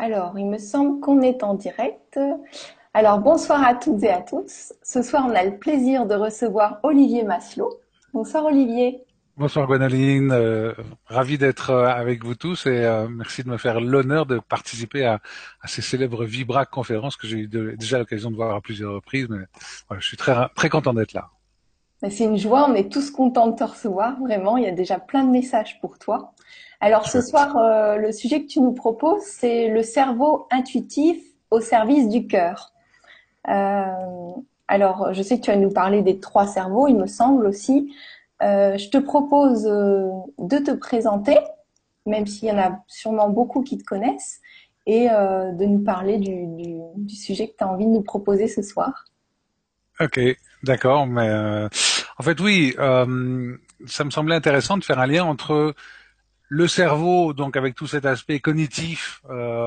Alors, il me semble qu'on est en direct. Alors, bonsoir à toutes et à tous. Ce soir, on a le plaisir de recevoir Olivier Maslow. Bonsoir Olivier. Bonsoir Gwénoline, ravi d'être avec vous tous et merci de me faire l'honneur de participer à ces célèbres Vibra conférences que j'ai eu déjà l'occasion de voir à plusieurs reprises, mais voilà, je suis très content d'être là. C'est une joie, on est tous contents de te recevoir, vraiment. Il y a déjà plein de messages pour toi. Alors, ce Chouette. soir, le sujet que tu nous proposes, c'est le cerveau intuitif au service du cœur. Euh, alors, je sais que tu vas nous parler des trois cerveaux, il me semble aussi. Je te propose de te présenter, même s'il y en a sûrement beaucoup qui te connaissent, et de nous parler du sujet que tu as envie de nous proposer ce soir. Ok, d'accord, mais en fait oui, ça me semblait intéressant de faire un lien entre le cerveau, donc avec tout cet aspect cognitif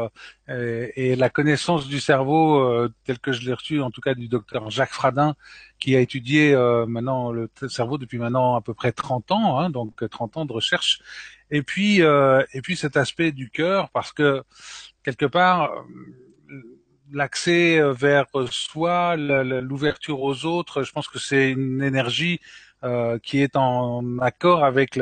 et la connaissance du cerveau tel que je l'ai reçu, en tout cas du docteur Jacques Fradin, qui a étudié maintenant le cerveau depuis maintenant à peu près 30 ans, hein, donc 30 ans de recherche. Et puis cet aspect du cœur, parce que quelque part l'accès vers soi, l'ouverture aux autres, je pense que c'est une énergie qui est en accord avec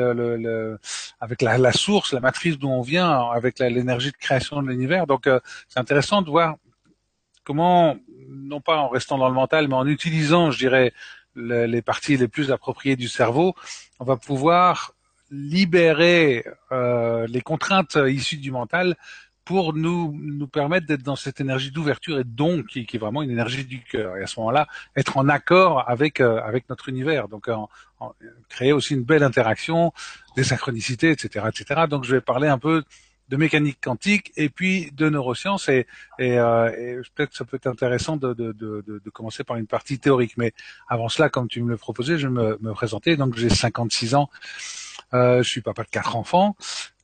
avec la source, la matrice d'où on vient, avec l'énergie de création de l'univers. Donc c'est intéressant de voir comment, non pas en restant dans le mental, mais en utilisant, je dirais, les parties les plus appropriées du cerveau, on va pouvoir libérer les contraintes issues du mental pour nous permettre d'être dans cette énergie d'ouverture et de don qui est vraiment une énergie du cœur. Et à ce moment-là, être en accord avec notre univers. Donc, créer aussi une belle interaction, des synchronicités, etc., etc. Donc, je vais parler un peu de mécanique quantique et puis de neurosciences et peut-être que ça peut être intéressant de commencer par une partie théorique. Mais avant cela, comme tu me le proposais, je vais me présenter. Donc j'ai 56 ans, je suis papa de 4 enfants.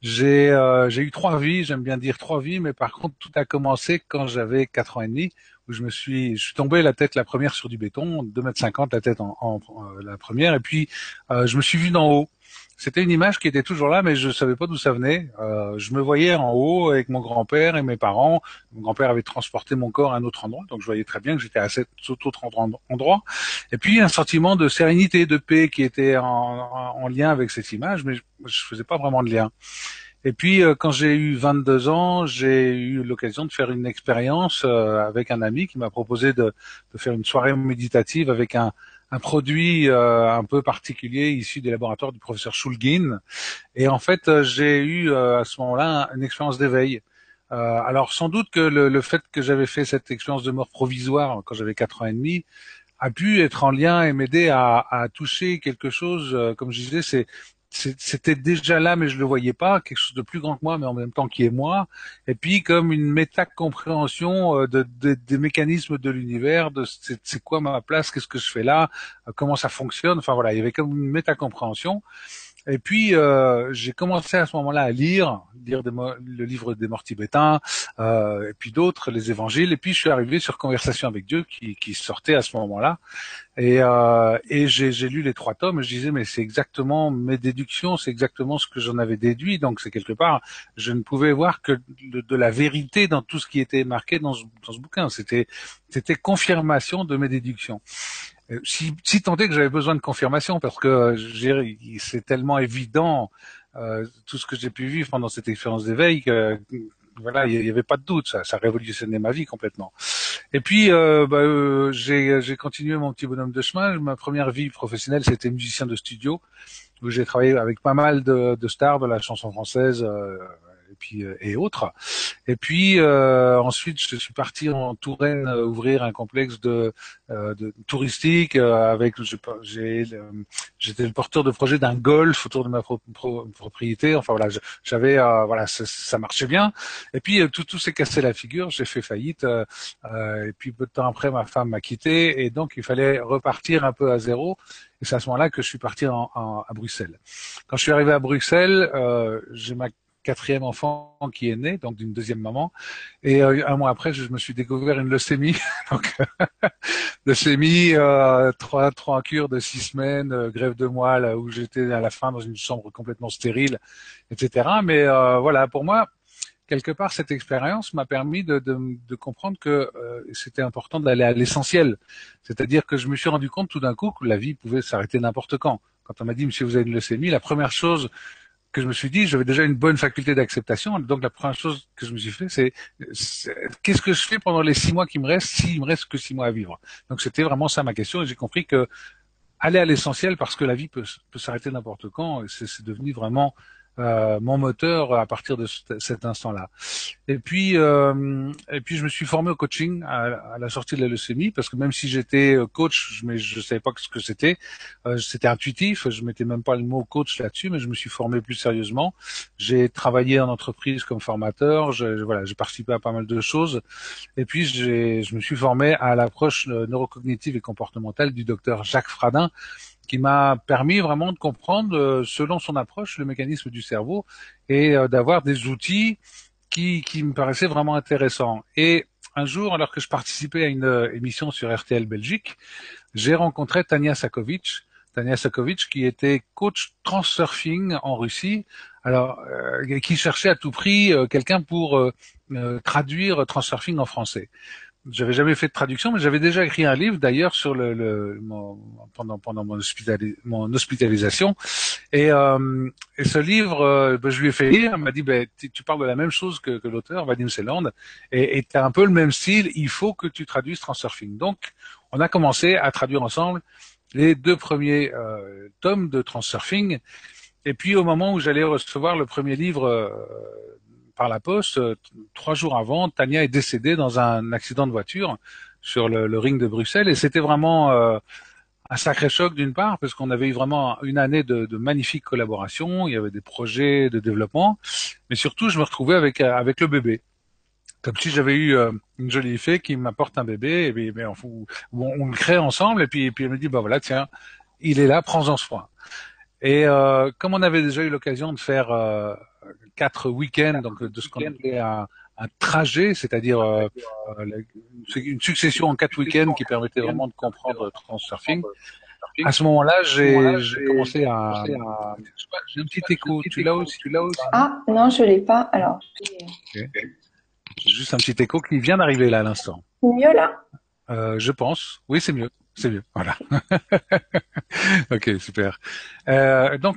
J'ai eu 3 vies, j'aime bien dire 3 vies, mais par contre tout a commencé quand j'avais 4 ans et demi, où je suis tombé la tête la première sur du béton, 2,50 m la tête la première, et puis je me suis vu d'en haut. C'était une image qui était toujours là, mais je savais pas d'où ça venait. Je me voyais en haut avec mon grand-père et mes parents. Mon grand-père avait transporté mon corps à un autre endroit, donc je voyais très bien que j'étais à cet autre endroit. Et puis un sentiment de sérénité, de paix qui était en lien avec cette image, mais je faisais pas vraiment de lien. Et puis quand j'ai eu 22 ans, j'ai eu l'occasion de faire une expérience avec un ami qui m'a proposé de faire une soirée méditative avec un produit un peu particulier issu des laboratoires du professeur Shulgin. Et en fait, j'ai eu à ce moment-là une expérience d'éveil. Alors sans doute que le fait que j'avais fait cette expérience de mort provisoire quand j'avais 4 ans et demi a pu être en lien et m'aider à toucher quelque chose, comme je disais, c'était déjà là, mais je le voyais pas, quelque chose de plus grand que moi, mais en même temps qui est moi. Et puis comme une méta-compréhension des mécanismes de l'univers, de c'est quoi ma place, qu'est-ce que je fais là, comment ça fonctionne. Enfin voilà, il y avait comme une méta-compréhension. Et puis j'ai commencé à ce moment-là à lire le livre des morts tibétains, et puis d'autres, les évangiles. Et puis je suis arrivé sur Conversation avec Dieu qui sortait à ce moment-là. Et j'ai lu les 3 tomes et je disais mais c'est exactement mes déductions, c'est exactement ce que j'en avais déduit. Donc c'est quelque part, je ne pouvais voir que de la vérité dans tout ce qui était marqué dans ce bouquin. C'était confirmation de mes déductions. Si tant est que j'avais besoin de confirmation parce que c'est tellement évident tout ce que j'ai pu vivre pendant cette expérience d'éveil que voilà, il y avait pas de doute, ça révolutionnait ma vie complètement. Et puis, j'ai continué mon petit bonhomme de chemin. Ma première vie professionnelle, c'était musicien de studio, où j'ai travaillé avec pas mal de stars de la chanson française et autres. Et puis ensuite, je suis parti en Touraine ouvrir un complexe de touristique j'étais le porteur de projet d'un golf autour de ma propriété. Enfin voilà, j'avais voilà, ça marchait bien. Et puis tout s'est cassé la figure. J'ai fait faillite. Et puis peu de temps après, ma femme m'a quitté et donc il fallait repartir un peu à zéro. Et c'est à ce moment-là que je suis parti à Bruxelles. Quand je suis arrivé à Bruxelles, j'ai ma quatrième enfant qui est né, donc d'une deuxième maman. Et un mois après, je me suis découvert une leucémie. Donc, leucémie, trois cures de 6 semaines, grève de moelle, où j'étais à la fin dans une chambre complètement stérile, etc. Mais voilà, pour moi, quelque part, cette expérience m'a permis de comprendre que c'était important d'aller à l'essentiel. C'est-à-dire que je me suis rendu compte tout d'un coup que la vie pouvait s'arrêter n'importe quand. Quand on m'a dit, monsieur, vous avez une leucémie, la première chose que je me suis dit, j'avais déjà une bonne faculté d'acceptation. Donc la première chose que je me suis fait, c'est qu'est-ce que je fais pendant les 6 mois qui me restent, s'il me reste que 6 mois à vivre. Donc c'était vraiment ça ma question, et j'ai compris que aller à l'essentiel, parce que la vie peut s'arrêter n'importe quand, et c'est devenu vraiment mon moteur à partir de cet instant-là. Et puis je me suis formé au coaching à la sortie de la leucémie, parce que même si j'étais coach, mais je savais pas ce que c'était. C'était intuitif, je mettais même pas le mot coach là-dessus, mais je me suis formé plus sérieusement. J'ai travaillé en entreprise comme formateur, voilà, j'ai participé à pas mal de choses. Et puis je me suis formé à l'approche neurocognitive et comportementale du docteur Jacques Fradin, qui m'a permis vraiment de comprendre, selon son approche, le mécanisme du cerveau, et d'avoir des outils qui me paraissaient vraiment intéressants. Et un jour, alors que je participais à une émission sur RTL Belgique, j'ai rencontré Tania Sakovic. Tania Sakovic, qui était coach transurfing en Russie, alors qui cherchait à tout prix quelqu'un pour traduire transurfing en français. J'avais jamais fait de traduction, mais j'avais déjà écrit un livre d'ailleurs sur pendant mon hospitalisation. Et ce livre, je lui ai fait lire. Elle m'a dit, tu parles de la même chose que l'auteur, Vadim Seland, et tu as un peu le même style. Il faut que tu traduises Transurfing. Donc, on a commencé à traduire ensemble les 2 premiers tomes de Transurfing. Et puis, au moment où j'allais recevoir le premier livre par la poste, 3 jours avant, Tania est décédée dans un accident de voiture sur le ring de Bruxelles, et c'était vraiment un sacré choc d'une part, parce qu'on avait eu vraiment une année de magnifiques collaborations, il y avait des projets de développement, mais surtout je me retrouvais avec le bébé, comme si j'avais eu une jolie fée qui m'apporte un bébé, et puis on le crée ensemble, et puis elle me dit, bah voilà, tiens, il est là, prends-en soin. Et comme on avait déjà eu l'occasion de faire 4 week-ends, donc de ce qu'on appelait un trajet, c'est-à-dire une succession en 4 week-ends qui permettait vraiment de comprendre Transurfing. À ce moment-là, j'ai commencé à... J'ai un petit écho. Tu l'as aussi? Ah, non, je l'ai pas. Alors, Okay. J'ai juste un petit écho qui vient d'arriver là à l'instant. c'est mieux là? Je pense. Oui, c'est mieux. C'est mieux. Voilà. Ok, super. Donc,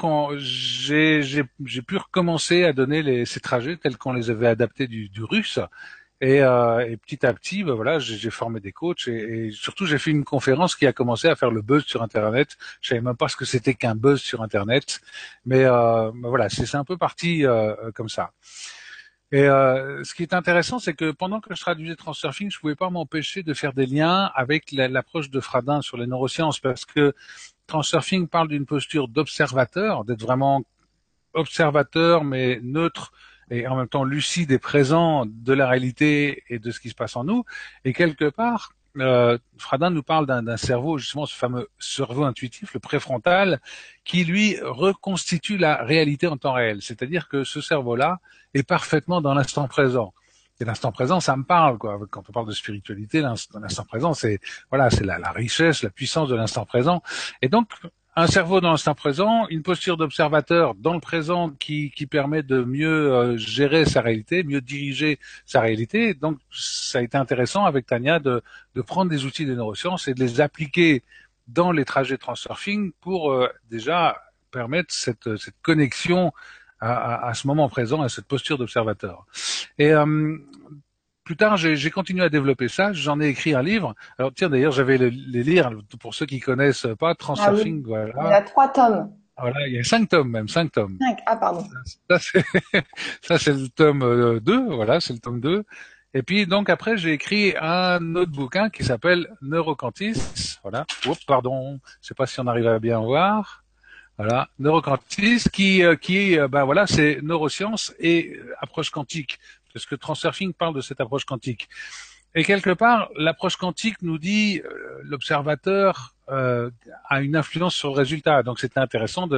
j'ai pu recommencer à donner ces trajets tels qu'on les avait adaptés du russe. Et petit à petit, voilà, j'ai formé des coachs, et surtout j'ai fait une conférence qui a commencé à faire le buzz sur Internet. Je savais même pas ce que c'était qu'un buzz sur Internet, mais voilà, c'est un peu parti comme ça. Et ce qui est intéressant, c'est que pendant que je traduisais Transurfing, je pouvais pas m'empêcher de faire des liens avec l'approche de Fradin sur les neurosciences, parce que Transurfing parle d'une posture d'observateur, d'être vraiment observateur mais neutre et en même temps lucide et présent de la réalité et de ce qui se passe en nous. Et quelque part, Fradin nous parle d'un cerveau, justement ce fameux cerveau intuitif, le préfrontal, qui lui reconstitue la réalité en temps réel. C'est-à-dire que ce cerveau-là est parfaitement dans l'instant présent. Et l'instant présent, ça me parle, quoi. Quand on parle de spiritualité, l'instant présent, c'est voilà, c'est la richesse, la puissance de l'instant présent. Et donc, un cerveau dans l'instant présent, une posture d'observateur dans le présent qui permet de mieux gérer sa réalité, mieux diriger sa réalité. Donc, ça a été intéressant avec Tania de prendre des outils des neurosciences et de les appliquer dans les trajets Transurfing pour déjà permettre cette connexion à ce moment présent, à cette posture d'observateur. Et plus tard, j'ai continué à développer ça. J'en ai écrit un livre. Alors tiens, d'ailleurs, j'avais les lire pour ceux qui connaissent pas Ah oui. Transurfing. Voilà. Il y a 3 tomes. Voilà, il y a 5 tomes même, 5 tomes. 5. Ah, pardon. Ça c'est ça c'est le tome 2. Voilà, c'est le tome 2. Et puis donc après, j'ai écrit un autre bouquin qui s'appelle Neurocantis. Voilà. Oups, pardon. Je sais pas si on arrive à bien voir. Voilà, Neurocantis ben voilà, c'est neurosciences et approche quantique, parce que Transurfing parle de cette approche quantique. Et quelque part, l'approche quantique nous dit l'observateur a une influence sur le résultat. Donc c'était intéressant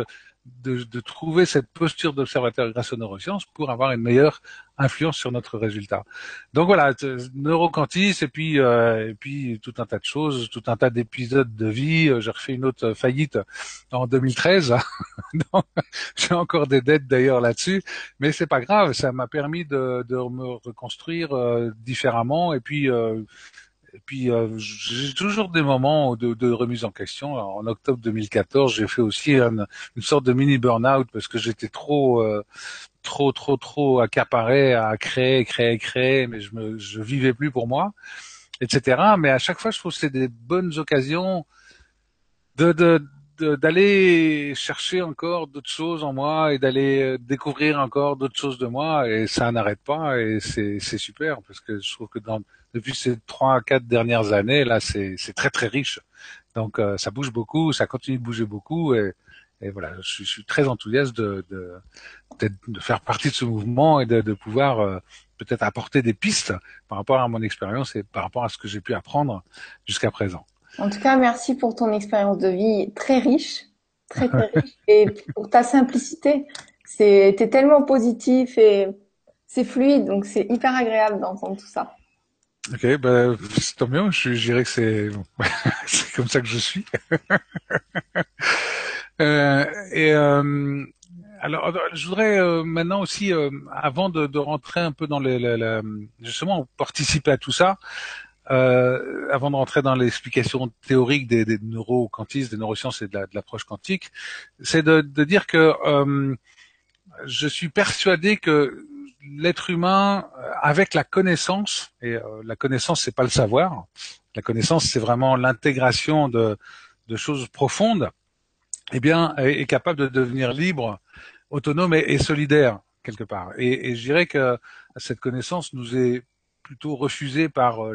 de trouver cette posture d'observateur grâce aux neurosciences pour avoir une meilleure influence sur notre résultat. Donc voilà, neuroquantisme et puis tout un tas de choses, tout un tas d'épisodes de vie. J'ai refait une autre faillite en 2013. Donc, j'ai encore des dettes d'ailleurs là-dessus, mais c'est pas grave. Ça m'a permis de me reconstruire différemment et puis j'ai toujours des moments de remise en question. Alors, en octobre 2014, j'ai fait aussi une sorte de mini burn-out parce que j'étais trop accaparé à créer, mais je vivais plus pour moi, etc. Mais à chaque fois, je trouve que c'est des bonnes occasions de, de, d'aller chercher encore d'autres choses en moi et d'aller découvrir encore d'autres choses de moi et ça n'arrête pas et c'est super parce que je trouve que depuis ces 3 4 dernières années là c'est très très riche donc ça bouge beaucoup, ça continue de bouger beaucoup et voilà je suis très enthousiaste de faire partie de ce mouvement et de pouvoir peut-être apporter des pistes par rapport à mon expérience et par rapport à ce que j'ai pu apprendre jusqu'à présent. En tout cas, merci pour ton expérience de vie très riche, très très riche, et pour ta simplicité. T'es tellement positif et c'est fluide, donc c'est hyper agréable d'entendre tout ça. Ok, bah, c'est tant mieux. Je dirais que c'est c'est comme ça que je suis. Euh, et alors, je voudrais maintenant aussi, avant de rentrer un peu dans justement participer à tout ça, avant de rentrer dans l'explication théorique des neuroquantistes, des neurosciences et de l'approche quantique, c'est de dire que je suis persuadé que l'être humain, avec la connaissance, et la connaissance c'est pas le savoir, la connaissance c'est vraiment l'intégration de choses profondes, eh bien est capable de devenir libre, autonome et solidaire quelque part. Et je dirais que cette connaissance nous est plutôt refusée par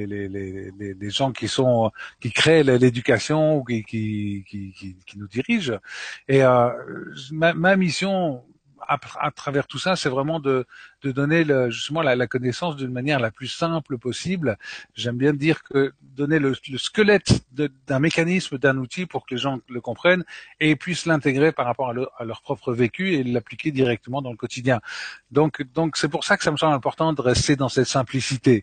les gens qui créent l'éducation ou qui nous dirigent. Et ma mission à travers tout ça, c'est vraiment de donner justement la connaissance d'une manière la plus simple possible. J'aime bien dire que donner le squelette d'un mécanisme, d'un outil pour que les gens le comprennent et puissent l'intégrer par rapport à leur propre vécu et l'appliquer directement dans le quotidien. Donc c'est pour ça que ça me semble important de rester dans cette simplicité.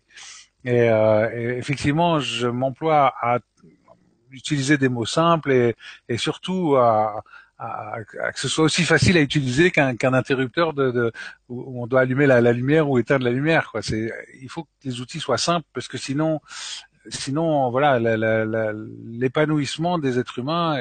Et effectivement, je m'emploie à utiliser des mots simples et surtout à que ce soit aussi facile à utiliser qu'un interrupteur où on doit allumer la lumière ou éteindre la lumière. Quoi. Il faut que les outils soient simples parce que sinon voilà, l'épanouissement des êtres humains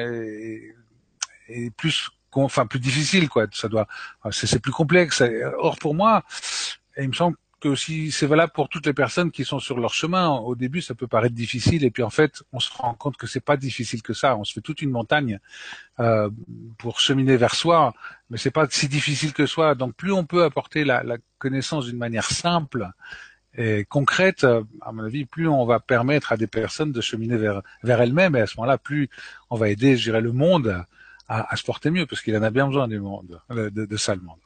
est plus difficile. Quoi. C'est plus complexe. Or pour moi, et il me semble que aussi c'est valable pour toutes les personnes qui sont sur leur chemin. Au début, ça peut paraître difficile, et puis en fait, on se rend compte que c'est pas difficile que ça. On se fait toute une montagne euh, pour cheminer vers soi, mais c'est pas si difficile que soi. Donc, plus on peut apporter la connaissance d'une manière simple et concrète, à mon avis, plus on va permettre à des personnes de cheminer vers elles-mêmes, et à ce moment-là, plus on va aider, je dirais, le monde à se porter mieux, parce qu'il en a bien besoin du monde, de ça le monde.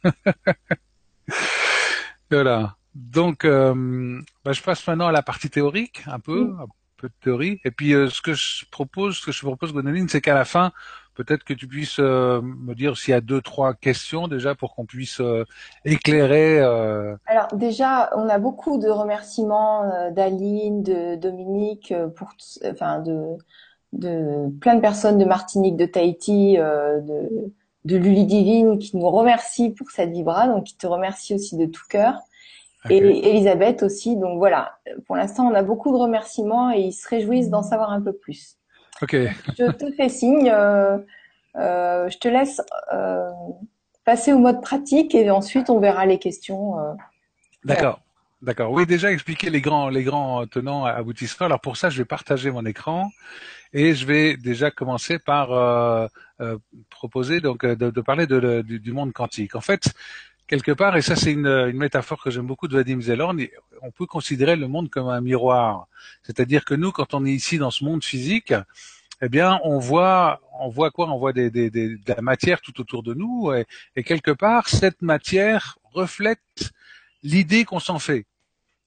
Voilà. Donc, je passe maintenant à la partie théorique, un peu de théorie. Et puis, ce que je propose, Gwénoline, c'est qu'à la fin, peut-être que tu puisses me dire s'il y a 2 3 questions déjà pour qu'on puisse éclairer. Alors déjà, on a beaucoup de remerciements d'Aline, de Dominique, enfin de plein de personnes de Martinique, de Tahiti, de Luli Divine qui nous remercient pour cette vibra, donc qui te remercie aussi de tout cœur. Et Ok. Elisabeth aussi. Donc voilà, pour l'instant, on a beaucoup de remerciements et ils se réjouissent d'en savoir un peu plus. Ok. Je te fais signe, je te laisse passer au mode pratique et ensuite on verra les questions. Voilà. D'accord. D'accord. Oui, déjà expliquer les grands tenants aboutissants. Alors pour ça, je vais partager mon écran et je vais déjà commencer par proposer donc de parler du monde quantique. En fait, quelque part, et ça c'est une métaphore que j'aime beaucoup de Vadim Zeland, on peut considérer le monde comme un miroir. C'est-à-dire que nous, quand on est ici dans ce monde physique, eh bien, on voit quoi? On voit de la matière tout autour de nous, et quelque part, cette matière reflète l'idée qu'on s'en fait.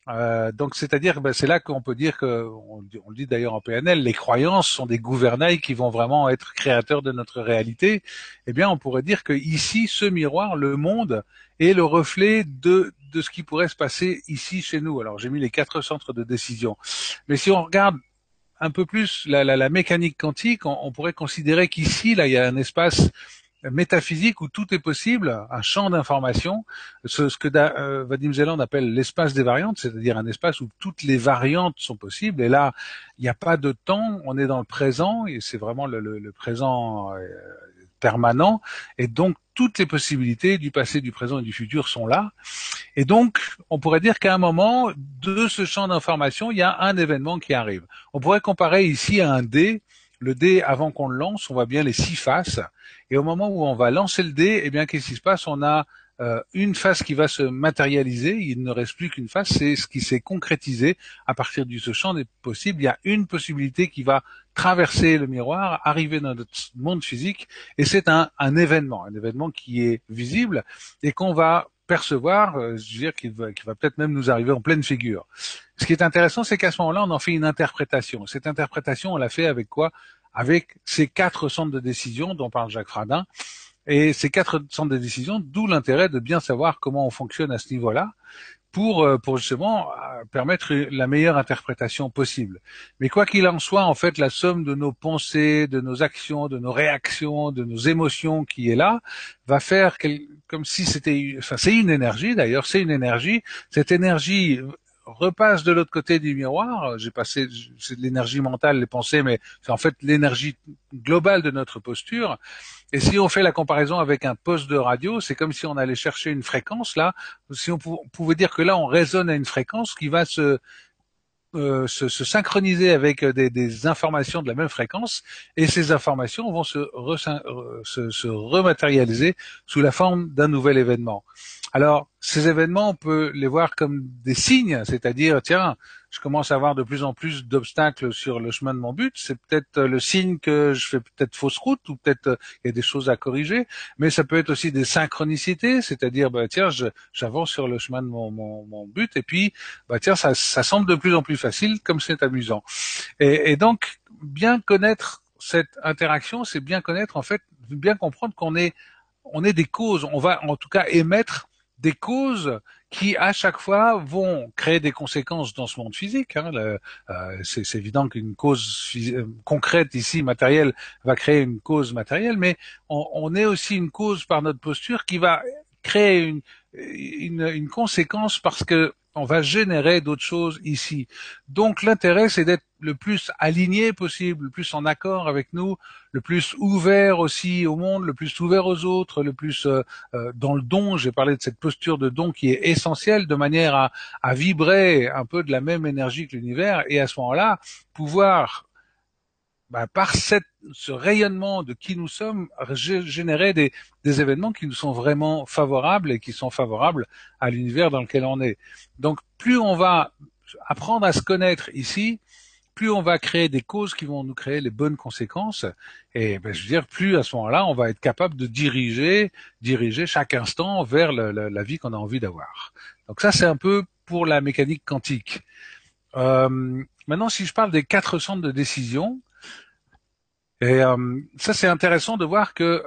Donc, c'est-à-dire, c'est là qu'on peut dire que, on le dit d'ailleurs en PNL, les croyances sont des gouvernails qui vont vraiment être créateurs de notre réalité. Eh bien, on pourrait dire que ici, ce miroir, le monde, est le reflet de ce qui pourrait se passer ici chez nous. Alors, j'ai mis les 4 centres de décision. Mais si on regarde un peu plus la mécanique quantique, on pourrait considérer qu'ici, là, il y a un espace métaphysique où tout est possible, un champ d'information, ce que Vadim Zeland appelle l'espace des variantes, c'est-à-dire un espace où toutes les variantes sont possibles. Et là, il n'y a pas de temps, on est dans le présent, et c'est vraiment le présent permanent. Et donc, toutes les possibilités du passé, du présent et du futur sont là. Et donc, on pourrait dire qu'à un moment, de ce champ d'information, il y a un événement qui arrive. On pourrait comparer ici à un dé. Le dé, avant qu'on le lance, on voit bien les 6 faces. Et au moment où on va lancer le dé, eh bien, qu'est-ce qui se passe? On a une face qui va se matérialiser. Il ne reste plus qu'une face. C'est ce qui s'est concrétisé à partir de ce champ des possibles. Il y a une possibilité qui va traverser le miroir, arriver dans notre monde physique. Et c'est un événement qui est visible et qu'on va percevoir, je veux dire qu'il va peut-être même nous arriver en pleine figure. Ce qui est intéressant, c'est qu'à ce moment-là, on en fait une interprétation. Cette interprétation, on l'a fait avec quoi? Avec ces 4 centres de décision dont parle Jacques Fradin. Et ces 4 centres de décision, d'où l'intérêt de bien savoir comment on fonctionne à ce niveau-là pour justement permettre la meilleure interprétation possible. Mais quoi qu'il en soit, en fait, la somme de nos pensées, de nos actions, de nos réactions, de nos émotions qui est là, va faire comme si c'était, enfin, c'est une énergie d'ailleurs, c'est une énergie. Cette énergie repasse de l'autre côté du miroir. C'est de l'énergie mentale, les pensées, mais c'est en fait l'énergie globale de notre posture. Et si on fait la comparaison avec un poste de radio, c'est comme si on allait chercher une fréquence là. Si on pouvait dire que là, on résonne à une fréquence qui va se synchroniser avec des informations de la même fréquence, et ces informations vont se rematérialiser sous la forme d'un nouvel événement. Alors, ces événements, on peut les voir comme des signes, c'est-à-dire, tiens, je commence à avoir de plus en plus d'obstacles sur le chemin de mon but, c'est peut-être le signe que je fais peut-être fausse route, ou peut-être il y a des choses à corriger, mais ça peut être aussi des synchronicités, c'est-à-dire, tiens, j'avance sur le chemin de mon but, et puis, tiens, ça semble de plus en plus facile, comme c'est amusant. Et donc, bien connaître cette interaction, c'est bien connaître, en fait, bien comprendre on est des causes, on va en tout cas émettre des causes qui à chaque fois vont créer des conséquences dans ce monde physique. C'est évident qu'une cause concrète ici, matérielle, va créer une cause matérielle, mais on est aussi une cause par notre posture qui va créer une conséquence parce que on va générer d'autres choses ici. Donc l'intérêt, c'est d'être le plus aligné possible, le plus en accord avec nous, le plus ouvert aussi au monde, le plus ouvert aux autres, le plus dans le don. J'ai parlé de cette posture de don qui est essentielle, de manière à vibrer un peu de la même énergie que l'univers, et à ce moment-là, pouvoir par ce rayonnement de qui nous sommes, générer des événements qui nous sont vraiment favorables et qui sont favorables à l'univers dans lequel on est. Donc, plus on va apprendre à se connaître ici, plus on va créer des causes qui vont nous créer les bonnes conséquences. Et je veux dire, plus à ce moment-là, on va être capable de diriger chaque instant vers la vie qu'on a envie d'avoir. Donc ça, c'est un peu pour la mécanique quantique. Maintenant, si je parle des 4 centres de décision, et ça, c'est intéressant de voir que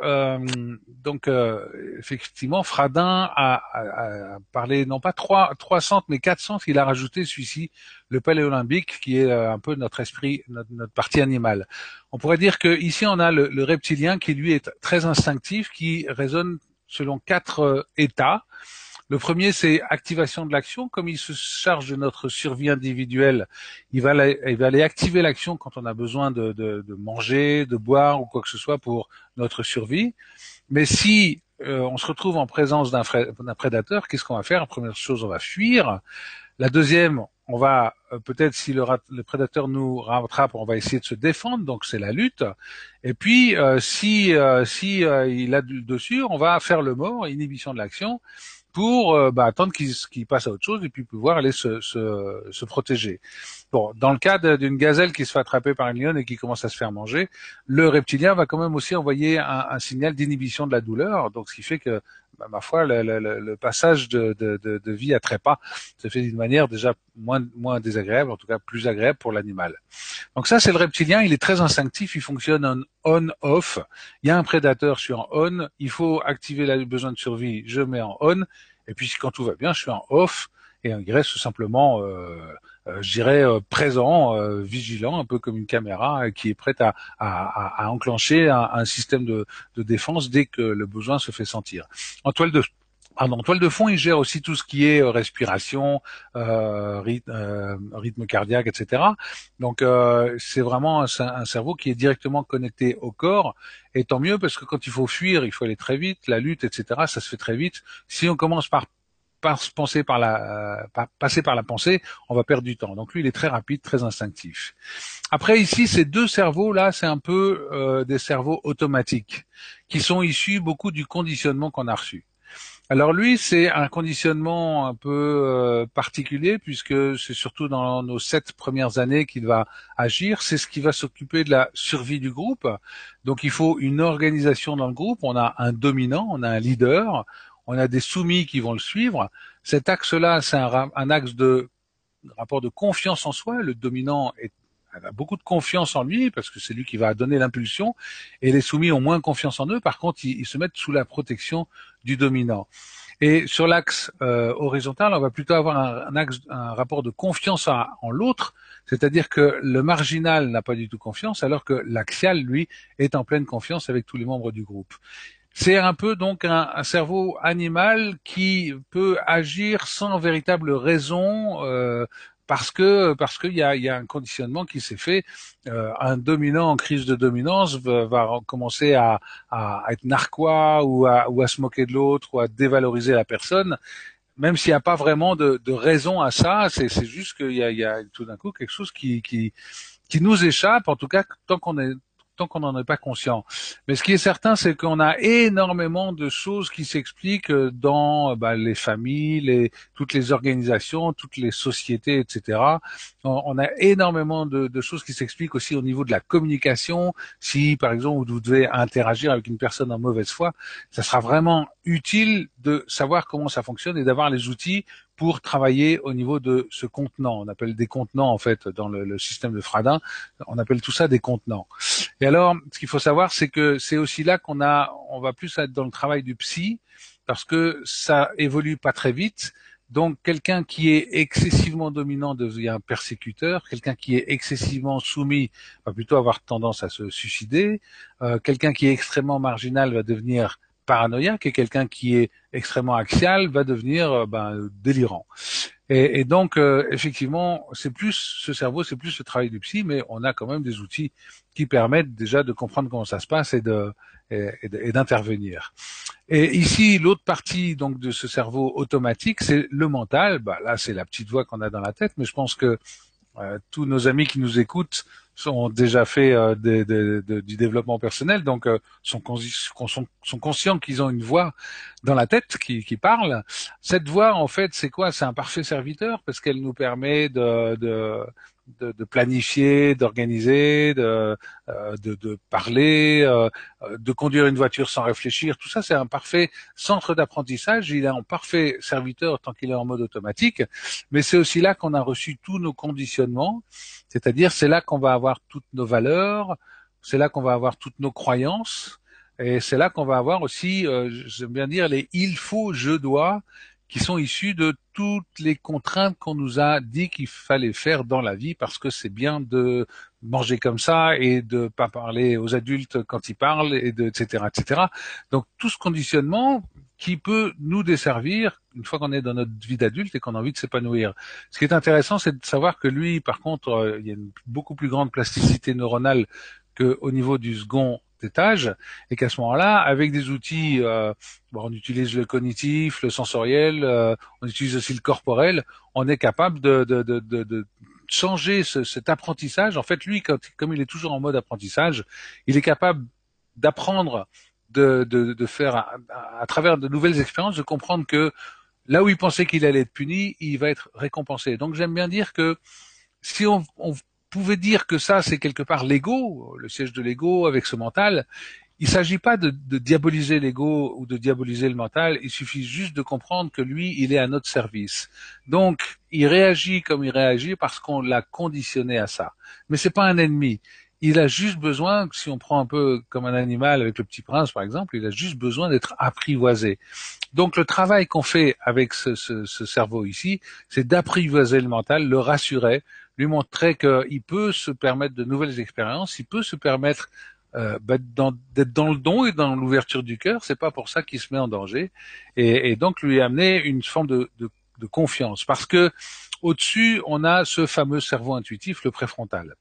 effectivement, Fradin a parlé non pas trois centres, mais 4 centres. Il a rajouté celui-ci, le paléolympique, qui est un peu notre esprit, notre partie animale. On pourrait dire que ici, on a le reptilien qui lui est très instinctif, qui résonne selon 4 états. Le premier, c'est activation de l'action. Comme il se charge de notre survie individuelle, il va aller activer l'action quand on a besoin de manger, de boire ou quoi que ce soit pour notre survie. Mais si on se retrouve en présence d'un prédateur, qu'est-ce qu'on va faire? La première chose, on va fuir. La deuxième, on va peut-être, si le prédateur nous rattrape, on va essayer de se défendre, donc c'est la lutte. Et puis si il a du dessus, on va faire le mort, inhibition de l'action, pour attendre qu'il passe à autre chose et puis pouvoir aller se protéger. Bon, dans le cas d'une gazelle qui se fait attraper par une lionne et qui commence à se faire manger, le reptilien va quand même aussi envoyer un signal d'inhibition de la douleur, donc ce qui fait que ma foi, le passage de vie à trépas se fait d'une manière manière déjà moins désagréable, en tout cas plus agréable pour l'animal. Donc ça, c'est le reptilien, il est très instinctif, il fonctionne en on-off. Il y a un prédateur, je suis en on, il faut activer le besoin de survie, je mets en on, et puis quand tout va bien, je suis en off, et il reste tout simplement, je dirais, présent, vigilant, un peu comme une caméra, qui est prête à enclencher un système de défense dès que le besoin se fait sentir. En toile de En toile de fond, il gère aussi tout ce qui est respiration, rythme cardiaque, etc. Donc, c'est vraiment un cerveau qui est directement connecté au corps. Et tant mieux, parce que quand il faut fuir, il faut aller très vite. La lutte, etc., ça se fait très vite. Si on commence passer par la pensée, on va perdre du temps. Donc lui, il est très rapide, très instinctif. Après, ici, ces deux cerveaux-là, c'est un peu des cerveaux automatiques qui sont issus beaucoup du conditionnement qu'on a reçu. Alors lui, c'est un conditionnement un peu particulier puisque c'est surtout dans nos 7 premières années qu'il va agir. C'est ce qui va s'occuper de la survie du groupe. Donc il faut une organisation dans le groupe. On a un dominant, on a un leader, on a des soumis qui vont le suivre. Cet axe-là, c'est un axe de rapport de confiance en soi. Le dominant a beaucoup de confiance en lui parce que c'est lui qui va donner l'impulsion et les soumis ont moins confiance en eux. Par contre, ils se mettent sous la protection du dominant. Et sur l'axe horizontal, on va plutôt avoir un rapport de confiance en l'autre, c'est-à-dire que le marginal n'a pas du tout confiance, alors que l'axial, lui, est en pleine confiance avec tous les membres du groupe. C'est un peu donc un cerveau animal qui peut agir sans véritable raison parce qu'il y a un conditionnement qui s'est fait. Un dominant en crise de dominance va commencer à être narquois ou à se moquer de l'autre ou à dévaloriser la personne, même s'il n'y a pas vraiment de raison à ça. C'est juste qu'il y a tout d'un coup quelque chose qui nous échappe, en tout cas tant qu'on n'en est pas conscient. Mais ce qui est certain, c'est qu'on a énormément de choses qui s'expliquent dans les familles, toutes les organisations, toutes les sociétés, etc. On a énormément de choses qui s'expliquent aussi au niveau de la communication. Si, par exemple, vous devez interagir avec une personne en mauvaise foi, ça sera vraiment utile de savoir comment ça fonctionne et d'avoir les outils pour travailler au niveau de ce contenant. On appelle des contenants, en fait, dans le système de Fradin, on appelle tout ça des contenants. Et alors, ce qu'il faut savoir, c'est que c'est aussi là on va plus être dans le travail du psy, parce que ça évolue pas très vite. Donc, quelqu'un qui est excessivement dominant devient un persécuteur. Quelqu'un qui est excessivement soumis va plutôt avoir tendance à se suicider. Quelqu'un qui est extrêmement marginal va devenir paranoïaque et quelqu'un qui est extrêmement axial va devenir délirant. Et donc, effectivement, ce cerveau, c'est plus le travail du psy, mais on a quand même des outils qui permettent déjà de comprendre comment ça se passe et d'intervenir. Et ici, l'autre partie donc de ce cerveau automatique, c'est le mental. Là, c'est la petite voix qu'on a dans la tête, mais je pense que tous nos amis qui nous écoutent ont déjà fait du développement personnel, donc sont conscients qu'ils ont une voix dans la tête qui parle. Cette voix, en fait, c'est quoi? C'est un parfait serviteur parce qu'elle nous permet de planifier, d'organiser, de parler, de conduire une voiture sans réfléchir. Tout ça, c'est un parfait centre d'apprentissage. Il est en parfait serviteur tant qu'il est en mode automatique. Mais c'est aussi là qu'on a reçu tous nos conditionnements. C'est-à-dire, c'est là qu'on va avoir toutes nos valeurs, c'est là qu'on va avoir toutes nos croyances, et c'est là qu'on va avoir aussi, j'aime bien dire, les il faut, je dois, qui sont issus de toutes les contraintes qu'on nous a dit qu'il fallait faire dans la vie, parce que c'est bien de manger comme ça et de pas parler aux adultes quand ils parlent, etc., etc. Donc tout ce conditionnement qui peut nous desservir une fois qu'on est dans notre vie d'adulte et qu'on a envie de s'épanouir. Ce qui est intéressant, c'est de savoir que lui, par contre, il y a une beaucoup plus grande plasticité neuronale qu'au niveau du second étage, et qu'à ce moment-là, avec des outils, on utilise le cognitif, le sensoriel, on utilise aussi le corporel, on est capable de changer cet apprentissage. En fait, lui, comme il est toujours en mode apprentissage, il est capable d'apprendre de faire à travers de nouvelles expériences, de comprendre que là où il pensait qu'il allait être puni, il va être récompensé. Donc j'aime bien dire que si on pouvait dire que ça, c'est quelque part l'ego, le siège de l'ego avec ce mental, il s'agit pas de diaboliser l'ego ou de diaboliser le mental, il suffit juste de comprendre que lui, il est à notre service. Donc, il réagit comme il réagit parce qu'on l'a conditionné à ça. Mais c'est pas un ennemi. Il a juste besoin, si on prend un peu comme un animal avec le petit prince par exemple, il a juste besoin d'être apprivoisé. Donc le travail qu'on fait avec ce cerveau ici, c'est d'apprivoiser le mental, le rassurer, lui montrer qu'il peut se permettre de nouvelles expériences, il peut se permettre d'être dans le don et dans l'ouverture du cœur. C'est pas pour ça qu'il se met en danger, et donc lui amener une forme de confiance, parce que au-dessus on a ce fameux cerveau intuitif, le préfrontal.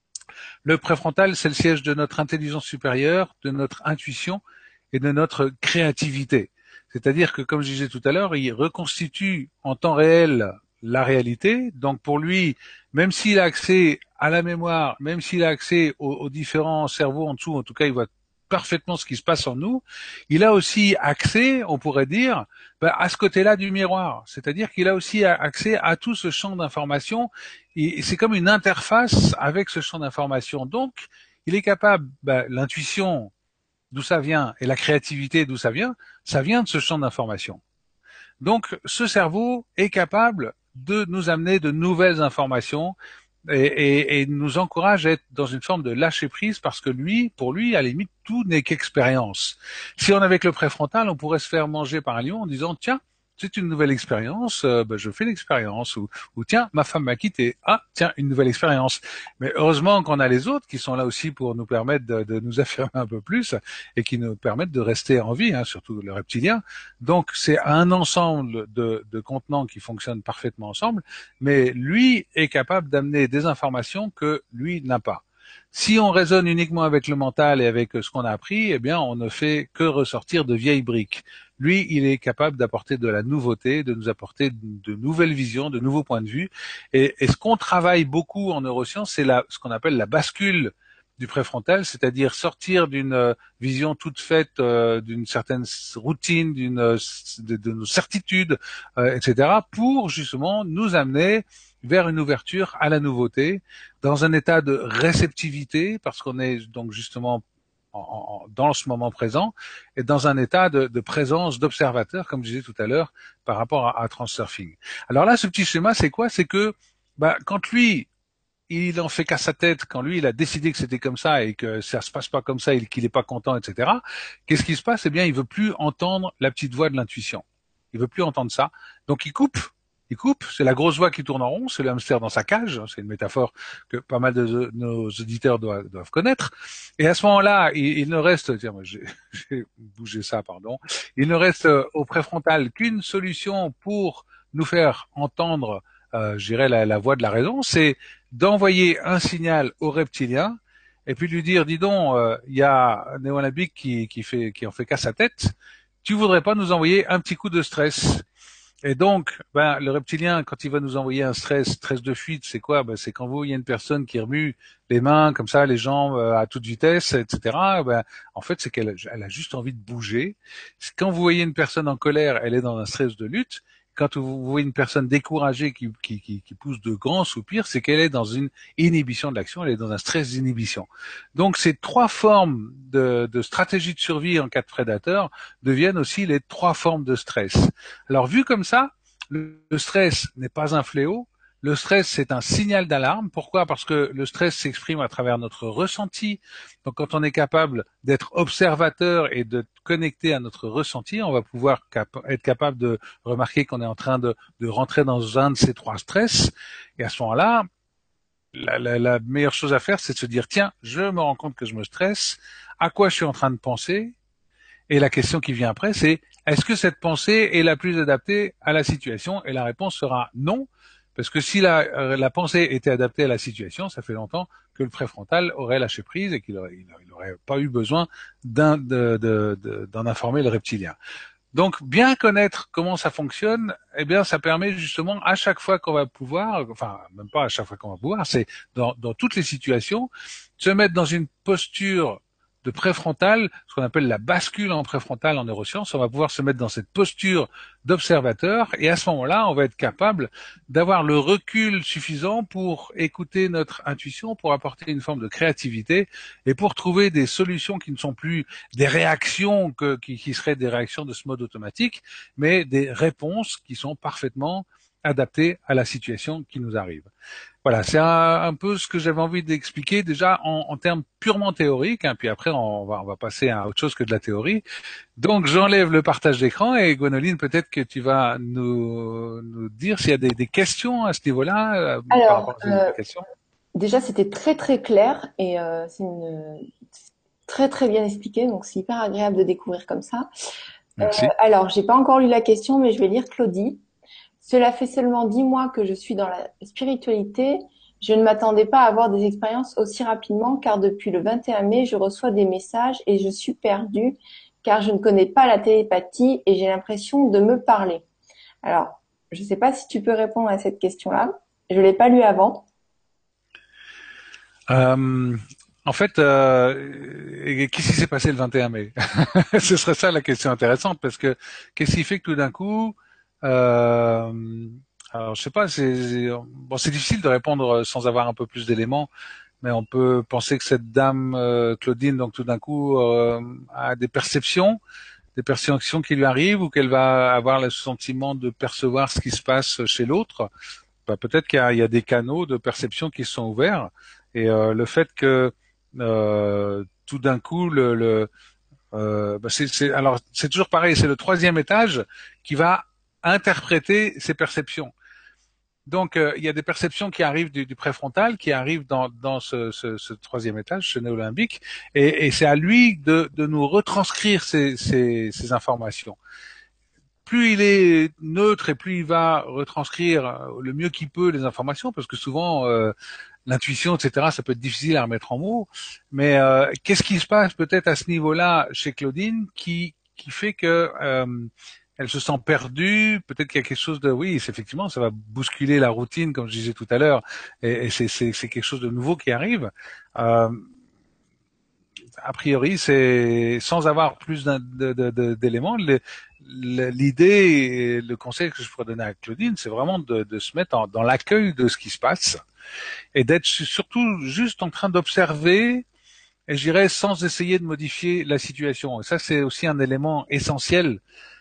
Le préfrontal, c'est le siège de notre intelligence supérieure, de notre intuition et de notre créativité. C'est-à-dire que, comme je disais tout à l'heure, il reconstitue en temps réel la réalité. Donc pour lui, même s'il a accès à la mémoire, même s'il a accès aux différents cerveaux en dessous, en tout cas, il voit parfaitement ce qui se passe en nous, il a aussi accès, on pourrait dire, à ce côté-là du miroir. C'est-à-dire qu'il a aussi accès à tout ce champ d'information, et c'est comme une interface avec ce champ d'information. Donc, il est capable, l'intuition, d'où ça vient, et la créativité, d'où ça vient de ce champ d'information. Donc, ce cerveau est capable de nous amener de nouvelles informations et nous encourage à être dans une forme de lâcher prise, parce que lui, pour lui, à la limite, tout n'est qu'expérience. Si on avait que le préfrontal, on pourrait se faire manger par un lion en disant, tiens, c'est une nouvelle expérience, je fais l'expérience, ou tiens, ma femme m'a quitté, ah, tiens, une nouvelle expérience. Mais heureusement qu'on a les autres qui sont là aussi pour nous permettre de nous affirmer un peu plus et qui nous permettent de rester en vie, hein, surtout le reptilien. Donc c'est un ensemble de contenants qui fonctionnent parfaitement ensemble, mais lui est capable d'amener des informations que lui n'a pas. Si on raisonne uniquement avec le mental et avec ce qu'on a appris, eh bien, on ne fait que ressortir de vieilles briques. Lui, il est capable d'apporter de la nouveauté, de nous apporter de nouvelles visions, de nouveaux points de vue. Et ce qu'on travaille beaucoup en neurosciences, c'est ce qu'on appelle la bascule du préfrontal, c'est-à-dire sortir d'une vision toute faite, d'une certaine routine, de nos certitudes, etc., pour justement nous amener vers une ouverture à la nouveauté, dans un état de réceptivité, parce qu'on est donc justement dans ce moment présent, et dans un état de présence d'observateur, comme je disais tout à l'heure, par rapport à Transurfing. Alors là, ce petit schéma, c'est quoi? C'est que quand lui, il en fait qu'à sa tête, quand lui, il a décidé que c'était comme ça et que ça se passe pas comme ça et qu'il est pas content, etc., qu'est-ce qui se passe? Eh bien, il veut plus entendre la petite voix de l'intuition. Il veut plus entendre ça. Donc, il coupe, c'est la grosse voix qui tourne en rond, c'est le hamster dans sa cage, c'est une métaphore que pas mal de nos auditeurs doivent connaître. Et à ce moment-là, il ne reste, tiens, moi j'ai bougé ça, pardon, il ne reste au préfrontal qu'une solution pour nous faire entendre, je dirais, la voix de la raison, c'est d'envoyer un signal au reptilien et puis de lui dire, dis donc, il y a un néolymbique qui en fait qu'à sa tête, tu voudrais pas nous envoyer un petit coup de stress? Et donc, le reptilien, quand il va nous envoyer un stress de fuite, c'est quoi? C'est quand vous voyez une personne qui remue les mains comme ça, les jambes à toute vitesse, etc. En fait, c'est qu'elle a juste envie de bouger. Quand vous voyez une personne en colère, elle est dans un stress de lutte. Quand vous voyez une personne découragée qui pousse de grands soupirs, c'est qu'elle est dans une inhibition de l'action, elle est dans un stress d'inhibition. Donc ces trois formes de stratégie de survie en cas de prédateur deviennent aussi les trois formes de stress. Alors vu comme ça, le stress n'est pas un fléau. Le stress, c'est un signal d'alarme. Pourquoi? Parce que le stress s'exprime à travers notre ressenti. Donc, quand on est capable d'être observateur et de connecter à notre ressenti, on va pouvoir être capable de remarquer qu'on est en train de rentrer dans un de ces trois stress. Et à ce moment-là, la meilleure chose à faire, c'est de se dire, tiens, je me rends compte que je me stresse. À quoi je suis en train de penser? Et la question qui vient après, c'est est-ce que cette pensée est la plus adaptée à la situation? Et la réponse sera non, parce que si la pensée était adaptée à la situation, ça fait longtemps que le préfrontal aurait lâché prise et qu'il n'aurait pas eu besoin d'en informer le reptilien. Donc, bien connaître comment ça fonctionne, eh bien, ça permet justement à chaque fois qu'on va pouvoir, enfin, même pas à chaque fois qu'on va pouvoir, c'est dans toutes les situations, se mettre dans une posture de préfrontal, ce qu'on appelle la bascule en préfrontal en neurosciences. On va pouvoir se mettre dans cette posture d'observateur et à ce moment-là, on va être capable d'avoir le recul suffisant pour écouter notre intuition, pour apporter une forme de créativité et pour trouver des solutions qui ne sont plus des réactions qui seraient des réactions de ce mode automatique, mais des réponses qui sont parfaitement adaptées à la situation qui nous arrive. Voilà, c'est un peu ce que j'avais envie d'expliquer déjà en termes purement théoriques, hein, puis après on va passer à autre chose que de la théorie. Donc j'enlève le partage d'écran et Gwenoline, peut-être que tu vas nous dire s'il y a des questions à ce niveau-là par Alors, rapport à ces explications. déjà, c'était très très clair et très très bien expliqué, donc c'est hyper agréable de découvrir comme ça. Merci. Alors, j'ai pas encore lu la question, mais je vais lire Claudie. Cela fait seulement 10 mois que je suis dans la spiritualité. Je ne m'attendais pas à avoir des expériences aussi rapidement car depuis le 21 mai, je reçois des messages et je suis perdue car je ne connais pas la télépathie et j'ai l'impression de me parler. Alors, je ne sais pas si tu peux répondre à cette question-là. Je l'ai pas lu avant. Euh, En fait, qu'est-ce qui s'est passé le 21 mai? Ce serait ça la question intéressante, parce que qu'est-ce qui fait que tout d'un coup, euh, alors je sais pas, bon, c'est difficile de répondre sans avoir un peu plus d'éléments, mais on peut penser que cette dame Claudine, donc tout d'un coup, a des perceptions qui lui arrivent, ou qu'elle va avoir le sentiment de percevoir ce qui se passe chez l'autre. Bah, peut-être il y a des canaux de perception qui se sont ouverts, et le fait que tout d'un coup bah, alors c'est toujours pareil, c'est le troisième étage qui va interpréter ces perceptions. Donc il y a des perceptions qui arrivent du préfrontal, qui arrivent dans ce troisième étage, ce néolimbique, et c'est à lui de nous retranscrire ces informations. Plus il est neutre et plus il va retranscrire le mieux qu'il peut les informations, parce que souvent l'intuition, etc., ça peut être difficile à remettre en mots. Mais qu'est-ce qui se passe peut-être à ce niveau-là chez Claudine qui fait que elle se sent perdue? Peut-être qu'il y a quelque chose de, oui, effectivement, ça va bousculer la routine, comme je disais tout à l'heure, et c'est quelque chose de nouveau qui arrive. Euh, a priori, c'est sans avoir plus d'éléments. L'idée, et le conseil que je pourrais donner à Claudine, c'est vraiment de se mettre dans l'accueil de ce qui se passe et d'être surtout juste en train d'observer, et je dirais sans essayer de modifier la situation. Et ça, c'est aussi un élément essentiel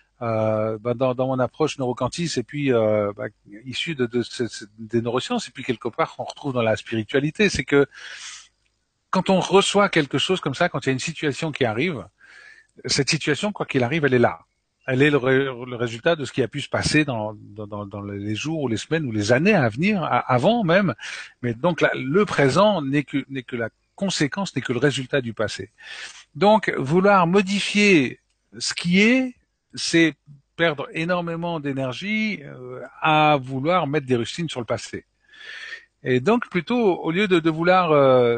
dans mon approche neuroquantiste et puis issu des neurosciences et puis quelque part qu'on retrouve dans la spiritualité, c'est que quand on reçoit quelque chose comme ça, quand il y a une situation qui arrive, cette situation, quoi qu'il arrive, elle est là. Elle est le résultat de ce qui a pu se passer dans les jours ou les semaines ou les années à venir, avant même. Mais donc là, le présent n'est que la conséquence, n'est que le résultat du passé. Donc vouloir modifier ce qui est, c'est perdre énormément d'énergie à vouloir mettre des rustines sur le passé. Et donc plutôt, au lieu de vouloir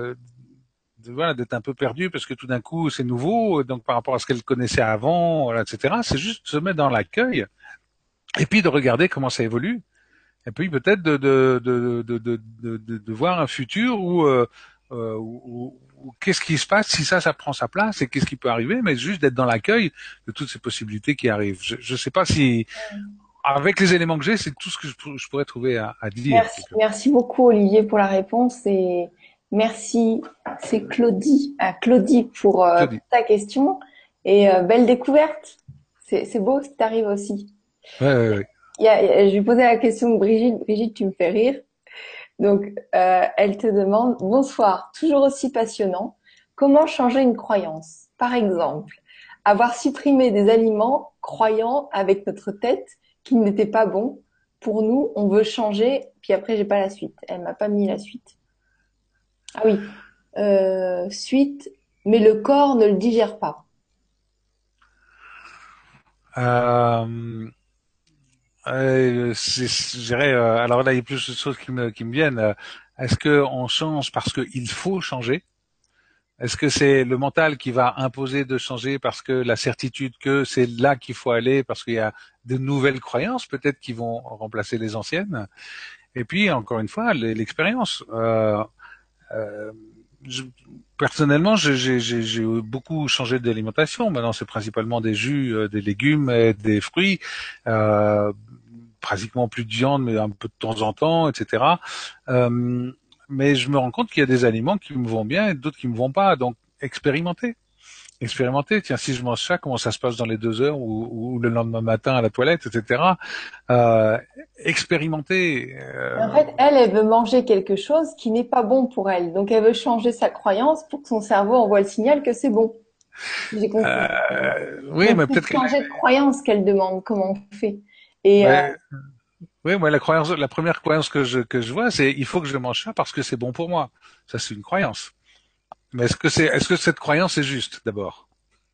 voilà, d'être un peu perdu parce que tout d'un coup c'est nouveau, donc par rapport à ce qu'elle connaissait avant, voilà, etc. C'est juste se mettre dans l'accueil et puis de regarder comment ça évolue. Et puis peut-être de voir un futur où qu'est-ce qui se passe si ça prend sa place et qu'est-ce qui peut arriver, mais juste d'être dans l'accueil de toutes ces possibilités qui arrivent. Je sais pas si, avec les éléments que j'ai, c'est tout ce que je pourrais trouver à dire Merci, quelque part. merci beaucoup Olivier pour la réponse et merci, c'est Claudie, à Claudie Claudie. pour ta question et belle découverte. C'est beau ce qui t'arrive aussi. Ouais, ouais, ouais. Je lui posais la question de Brigitte. Brigitte, tu me fais rire. Donc, elle te demande, bonsoir, toujours aussi passionnant. Comment changer une croyance? Par exemple, avoir supprimé des aliments croyant avec notre tête qu'ils n'étaient pas bons. Pour nous, on veut changer, puis après, j'ai pas la suite. Elle m'a pas mis la suite. Ah oui, suite, mais le corps ne le digère pas. Euh, je dirais, alors là, il y a plus de choses qui me viennent. Est-ce que on change parce qu'il faut changer? Est-ce que c'est le mental qui va imposer de changer parce que la certitude que c'est là qu'il faut aller parce qu'il y a de nouvelles croyances peut-être qui vont remplacer les anciennes? Et puis, encore une fois, l'expérience. Euh, je- personnellement, j'ai beaucoup changé d'alimentation. Maintenant, c'est principalement des jus, des légumes et des fruits. Euh, Pratiquement plus de viande, mais un peu de temps en temps, etc. Euh, mais je me rends compte qu'il y a des aliments qui me vont bien et d'autres qui me vont pas. Donc, expérimenter. Expérimenter. Tiens, si je mange ça, comment ça se passe dans les 2 heures ou le lendemain matin à la toilette, etc. Euh, Expérimenter. Et en fait, elle veut manger quelque chose qui n'est pas bon pour elle. Donc, elle veut changer sa croyance pour que son cerveau envoie le signal que c'est bon. J'ai compris. Oui, Donc, mais c'est peut-être qu'elle. changer de croyance qu'elle demande comment on fait. Et Ouais, oui, moi la première croyance que je vois, c'est il faut que je mange ça parce que c'est bon pour moi. Ça, c'est une croyance. Mais est-ce que cette croyance est juste d'abord?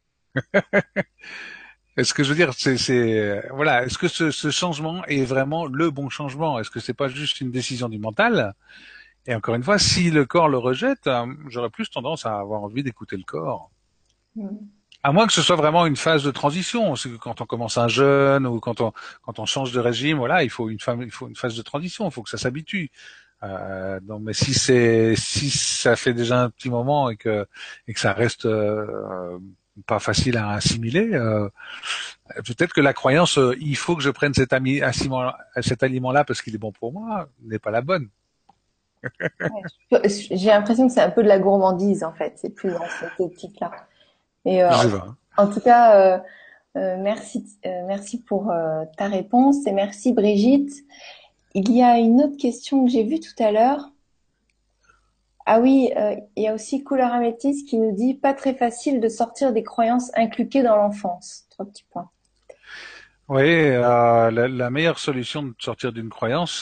Est-ce que je veux dire, voilà, est-ce que ce changement est vraiment le bon changement? Est-ce que c'est pas juste une décision du mental? Et encore une fois, si le corps le rejette, j'aurais plus tendance à avoir envie d'écouter le corps. À moins que ce soit vraiment une phase de transition. C'est que quand on commence un jeûne ou quand on change de régime, voilà, il faut une phase de transition. Il faut que ça s'habitue. Donc, mais si ça fait déjà un petit moment et que ça reste pas facile à assimiler, peut-être que la croyance il faut que je prenne cet aliment-là parce qu'il est bon pour moi n'est pas la bonne. j'ai l'impression que c'est un peu de la gourmandise, en fait. C'est plus dans cette optique-là. Et Je sais pas. en tout cas, merci pour ta réponse et merci Brigitte. Il y a une autre question que j'ai vue tout à l'heure. Ah oui, il y a aussi Couleur Améthyste qui nous dit pas très facile de sortir des croyances inculquées dans l'enfance. Trois petits points. Oui, la meilleure solution de sortir d'une croyance,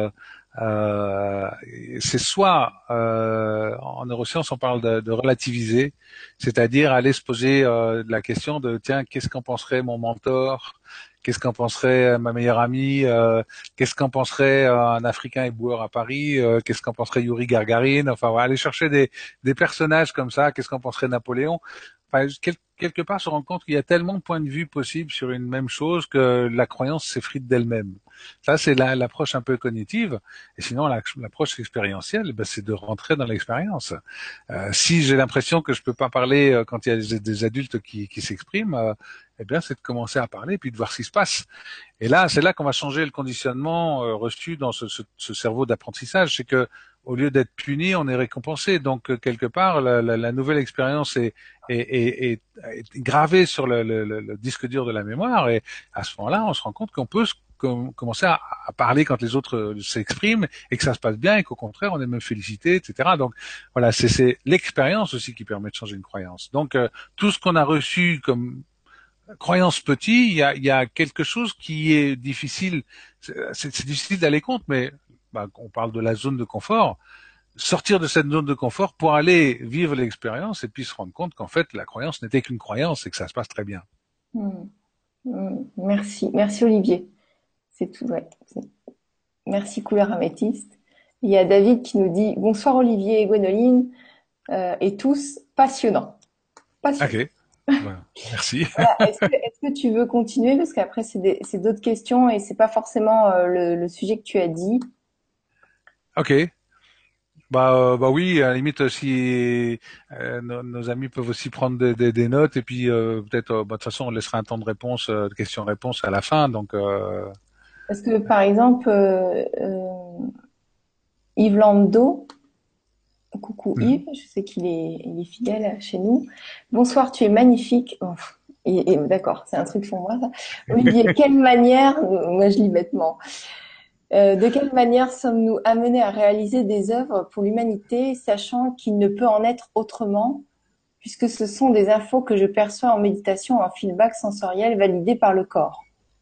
euh, c'est soit en neurosciences on parle de relativiser, c'est-à-dire aller se poser la question de tiens qu'est-ce qu'en penserait mon mentor, qu'est-ce qu'en penserait ma meilleure amie, qu'est-ce qu'en penserait un Africain éboueur à Paris, qu'est-ce qu'en penserait Yuri Gagarin, enfin voilà, aller chercher des personnages comme ça, qu'est-ce qu'en penserait Napoléon. Enfin, quelque part se rendre compte qu'il y a tellement de points de vue possibles sur une même chose que la croyance s'effrite d'elle-même. Ça, c'est l'approche un peu cognitive. Et sinon, l'approche expérientielle, ben, c'est de rentrer dans l'expérience. Si j'ai l'impression que je peux pas parler quand il y a des adultes qui s'expriment, eh bien, c'est de commencer à parler puis de voir ce qui se passe. Et là, c'est là qu'on va changer le conditionnement reçu dans ce cerveau d'apprentissage. C'est que au lieu d'être puni, on est récompensé. Donc quelque part, la nouvelle expérience est gravée sur le disque dur de la mémoire. Et à ce moment-là, on se rend compte qu'on peut commencer à parler quand les autres s'expriment et que ça se passe bien et qu'au contraire, on est même félicité, etc. Donc voilà, c'est l'expérience aussi qui permet de changer une croyance. Donc tout ce qu'on a reçu comme croyance petit, il y a quelque chose qui est difficile. C'est difficile d'aller contre, mais bah, on parle de la zone de confort. Sortir de cette zone de confort pour aller vivre l'expérience et puis se rendre compte qu'en fait la croyance n'était qu'une croyance et que ça se passe très bien. Hmm. Merci Olivier. C'est tout, ouais. Merci Couleur Améthyste. Il y a David qui nous dit bonsoir Olivier et Gwendoline et tous passionnants. Passionnants. Ok, voilà. Merci. Voilà. Est-ce que tu veux continuer parce qu'après c'est d'autres questions et c'est pas forcément le sujet que tu as dit. Ok. Bah oui, à la limite, si nos amis peuvent aussi prendre des notes et puis peut-être, bah, de toute façon, on laissera un temps de réponse, de questions-réponses à la fin. Donc, Parce que par exemple Yves Lando, coucou mhm. Yves, je sais il est fidèle chez nous. Bonsoir, tu es magnifique. Oh, d'accord, c'est un truc pour moi ça. Olivier, quelle manière, moi je lis bêtement. De quelle manière sommes-nous amenés à réaliser des œuvres pour l'humanité, sachant qu'il ne peut en être autrement, puisque ce sont des infos que je perçois en méditation, en feedback sensoriel validé par le corps.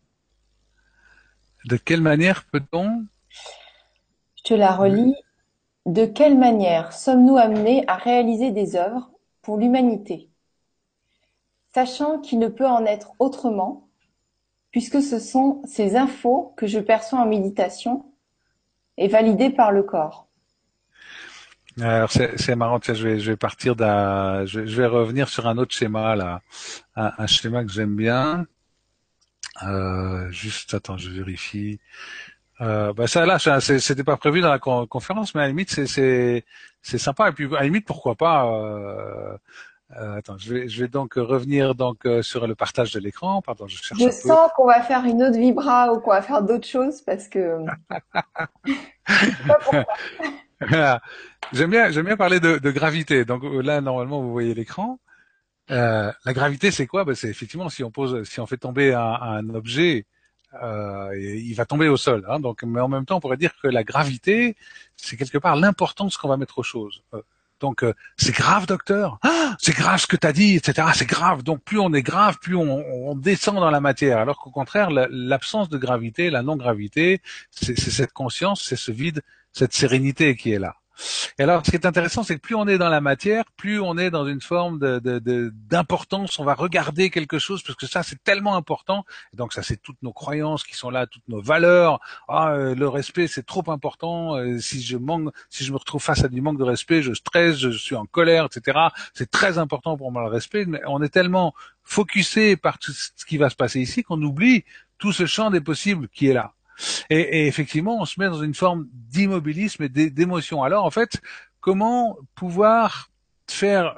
De quelle manière peut-on? Je te la relis. De quelle manière sommes-nous amenés à réaliser des œuvres pour l'humanité, sachant qu'il ne peut en être autrement, puisque ce sont ces infos que je perçois en méditation et validées par le corps. Alors c'est marrant, tiens, je vais partir je vais revenir sur un autre schéma là, un schéma que j'aime bien. Juste, attends, je vérifie. Bah ça là, c'était pas prévu dans la conférence, mais à la limite c'est sympa. Et puis à la limite, pourquoi pas. Attends, je vais donc revenir donc sur le partage de l'écran. Pardon, je cherche Je un peu. sens qu'on va faire une autre vibra ou qu'on va faire d'autres choses parce que je sais pas pourquoi. Voilà. J'aime bien parler de gravité. Donc là, normalement, vous voyez l'écran. La gravité, c'est quoi? Ben, c'est effectivement si on fait tomber un objet, il va tomber au sol. Hein. Donc, mais en même temps, on pourrait dire que la gravité, c'est quelque part l'importance qu'on va mettre aux choses. Donc, c'est grave, docteur. Ah, c'est grave ce que tu as dit, etc. C'est grave. Donc, plus on est grave, plus on descend dans la matière. Alors qu'au contraire, l'absence de gravité, la non-gravité, c'est cette conscience, c'est ce vide, cette sérénité qui est là. Et alors, ce qui est intéressant, c'est que plus on est dans la matière, plus on est dans une forme d'importance. On va regarder quelque chose parce que ça, c'est tellement important. Et donc, ça, c'est toutes nos croyances qui sont là, toutes nos valeurs. Ah, le respect, c'est trop important. Si je me retrouve face à du manque de respect, je stresse, je suis en colère, etc. C'est très important pour moi le respect. Mais on est tellement focusé par tout ce qui va se passer ici qu'on oublie tout ce champ des possibles qui est là. Et effectivement, on se met dans une forme d'immobilisme et d'émotion. Alors, en fait, comment pouvoir faire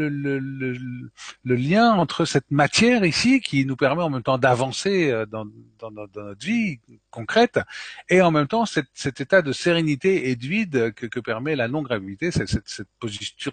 le lien entre cette matière ici qui nous permet en même temps d'avancer dans notre vie concrète et en même temps cet état de sérénité et de vide que permet la non-gravité, cette posture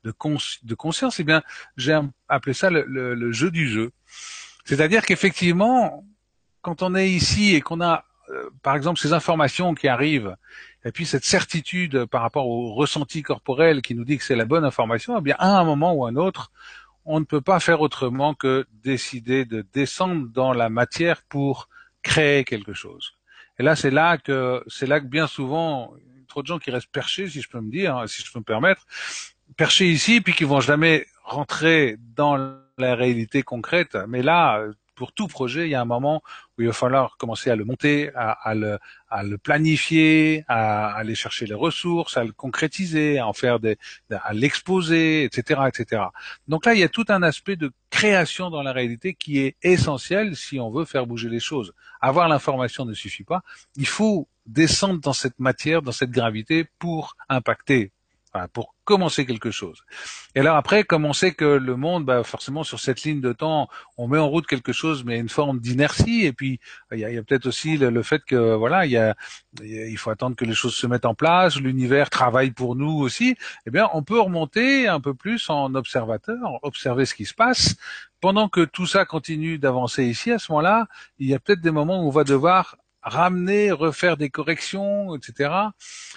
de conscience. Eh bien, j'ai appelé ça le jeu du jeu. C'est-à-dire qu'effectivement, quand on est ici et qu'on a, par exemple, ces informations qui arrivent, et puis cette certitude par rapport au ressenti corporel qui nous dit que c'est la bonne information, eh bien, à un moment ou à un autre, on ne peut pas faire autrement que décider de descendre dans la matière pour créer quelque chose. Et là, c'est là que bien souvent, trop de gens qui restent perchés, si je peux me dire, hein, si je peux me permettre, perchés ici, puis qui vont jamais rentrer dans la réalité concrète. Mais là, pour tout projet, il y a un moment où il va falloir commencer à le monter, à le planifier, à aller chercher les ressources, à le concrétiser, à en faire à l'exposer, etc., etc. Donc là, il y a tout un aspect de création dans la réalité qui est essentiel si on veut faire bouger les choses. Avoir l'information ne suffit pas. Il faut descendre dans cette matière, dans cette gravité pour impacter, voilà, pour commencer quelque chose. Et alors après, comme on sait que le monde, bah forcément sur cette ligne de temps, on met en route quelque chose, mais une forme d'inertie. Et puis il y a peut-être aussi le fait que voilà, il faut attendre que les choses se mettent en place. L'univers travaille pour nous aussi. Eh bien, on peut remonter un peu plus en observateur, observer ce qui se passe. Pendant que tout ça continue d'avancer ici, à ce moment-là, il y a peut-être des moments où on va devoir ramener, refaire des corrections, etc.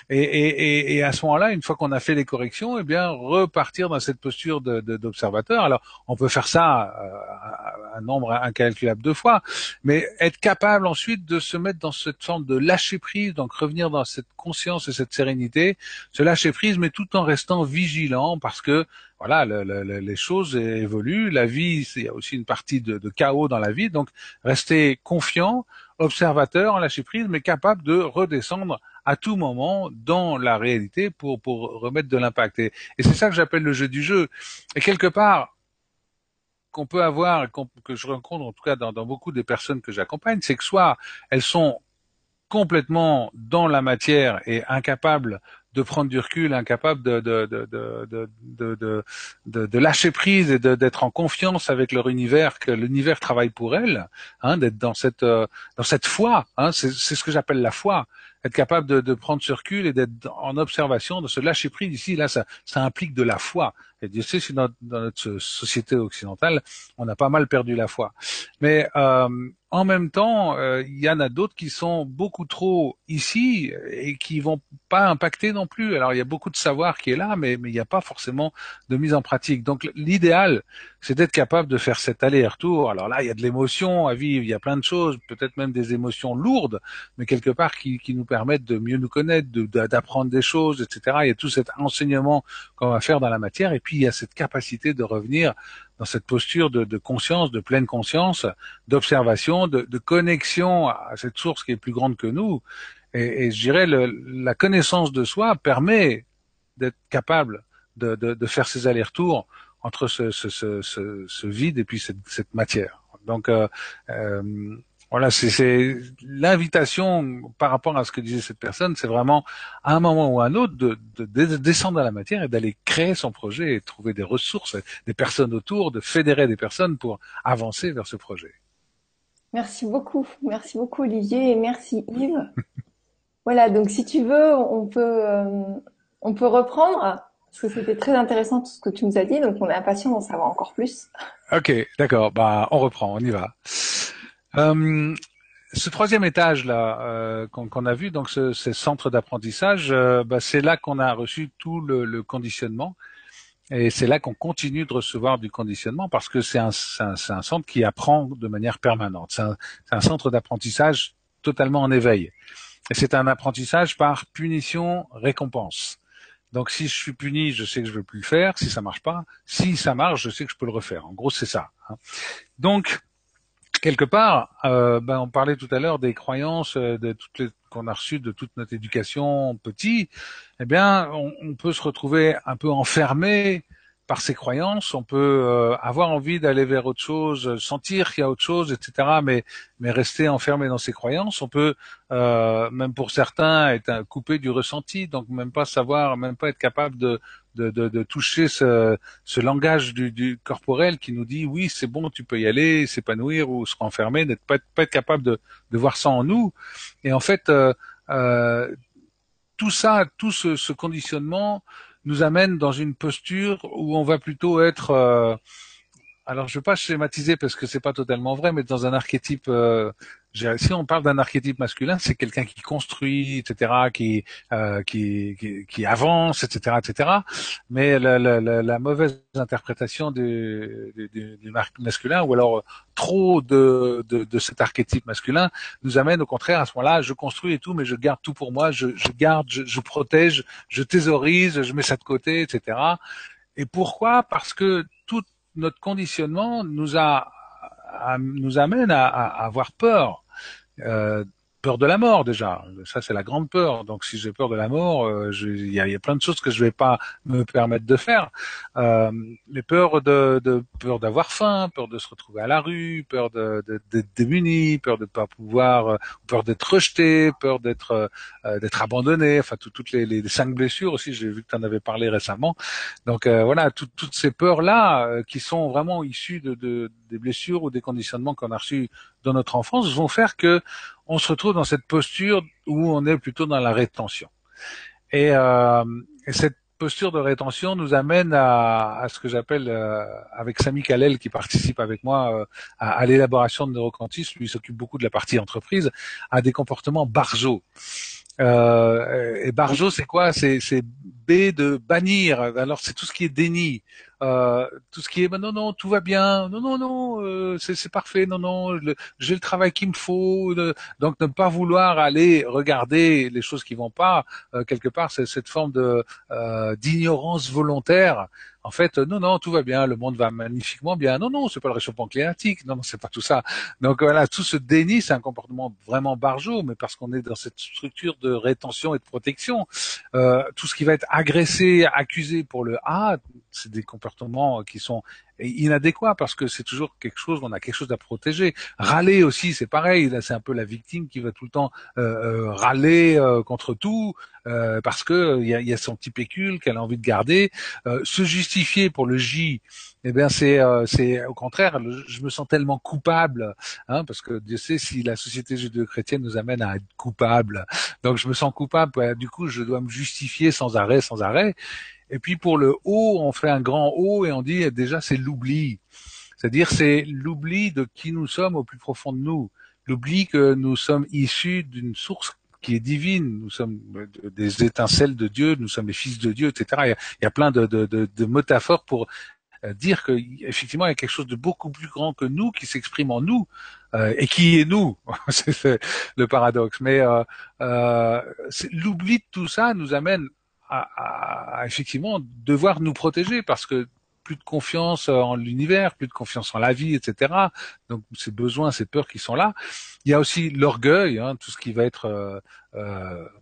Et à ce moment-là, une fois qu'on a fait les corrections, eh bien repartir dans cette posture d'observateur. Alors, on peut faire ça un nombre incalculable de fois, mais être capable ensuite de se mettre dans cette forme de lâcher prise, donc revenir dans cette conscience et cette sérénité, se lâcher prise, mais tout en restant vigilant, parce que voilà, les choses évoluent. La vie, il y a aussi une partie de chaos dans la vie, donc rester confiant, observateur, en lâcher prise, mais capable de redescendre à tout moment dans la réalité pour remettre de l'impact. Et c'est ça que j'appelle le jeu du jeu. Et quelque part, qu'on peut avoir, que je rencontre en tout cas dans beaucoup des personnes que j'accompagne, c'est que soit elles sont complètement dans la matière et incapables de prendre du recul, incapables de lâcher prise et d'être en confiance avec leur univers, que l'univers travaille pour elles, hein, d'être dans cette foi, hein, c'est ce que j'appelle la foi, être capable de prendre ce recul et d'être en observation, de se lâcher prise ici, là, ça implique de la foi. Et Dieu sait si dans notre société occidentale, on a pas mal perdu la foi. Mais en même temps, il y en a d'autres qui sont beaucoup trop ici et qui vont pas impacter non plus. Alors il y a beaucoup de savoir qui est là, mais il n'y a pas forcément de mise en pratique. Donc l'idéal, c'est d'être capable de faire cet aller-retour. Alors là, il y a de l'émotion à vivre, il y a plein de choses, peut-être même des émotions lourdes, mais quelque part qui nous permettent de mieux nous connaître, d'apprendre des choses, etc. Il y a tout cet enseignement qu'on va faire dans la matière, et puis il y a cette capacité de revenir dans cette posture de conscience, de pleine conscience, d'observation, de connexion à cette source qui est plus grande que nous. Et je dirais, la connaissance de soi permet d'être capable de faire ces allers-retours entre ce vide et puis cette matière. Donc, voilà, c'est l'invitation par rapport à ce que disait cette personne, c'est vraiment à un moment ou à un autre de descendre dans la matière et d'aller créer son projet et trouver des ressources, des personnes autour, de fédérer des personnes pour avancer vers ce projet. merci beaucoup Olivier et merci Yves. Voilà, donc si tu veux, on peut reprendre parce que c'était très intéressant tout ce que tu nous as dit, donc on est impatient d'en savoir encore plus. Ok, d'accord. Bah, on reprend, on y va. Euh, Ce troisième étage là qu'on a vu, donc ce centre d'apprentissage, bah, c'est là qu'on a reçu tout le conditionnement et c'est là qu'on continue de recevoir du conditionnement parce que c'est un centre qui apprend de manière permanente. C'est un centre d'apprentissage totalement en éveil. Et c'est un apprentissage par punition-récompense. Donc si je suis puni, je sais que je ne veux plus le faire. Si ça marche pas, si ça marche, je sais que je peux le refaire. En gros, c'est ça. Hein. Donc quelque part, on parlait tout à l'heure des croyances de toutes les qu'on a reçues de toute notre éducation petit. Eh bien, on peut se retrouver un peu enfermé par ces croyances. On peut avoir envie d'aller vers autre chose, sentir qu'il y a autre chose, etc. Mais rester enfermé dans ces croyances. On peut, même pour certains, être coupé du ressenti, donc même pas savoir, même pas être capable de toucher ce langage du corporel qui nous dit oui c'est bon tu peux y aller s'épanouir ou se renfermer n'être pas être capable de voir ça en nous et en fait euh, tout ça tout ce conditionnement nous amène dans une posture où on va plutôt être alors, je ne vais pas schématiser parce que c'est pas totalement vrai, mais dans un archétype, si on parle d'un archétype masculin, c'est quelqu'un qui construit, etc., qui avance, etc., etc. Mais la mauvaise interprétation du masculin, ou alors trop de cet archétype masculin, nous amène au contraire à ce moment-là, je construis et tout, mais je garde tout pour moi, je garde, je protège, je thésaurise, je mets ça de côté, etc. Et pourquoi? Parce que tout notre conditionnement nous amène à avoir peur. Euh, Peur de la mort déjà, ça c'est la grande peur. Donc si j'ai peur de la mort, il y a plein de choses que je vais pas me permettre de faire. Les peurs peur d'avoir faim, peur de se retrouver à la rue, peur d'être démuni, peur de pas pouvoir, peur d'être rejeté, peur d'être abandonné. Enfin toutes les 5 blessures aussi. J'ai vu que tu en avais parlé récemment. Donc voilà, toutes ces peurs là qui sont vraiment issues des blessures ou des conditionnements qu'on a reçus dans notre enfance vont faire que on se retrouve dans cette posture où on est plutôt dans la rétention. Et cette posture de rétention nous amène à ce que j'appelle, avec Sami Khalel qui participe avec moi à l'élaboration de neuroquantisme, lui s'occupe beaucoup de la partie entreprise, à des comportements barjots. Et Barjo, c'est quoi? C'est B de bannir. Alors c'est tout ce qui est déni, tout ce qui est non non tout va bien, non non non c'est parfait, non non j'ai le travail qu'il me faut. Donc ne pas vouloir aller regarder les choses qui vont pas quelque part, c'est cette forme de d'ignorance volontaire. En fait, non, non, tout va bien, le monde va magnifiquement bien. Non, non, c'est pas le réchauffement climatique. Non, non, c'est pas tout ça. Donc voilà, tout ce déni, c'est un comportement vraiment barjot, mais parce qu'on est dans cette structure de rétention et de protection. Tout ce qui va être agressé, accusé pour le A, c'est des comportements qui sont inadéquats parce que c'est toujours quelque chose, on a quelque chose à protéger. Râler aussi, c'est pareil. Là, c'est un peu la victime qui va tout le temps râler contre tout parce que il y a son petit pécule qu'elle a envie de garder. Se justifier pour le J, eh bien c'est au contraire, je me sens tellement coupable, hein, parce que Dieu sait si la société judéo-chrétienne nous amène à être coupable. Donc je me sens coupable, du coup je dois me justifier sans arrêt, sans arrêt. Et puis pour le O, on fait un grand O et on dit déjà c'est l'oubli. C'est-à-dire c'est l'oubli de qui nous sommes au plus profond de nous. L'oubli que nous sommes issus d'une source qui est divine. Nous sommes des étincelles de Dieu, nous sommes les fils de Dieu, etc. Il y a plein de métaphores pour dire qu'effectivement il y a quelque chose de beaucoup plus grand que nous qui s'exprime en nous et qui est nous. C'est le paradoxe. Mais l'oubli de tout ça nous amène à effectivement devoir nous protéger parce que plus de confiance en l'univers, plus de confiance en la vie, etc. Donc ces besoins, ces peurs qui sont là. Il y a aussi l'orgueil, hein, tout ce qui va être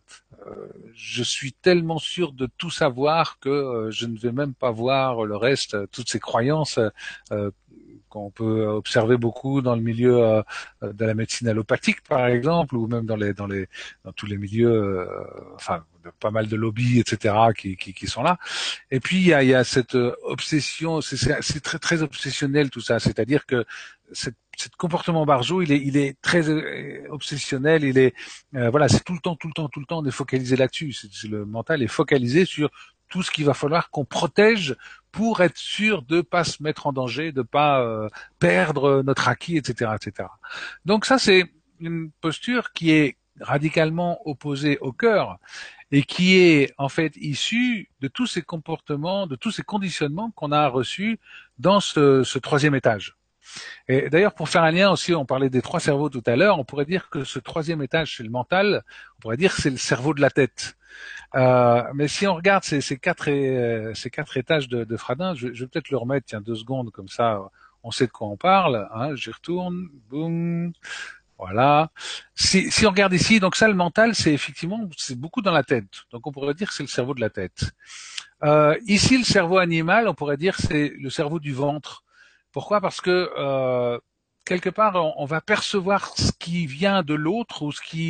je suis tellement sûr de tout savoir que je ne vais même pas voir le reste, toutes ces croyances euh, qu'on peut observer beaucoup dans le milieu de la médecine allopathique, par exemple, ou même dans tous les milieux, enfin, de pas mal de lobbies, etc., qui sont là. Et puis il y a cette obsession, c'est très très obsessionnel tout ça, c'est-à-dire que cette comportement Barjot, il est très obsessionnel, il est voilà, c'est tout le temps, tout le temps, tout le temps, on est focalisé là-dessus. Le mental est focalisé sur tout ce qu'il va falloir qu'on protège pour être sûr de pas se mettre en danger, de pas perdre notre acquis, etc., etc. Donc ça, c'est une posture qui est radicalement opposée au cœur et qui est en fait issue de tous ces comportements, de tous ces conditionnements qu'on a reçus dans ce troisième étage. Et d'ailleurs, pour faire un lien aussi, on parlait des trois cerveaux tout à l'heure, on pourrait dire que ce troisième étage, c'est le mental, on pourrait dire que c'est le cerveau de la tête. Mais si on regarde ces quatre étages de Fradin, je vais peut-être le remettre, tiens, 2 secondes, comme ça, on sait de quoi on parle. Hein, j'y retourne, boum, voilà. Si on regarde ici, donc ça, le mental, c'est effectivement, c'est beaucoup dans la tête. Donc on pourrait dire que c'est le cerveau de la tête. Ici, le cerveau animal, on pourrait dire c'est le cerveau du ventre. Pourquoi? Parce que quelque part, on va percevoir ce qui vient de l'autre ou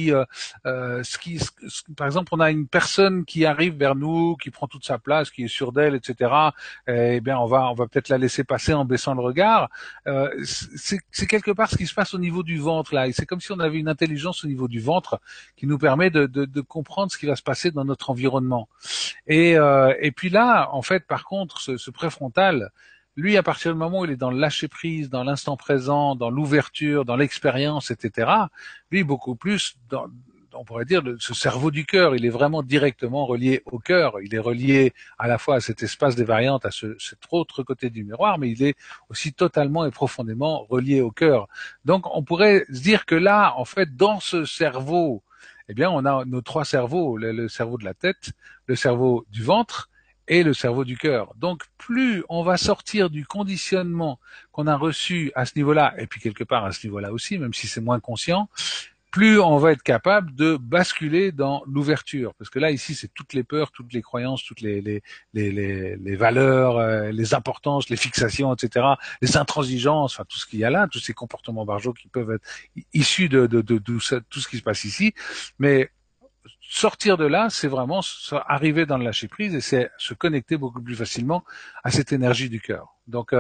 par exemple, on a une personne qui arrive vers nous, qui prend toute sa place, qui est sûre d'elle, etc. Eh bien, on va peut-être la laisser passer en baissant le regard. C'est quelque part ce qui se passe au niveau du ventre là. Et c'est comme si on avait une intelligence au niveau du ventre qui nous permet de comprendre ce qui va se passer dans notre environnement. Et puis là, en fait, par contre, ce préfrontal, lui, à partir du moment où il est dans le lâcher prise, dans l'instant présent, dans l'ouverture, dans l'expérience, etc., lui, beaucoup plus dans, on pourrait dire, ce cerveau du cœur, il est vraiment directement relié au cœur. Il est relié à la fois à cet espace des variantes, à cet autre côté du miroir, mais il est aussi totalement et profondément relié au cœur. Donc, on pourrait se dire que là, en fait, dans ce cerveau, eh bien, on a nos trois cerveaux, le cerveau de la tête, le cerveau du ventre et le cerveau du cœur. Donc, plus on va sortir du conditionnement qu'on a reçu à ce niveau-là, et puis quelque part à ce niveau-là aussi, même si c'est moins conscient, plus on va être capable de basculer dans l'ouverture. Parce que là, ici, c'est toutes les peurs, toutes les croyances, toutes les valeurs, les importances, les fixations, etc., les intransigeances, enfin tout ce qu'il y a là, tous ces comportements barjots qui peuvent être issus de tout ce qui se passe ici. Mais sortir de là, c'est vraiment arriver dans le lâcher prise et c'est se connecter beaucoup plus facilement à cette énergie du cœur.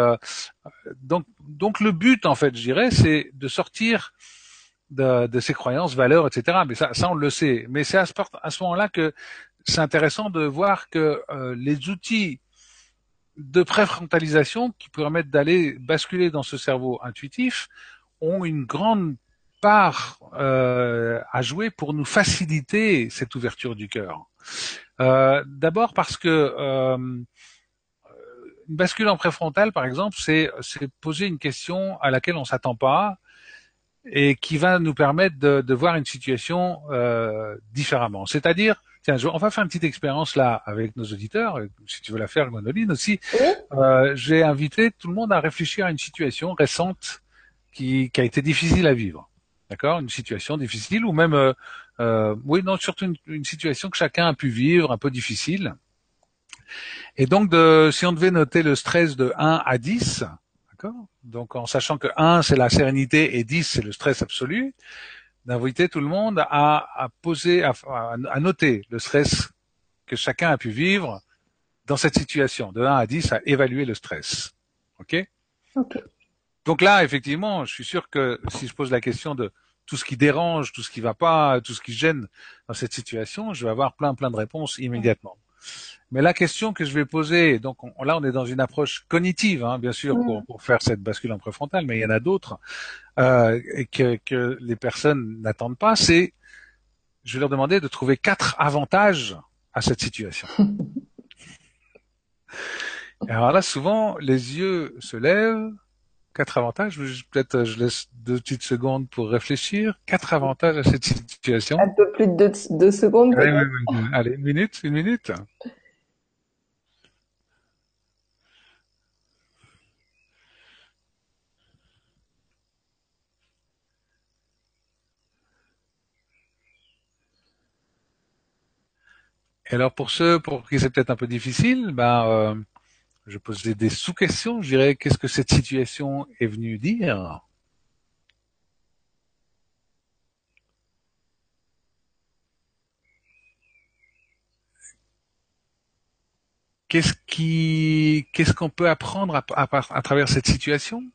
Donc le but, en fait, je dirais, c'est de sortir de ses croyances, valeurs, etc. Mais ça on le sait. Mais c'est à ce moment-là que c'est intéressant de voir que les outils de préfrontalisation qui permettent d'aller basculer dans ce cerveau intuitif ont une grande part à jouer pour nous faciliter cette ouverture du cœur. D'abord parce que une bascule en préfrontal, par exemple, c'est poser une question à laquelle on s'attend pas et qui va nous permettre de voir une situation différemment. C'est-à-dire, tiens, on va faire une petite expérience là avec nos auditeurs, si tu veux la faire, Gwendoline aussi. Oui. J'ai invité tout le monde à réfléchir à une situation récente qui a été difficile à vivre. D'accord, une situation difficile ou même, oui, non, surtout une situation que chacun a pu vivre, un peu difficile. Et donc, si on devait noter le stress de 1 à 10, d'accord, donc en sachant que 1 c'est la sérénité et 10 c'est le stress absolu, d'inviter tout le monde à poser, à noter le stress que chacun a pu vivre dans cette situation, de 1 à 10, à évaluer le stress. OK? Ok. Donc là, effectivement, je suis sûr que si je pose la question de tout ce qui dérange, tout ce qui va pas, tout ce qui gêne dans cette situation, je vais avoir plein de réponses immédiatement. Mais la question que je vais poser, donc là on est dans une approche cognitive, hein, bien sûr, Mm. pour faire cette bascule en préfrontale, mais il y en a d'autres que les personnes n'attendent pas, c'est je vais leur demander de trouver 4 avantages à cette situation. Et alors là, souvent, les yeux se lèvent. 4 avantages. Peut-être je laisse 2 petites secondes pour réfléchir. 4 avantages à cette Un situation. peu plus de 2 secondes Allez, peut-être. allez, une minute, une minute. Et alors pour ceux pour qui c'est peut-être un peu difficile, je poserai des sous-questions. Je dirais qu'est-ce que cette situation est venue dire? Qu'est-ce qu'on peut apprendre à travers cette situation?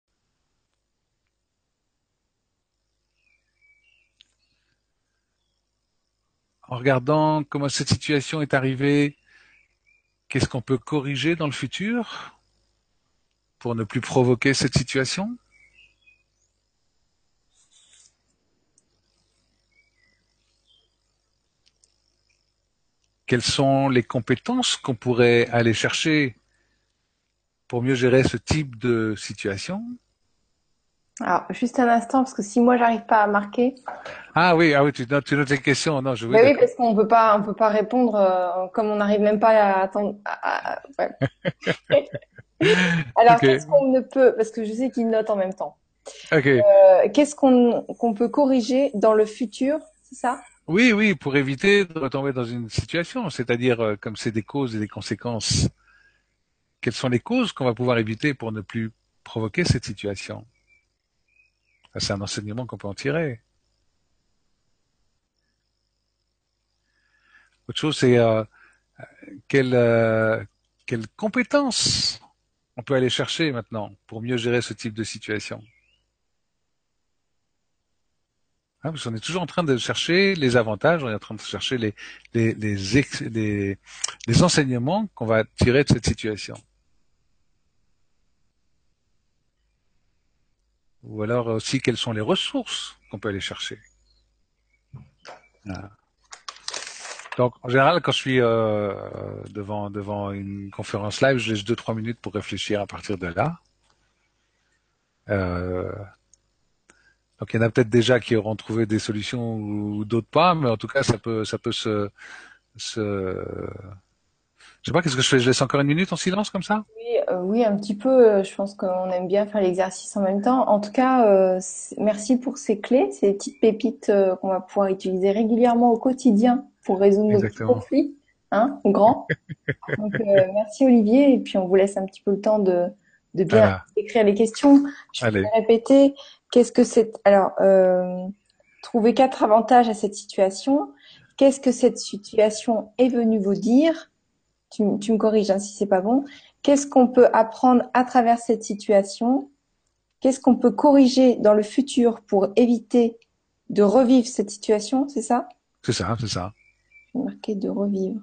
En regardant comment cette situation est arrivée, qu'est-ce qu'on peut corriger dans le futur pour ne plus provoquer cette situation? Quelles sont les compétences qu'on pourrait aller chercher pour mieux gérer ce type de situation? Alors, juste un instant, parce que si moi j'arrive pas à marquer, Ah oui, tu notes les questions. Non, oui, ben oui, d'accord. parce on peut pas répondre comme on n'arrive même pas à attendre. Ouais. Alors, Ok, qu'est-ce qu'on ne peut, parce que je sais qu'ils notent en même temps. ok. Qu'est-ce qu'on peut corriger dans le futur, c'est ça? Oui, oui, pour éviter de retomber dans une situation, c'est-à-dire comme c'est des causes et des conséquences, quelles sont les causes qu'on va pouvoir éviter pour ne plus provoquer cette situation? Ça, c'est un enseignement qu'on peut en tirer. Autre chose, c'est quelle, euh, quelle compétence on peut aller chercher maintenant pour mieux gérer ce type de situation. Hein, parce qu'on est toujours en train de chercher les avantages, on est en train de chercher les enseignements qu'on va tirer de cette situation. Ou alors aussi quelles sont les ressources qu'on peut aller chercher. Voilà. Donc en général, quand je suis devant une conférence live, je laisse 2-3 minutes pour réfléchir à partir de là. Euh, donc il y en a peut-être déjà qui auront trouvé des solutions ou d'autres pas, mais en tout cas ça peut je sais pas, qu'est-ce que je fais? Je laisse encore une minute en silence comme ça? Oui, oui, un petit peu. Je pense qu'on aime bien faire l'exercice en même temps. En tout cas, merci pour ces clés, ces petites pépites qu'on va pouvoir utiliser régulièrement au quotidien pour résoudre nos petits Exactement. conflits, hein, grands. Donc, merci Olivier. Et puis, on vous laisse un petit peu le temps de bien Voilà. écrire les questions. Je Allez. vais répéter. Qu'est-ce que c'est? Alors, trouver 4 avantages à cette situation. Qu'est-ce que cette situation est venue vous dire? Tu me corriges hein, si c'est pas bon. Qu'est-ce qu'on peut apprendre à travers cette situation? Qu'est-ce qu'on peut corriger dans le futur pour éviter de revivre cette situation? C'est ça? C'est ça, c'est ça. Marqué de revivre.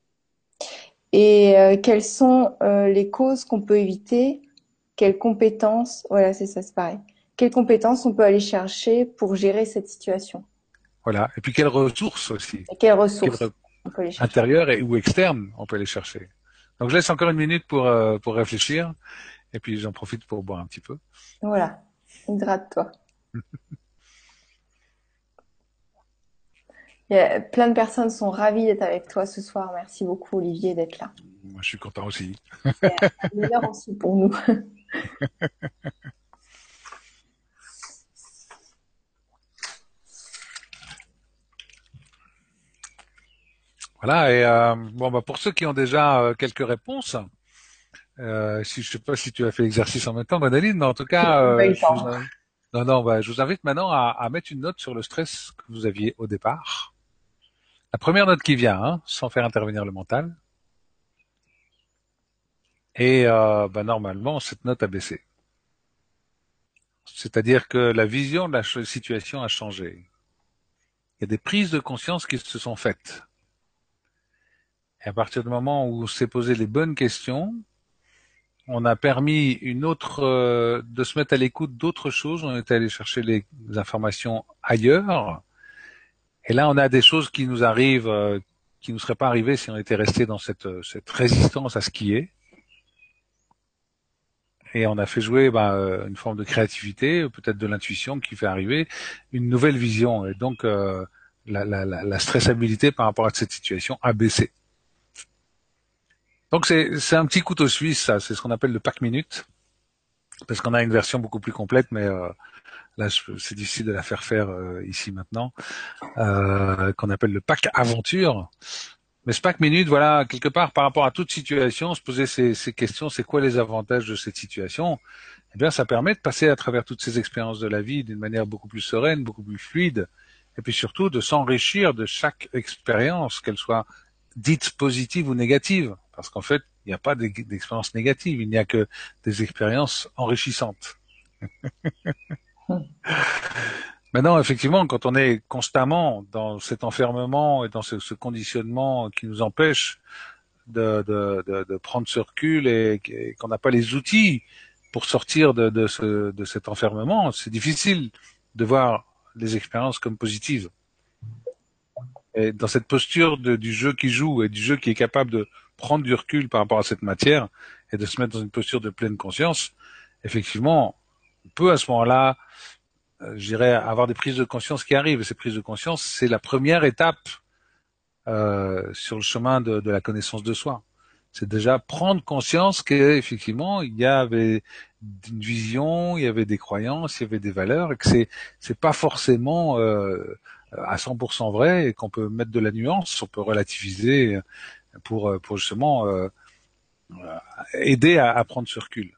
Et quelles sont les causes qu'on peut éviter? Quelles compétences? Voilà, c'est ça, c'est pareil. Quelles compétences on peut aller chercher pour gérer cette situation? Voilà. Et puis quelles ressources aussi? Et quelles Quelles ressources on peut aller chercher? intérieures ou externes on peut les chercher? Donc je laisse encore une minute pour réfléchir et puis j'en profite pour boire un petit peu. Voilà, hydrate-toi. Plein de personnes sont ravies d'être avec toi ce soir. Merci beaucoup Olivier d'être là. Moi je suis content aussi. C'est un honneur aussi pour nous. Voilà. Et pour ceux qui ont déjà quelques réponses, si je sais pas si tu as fait l'exercice en même temps, Gwendolyn, mais en tout cas, J'ai pas eu le temps. non, non, je vous invite maintenant à mettre une note sur le stress que vous aviez au départ. La première note qui vient, hein, sans faire intervenir le mental. Et normalement, cette note a baissé. C'est-à-dire que la vision de la situation a changé. Il y a des prises de conscience qui se sont faites. Et à partir du moment où on s'est posé les bonnes questions, on a permis de se mettre à l'écoute d'autres choses. On est allé chercher les informations ailleurs. Et là, on a des choses qui nous arrivent, qui ne nous seraient pas arrivées si on était resté dans cette résistance à ce qui est. Et on a fait jouer une forme de créativité, peut-être de l'intuition qui fait arriver une nouvelle vision. Et donc, la stressabilité par rapport à cette situation a baissé. Donc, c'est un petit couteau suisse, ça. C'est ce qu'on appelle le pack minute. Parce qu'on a une version beaucoup plus complète, mais là, c'est difficile de la faire ici maintenant, qu'on appelle le pack aventure. Mais Spac Minute, voilà, quelque part, par rapport à toute situation, se poser ces questions, c'est quoi les avantages de cette situation? Eh bien, ça permet de passer à travers toutes ces expériences de la vie d'une manière beaucoup plus sereine, beaucoup plus fluide, et puis surtout de s'enrichir de chaque expérience, qu'elle soit dite positive ou négative. Parce qu'en fait, il n'y a pas d'expérience négative, il n'y a que des expériences enrichissantes. Maintenant, effectivement, quand on est constamment dans cet enfermement et dans ce conditionnement qui nous empêche de prendre ce recul et qu'on n'a pas les outils pour sortir de cet enfermement, c'est difficile de voir les expériences comme positives. Et dans cette posture du jeu qui joue et du jeu qui est capable de prendre du recul par rapport à cette matière et de se mettre dans une posture de pleine conscience, effectivement, on peut à ce moment-là, je dirais, avoir des prises de conscience qui arrivent. Et ces prises de conscience, c'est la première étape sur le chemin de la connaissance de soi. C'est déjà prendre conscience qu'effectivement, il y avait une vision, il y avait des croyances, il y avait des valeurs, et que c'est pas forcément à 100% vrai, et qu'on peut mettre de la nuance, on peut relativiser pour justement aider à prendre ce recul.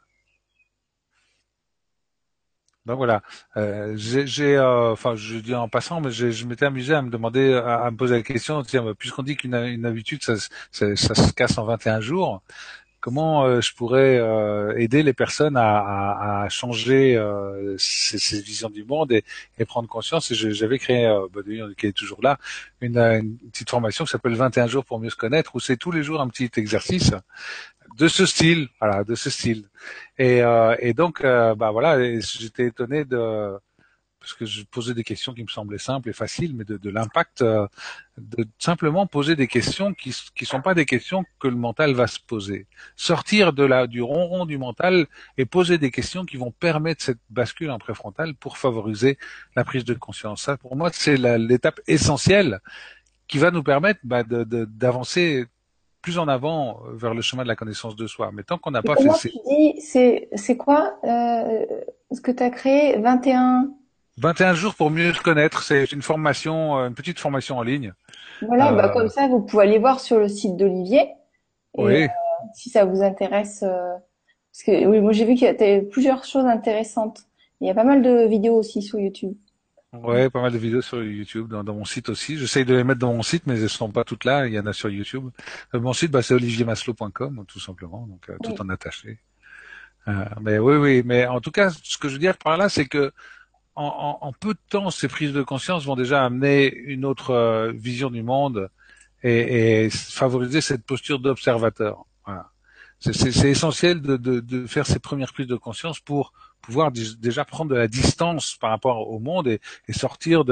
Donc voilà, enfin, je dis en passant, mais je m'étais amusé à me demander, à me poser la question, tiens, puisqu'on dit qu'une habitude, ça se casse en 21 jours, comment je pourrais aider les personnes à changer ces visions du monde et prendre conscience. Et j'avais créé, qui est toujours là, une petite formation qui s'appelle 21 jours pour mieux se connaître, où c'est tous les jours un petit exercice de ce style, voilà, de ce style. Et donc, bah voilà, j'étais étonné de parce que je posais des questions qui me semblaient simples et faciles, mais de l'impact de simplement poser des questions qui sont pas des questions que le mental va se poser. Sortir du ronron du mental et poser des questions qui vont permettre cette bascule en préfrontal pour favoriser la prise de conscience. Ça, pour moi, c'est l'étape essentielle qui va nous permettre d'avancer plus en avant vers le chemin de la connaissance de soi. Mais tant qu'on n'a Et pas fait comment ces tu dis, c'est quoi ce que tu as créé? 21. 21 jours pour mieux se connaître, c'est une formation, une petite formation en ligne. Voilà, bah Euh, comme ça, vous pouvez aller voir sur le site d'Olivier. Et oui, si ça vous intéresse, parce que oui, moi j'ai vu qu'il y avait plusieurs choses intéressantes. Il y a pas mal de vidéos aussi sur YouTube. ouais, pas mal de vidéos sur YouTube, dans mon site aussi. J'essaye de les mettre dans mon site, mais elles ne sont pas toutes là. Il y en a sur YouTube. Mon site, bah, c'est oliviermaslow.com, tout simplement, donc tout Oui. en attaché. Mais oui, oui, mais en tout cas, ce que je veux dire par là, c'est que en peu de temps, ces prises de conscience vont déjà amener une autre vision du monde et favoriser cette posture d'observateur. Voilà. C'est essentiel de faire ces premières prises de conscience pour pouvoir déjà prendre de la distance par rapport au monde et sortir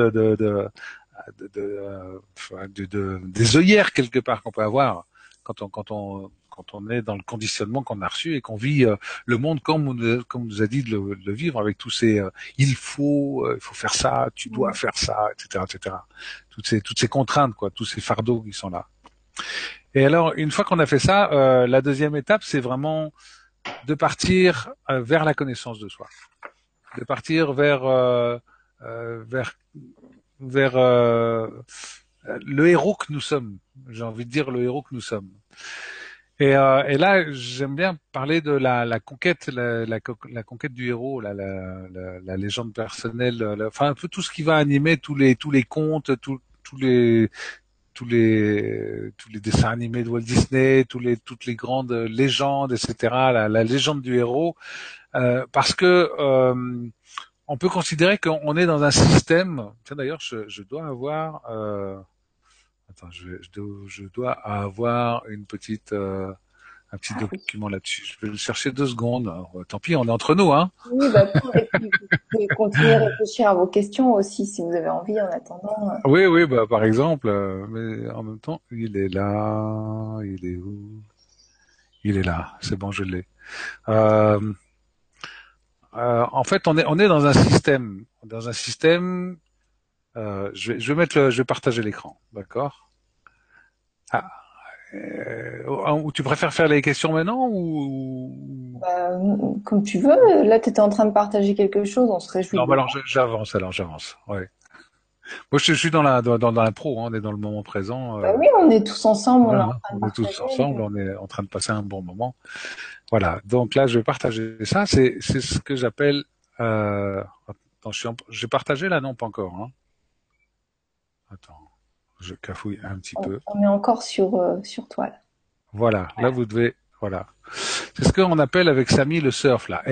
des œillères quelque part qu'on peut avoir quand on est dans le conditionnement qu'on a reçu et qu'on vit le monde comme on nous a dit de le vivre avec tous ces il faut faire ça, tu dois Mm. faire ça, etc., etc. Toutes ces contraintes, quoi, tous ces fardeaux qui sont là. Et alors, une fois qu'on a fait ça, la deuxième étape, c'est vraiment de partir vers la connaissance de soi, de partir vers vers le héros que nous sommes. J'ai envie de dire le héros que nous sommes. Et là, j'aime bien parler de la conquête, la conquête du héros, la légende personnelle, enfin un peu tout ce qui va animer tous les contes, tous les dessins animés de Walt Disney, toutes les grandes légendes, etc. La légende du héros, parce que on peut considérer qu'on est dans un système. Tiens, d'ailleurs, je dois avoir. Attends, je dois avoir une petite, un petit Ah oui. document là-dessus. Je vais le chercher 2 secondes. Alors, tant pis, on est entre nous, hein. Oui, bah, et puis vous pouvez continuer à réfléchir à vos questions aussi si vous avez envie en attendant. Oui, oui, bah par exemple, mais en même temps, il est là, il est où? Il est là. C'est bon, je l'ai. Euh, en fait, on est dans un système. Je vais mettre, je vais partager l'écran, d'accord? Ah, ou tu préfères faire les questions maintenant ou... Bah, comme tu veux. Là, tu étais en train de partager quelque chose, on se réjouit Non, de bah le alors voir. j'avance, alors j'avance. Ouais. Moi, je suis dans l'impro, hein, on est dans le moment présent. Bah oui, on est tous ensemble, on est Voilà, en hein, train de on est tous partager. ensemble, on est en train de passer un bon moment. Voilà. Donc là, je vais partager ça. C'est ce que j'appelle. Attends, j'ai partagé là, non, pas encore. Hein. Attends, je cafouille un petit peu. On est encore sur toile. Voilà. Là, vous devez. Voilà. C'est ce qu'on appelle avec Samy le surf, là.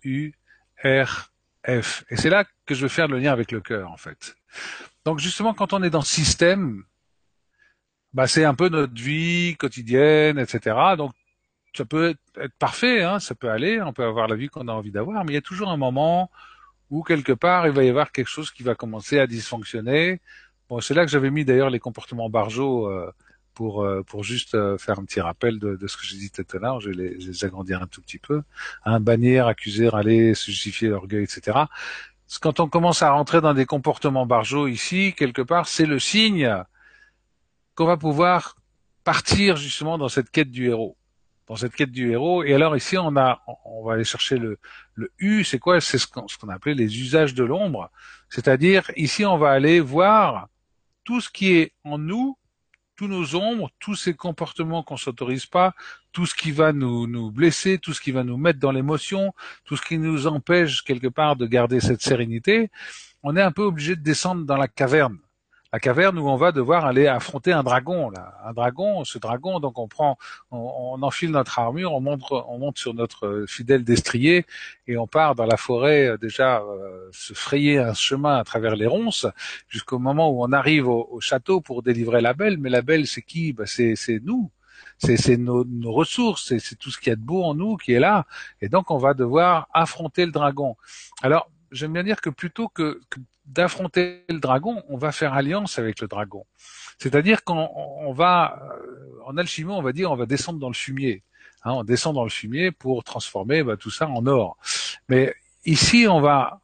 S-U-R-F. Et c'est là que je veux faire le lien avec le cœur, en fait. Donc justement, quand on est dans ce système, bah, c'est un peu notre vie quotidienne, etc. Donc ça peut être parfait, hein, ça peut aller, on peut avoir la vie qu'on a envie d'avoir, mais il y a toujours un moment où quelque part il va y avoir quelque chose qui va commencer à dysfonctionner. Bon, c'est là que j'avais mis d'ailleurs les comportements barjots pour juste faire un petit rappel de ce que j'ai dit tout à l'heure. Je les agrandir un tout petit peu. Hein, bannir, accuser, râler, se justifier, l'orgueil, etc. Quand on commence à rentrer dans des comportements barjots ici, quelque part, c'est le signe qu'on va pouvoir partir justement dans cette quête du héros. Dans cette quête du héros. Et alors ici, on va aller chercher le U. C'est quoi? C'est ce qu'on appelait les usages de l'ombre. C'est-à-dire, ici, on va aller voir tout ce qui est en nous, tous nos ombres, tous ces comportements qu'on s'autorise pas, tout ce qui va nous blesser, tout ce qui va nous mettre dans l'émotion, tout ce qui nous empêche quelque part de garder cette sérénité. On est un peu obligé de descendre dans la caverne. La caverne où on va devoir aller affronter un dragon, là. Un dragon, ce dragon, donc on enfile notre armure, on monte sur notre fidèle destrier et on part dans la forêt déjà se frayer un chemin à travers les ronces jusqu'au moment où on arrive au château pour délivrer la belle. Mais la belle, c'est qui? Ben, c'est nous. C'est nos ressources, c'est tout ce qu'il y a de beau en nous qui est là. Et donc on va devoir affronter le dragon. Alors, j'aime bien dire que plutôt que d'affronter le dragon, on va faire alliance avec le dragon. C'est-à-dire qu'on va, en alchimie, on va dire, on va descendre dans le fumier. Hein, on descend dans le fumier pour transformer tout ça en or. Mais ici, on va,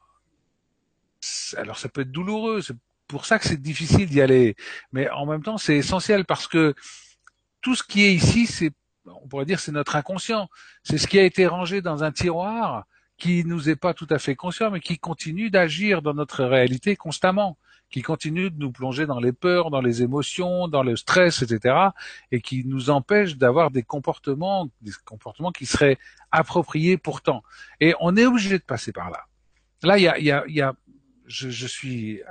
alors ça peut être douloureux, c'est pour ça que c'est difficile d'y aller. Mais en même temps, c'est essentiel parce que tout ce qui est ici, on pourrait dire, c'est notre inconscient. C'est ce qui a été rangé dans un tiroir qui nous est pas tout à fait conscient, mais qui continue d'agir dans notre réalité constamment, qui continue de nous plonger dans les peurs, dans les émotions, dans le stress, etc., et qui nous empêche d'avoir des comportements qui seraient appropriés pourtant. Et on est obligé de passer par là. Là, il y a je suis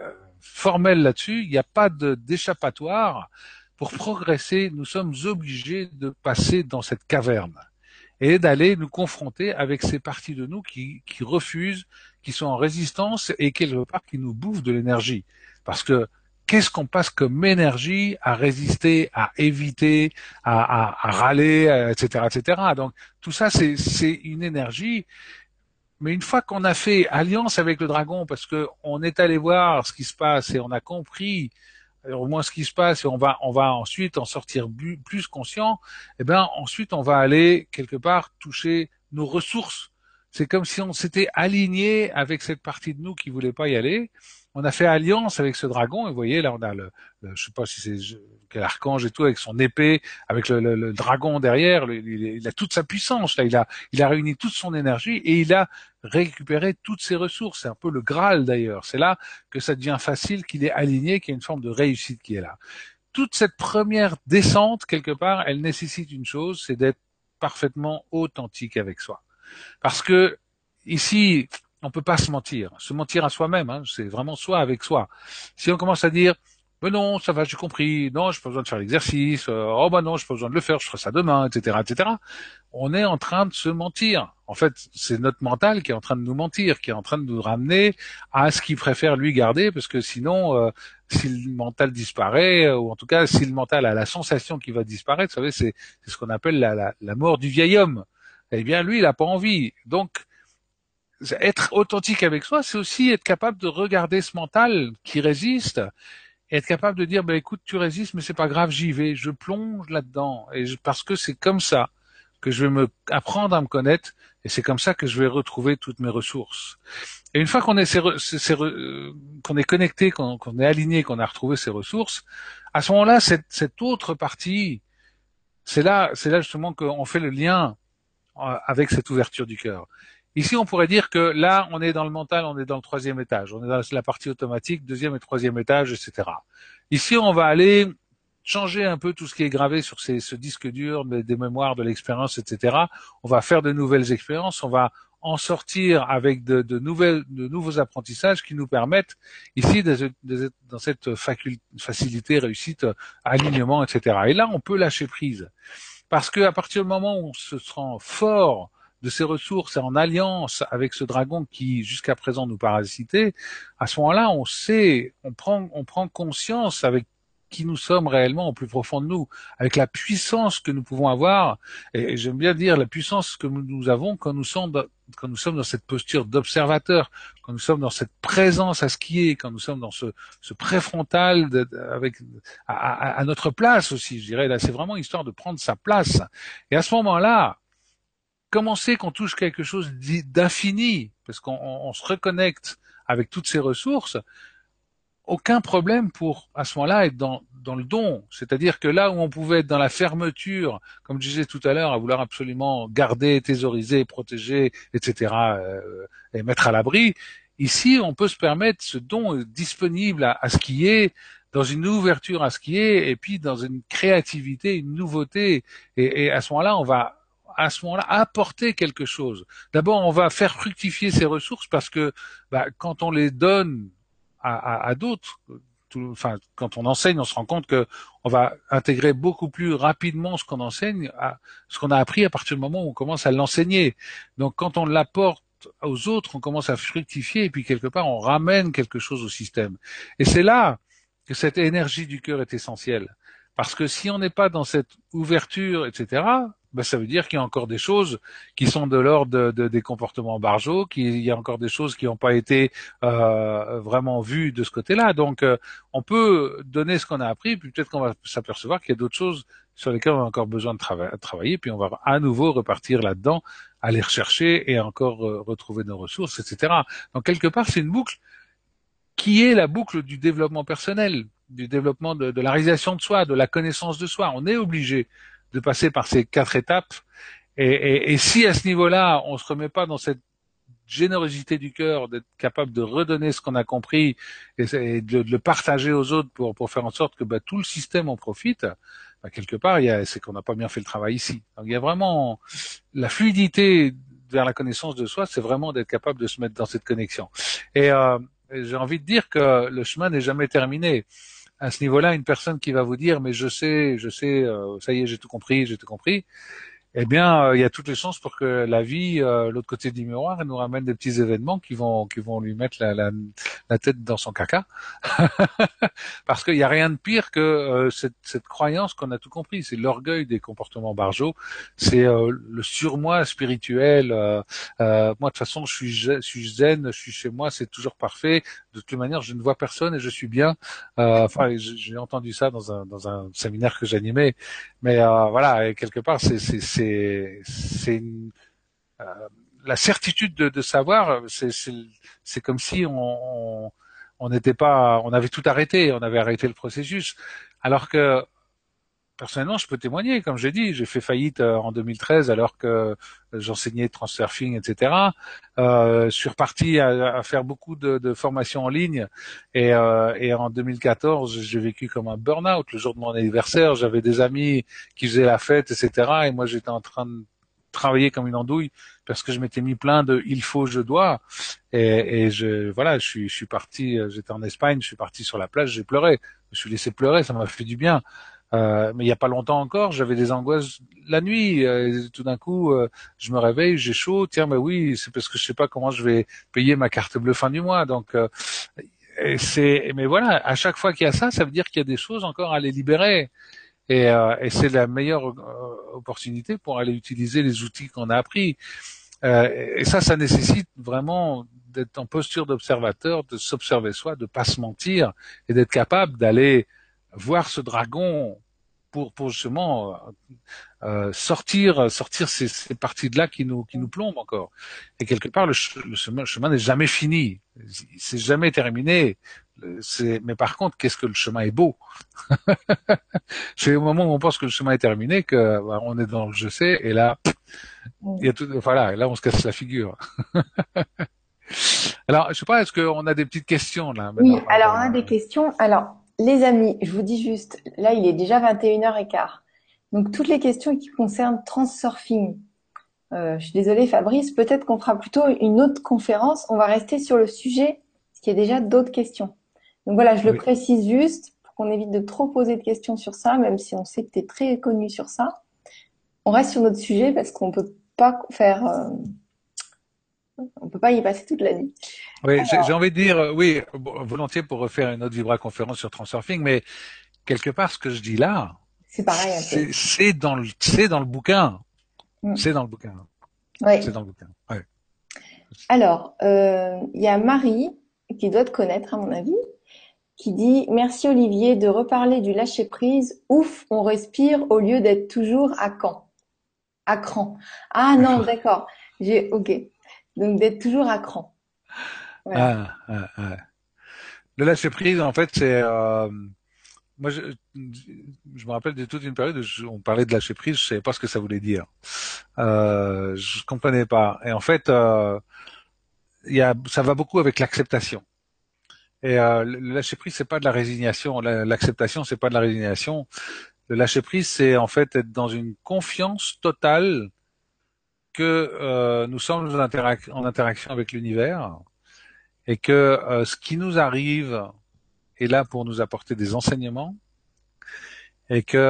formel là-dessus. Il n'y a pas d'échappatoire. Pour progresser, nous sommes obligés de passer dans cette caverne et d'aller nous confronter avec ces parties de nous qui refusent, qui sont en résistance et quelque part qui nous bouffent de l'énergie. Parce que qu'est-ce qu'on passe comme énergie à résister, à éviter, à râler, etc., etc. Donc tout ça, c'est une énergie. Mais une fois qu'on a fait alliance avec le dragon, parce que on est allé voir ce qui se passe et on a compris au moins ce qui se passe et on va ensuite en sortir plus conscient, eh ben ensuite on va aller quelque part toucher nos ressources. C'est comme si on s'était aligné avec cette partie de nous qui voulait pas y aller. On a fait alliance avec ce dragon et vous voyez là on a je sais pas si c'est quel archange et tout avec son épée, avec le dragon derrière, il a toute sa puissance là, il a réuni toute son énergie et il a récupéré toutes ses ressources. C'est un peu le Graal d'ailleurs. C'est là que ça devient facile, qu'il est aligné, qu'il y a une forme de réussite qui est là. Toute cette première descente, quelque part, elle nécessite une chose, c'est d'être parfaitement authentique avec soi. Parce que ici, on peut pas se mentir à soi-même, hein, c'est vraiment soi avec soi. Si on commence à dire mais non, ça va, j'ai compris. Non, j'ai pas besoin de faire l'exercice. Oh bah non, j'ai pas besoin de le faire. Je ferai ça demain, etc., etc. On est en train de se mentir. En fait, c'est notre mental qui est en train de nous mentir, qui est en train de nous ramener à ce qu'il préfère lui garder, parce que sinon, si le mental disparaît, ou en tout cas si le mental a la sensation qu'il va disparaître, vous savez, c'est ce qu'on appelle la mort du vieil homme. Eh bien, lui, il n'a pas envie. Donc, être authentique avec soi, c'est aussi être capable de regarder ce mental qui résiste et être capable de dire, bah, écoute, tu résistes, mais c'est pas grave, j'y vais, je plonge là-dedans, parce que c'est comme ça que je vais apprendre à me connaître, et c'est comme ça que je vais retrouver toutes mes ressources. Et une fois qu'on est, qu'on est connecté, qu'on est aligné, qu'on a retrouvé ces ressources, à ce moment-là, cette autre partie, c'est là justement qu'on fait le lien avec cette ouverture du cœur. Ici, on pourrait dire que là, on est dans le mental, on est dans le troisième étage, on est dans la partie automatique, deuxième et troisième étage, etc. Ici, on va aller changer un peu tout ce qui est gravé sur ce disque dur, des mémoires, de l'expérience, etc. On va faire de nouvelles expériences, on va en sortir avec de nouveaux apprentissages qui nous permettent ici dans cette facilité, réussite, alignement, etc. Et là, on peut lâcher prise. Parce qu'à partir du moment où on se sent fort de ses ressources et en alliance avec ce dragon qui jusqu'à présent nous parasitait, à ce moment-là, on sait, on prend conscience avec qui nous sommes réellement au plus profond de nous, avec la puissance que nous pouvons avoir, et j'aime bien dire la puissance que nous avons quand nous sommes dans cette posture d'observateur, quand nous sommes dans cette présence à ce qui est, quand nous sommes dans ce préfrontal avec à notre place aussi, je dirais. Là, c'est vraiment histoire de prendre sa place. Et à ce moment-là, comment c'est qu'on touche quelque chose d'infini, parce qu'on se reconnecte avec toutes ces ressources, aucun problème pour, à ce moment-là, être dans le don. C'est-à-dire que là où on pouvait être dans la fermeture, comme je disais tout à l'heure, à vouloir absolument garder, thésauriser, protéger, etc., et mettre à l'abri, ici, on peut se permettre ce don disponible à ce qui est, dans une ouverture à ce qui est, et puis dans une créativité, une nouveauté. Et à ce moment-là, on va à ce moment-là apporter quelque chose. D'abord, on va faire fructifier ces ressources parce que quand on les donne à d'autres, enfin, quand on enseigne, on se rend compte que on va intégrer beaucoup plus rapidement ce qu'on enseigne, ce qu'on a appris à partir du moment où on commence à l'enseigner. Donc, quand on l'apporte aux autres, on commence à fructifier et puis quelque part, on ramène quelque chose au système. Et c'est là que cette énergie du cœur est essentielle. Parce que si on n'est pas dans cette ouverture, etc., ça veut dire qu'il y a encore des choses qui sont de l'ordre des comportements barjots, qu'il y a encore des choses qui n'ont pas été vraiment vues de ce côté-là. Donc, on peut donner ce qu'on a appris, puis peut-être qu'on va s'apercevoir qu'il y a d'autres choses sur lesquelles on a encore besoin de travailler, puis on va à nouveau repartir là-dedans, aller rechercher et encore retrouver nos ressources, etc. Donc, quelque part, c'est une boucle qui est la boucle du développement personnel, du développement de la réalisation de soi, de la connaissance de soi. On est obligé de passer par ces 4 étapes. Et si à ce niveau-là, on se remet pas dans cette générosité du cœur, d'être capable de redonner ce qu'on a compris et de le partager aux autres pour faire en sorte que tout le système en profite, quelque part, c'est qu'on n'a pas bien fait le travail ici. Donc il y a vraiment la fluidité vers la connaissance de soi, c'est vraiment d'être capable de se mettre dans cette connexion. Et j'ai envie de dire que le chemin n'est jamais terminé. À ce niveau-là, une personne qui va vous dire mais je sais, ça y est, j'ai tout compris, eh bien, il y a toutes les chances pour que la vie, l'autre côté du miroir, elle nous ramène des petits événements qui vont lui mettre la tête dans son caca. Parce qu'il n'y a rien de pire que cette croyance qu'on a tout compris. C'est l'orgueil des comportements barjots. C'est le surmoi spirituel. Moi, de toute façon, je suis zen, je suis chez moi, c'est toujours parfait. De toute manière, je ne vois personne et je suis bien. Enfin, j'ai entendu ça dans un séminaire que j'animais. Mais voilà, et quelque part, c'est euh, la certitude de savoir. C'est comme si on n'était pas, on avait tout arrêté, on avait arrêté le processus. Alors que personnellement, je peux témoigner. Comme j'ai dit, j'ai fait faillite en 2013 alors que j'enseignais Transurfing, etc. Je suis reparti à faire beaucoup de formations en ligne et en 2014, j'ai vécu comme un burn-out. Le jour de mon anniversaire, j'avais des amis qui faisaient la fête, etc. Et moi, j'étais en train de travailler comme une andouille parce que je m'étais mis plein de il faut, je dois. Et voilà, je suis parti. J'étais en Espagne, je suis parti sur la plage, j'ai pleuré. Je me suis laissé pleurer, ça m'a fait du bien. Mais il n'y a pas longtemps encore, j'avais des angoisses la nuit. Tout d'un coup, je me réveille, j'ai chaud. Tiens, mais oui, c'est parce que je sais pas comment je vais payer ma carte bleue fin du mois. Donc, mais voilà, à chaque fois qu'il y a ça, ça veut dire qu'il y a des choses encore à les libérer. Et c'est la meilleure opportunité pour aller utiliser les outils qu'on a appris. Et ça nécessite vraiment d'être en posture d'observateur, de s'observer soi, de pas se mentir et d'être capable d'aller voir ce dragon pour justement sortir ces parties de là qui nous plombent encore. Et quelque part le chemin n'est jamais fini, c'est jamais terminé. Mais par contre, qu'est-ce que le chemin est beau. C'est au moment où on pense que le chemin est terminé que bah, on est dans le je sais, et là, il y a tout, voilà, et là on se casse la figure. Alors, je sais pas, est-ce qu'on a des petites questions là Oui, maintenant alors on a des questions. Alors, les amis, je vous dis juste, là il est déjà 21h15. Donc toutes les questions qui concernent Transurfing. Je suis désolée Fabrice, peut-être qu'on fera plutôt une autre conférence. On va rester sur le sujet, parce qu'il y a déjà d'autres questions. Donc voilà, je le Oui, précise juste pour qu'on évite de trop poser de questions sur ça, même si on sait que tu es très connu sur ça. On reste sur notre sujet parce qu'on peut pas faire, on peut pas y passer toute la nuit. oui, j'ai envie de dire oui, volontiers pour refaire une autre Vibra-conférence sur Transurfing, mais quelque part, ce que je dis là, C'est pareil un peu. c'est dans le bouquin, Mm. c'est dans le bouquin, c'est Oui. dans le bouquin. Ouais. Alors, il y a Marie, qui doit te connaître à mon avis, qui dit: Merci Olivier de reparler du lâcher-prise. Ouf, on respire au lieu d'être toujours à Caen. À cran. Ah non, d'accord. Ok. Donc d'être toujours à cran. Voilà. Ah. Le lâcher prise, en fait, c'est moi, je me rappelle de toute une période où on parlait de lâcher prise, je savais pas ce que ça voulait dire. Je comprenais pas. Et en fait, ça va beaucoup avec l'acceptation. Et le lâcher prise, c'est pas de la résignation. L'acceptation, c'est pas de la résignation. Le lâcher prise, c'est en fait être dans une confiance totale que nous sommes en interaction avec l'univers et que ce qui nous arrive est là pour nous apporter des enseignements et que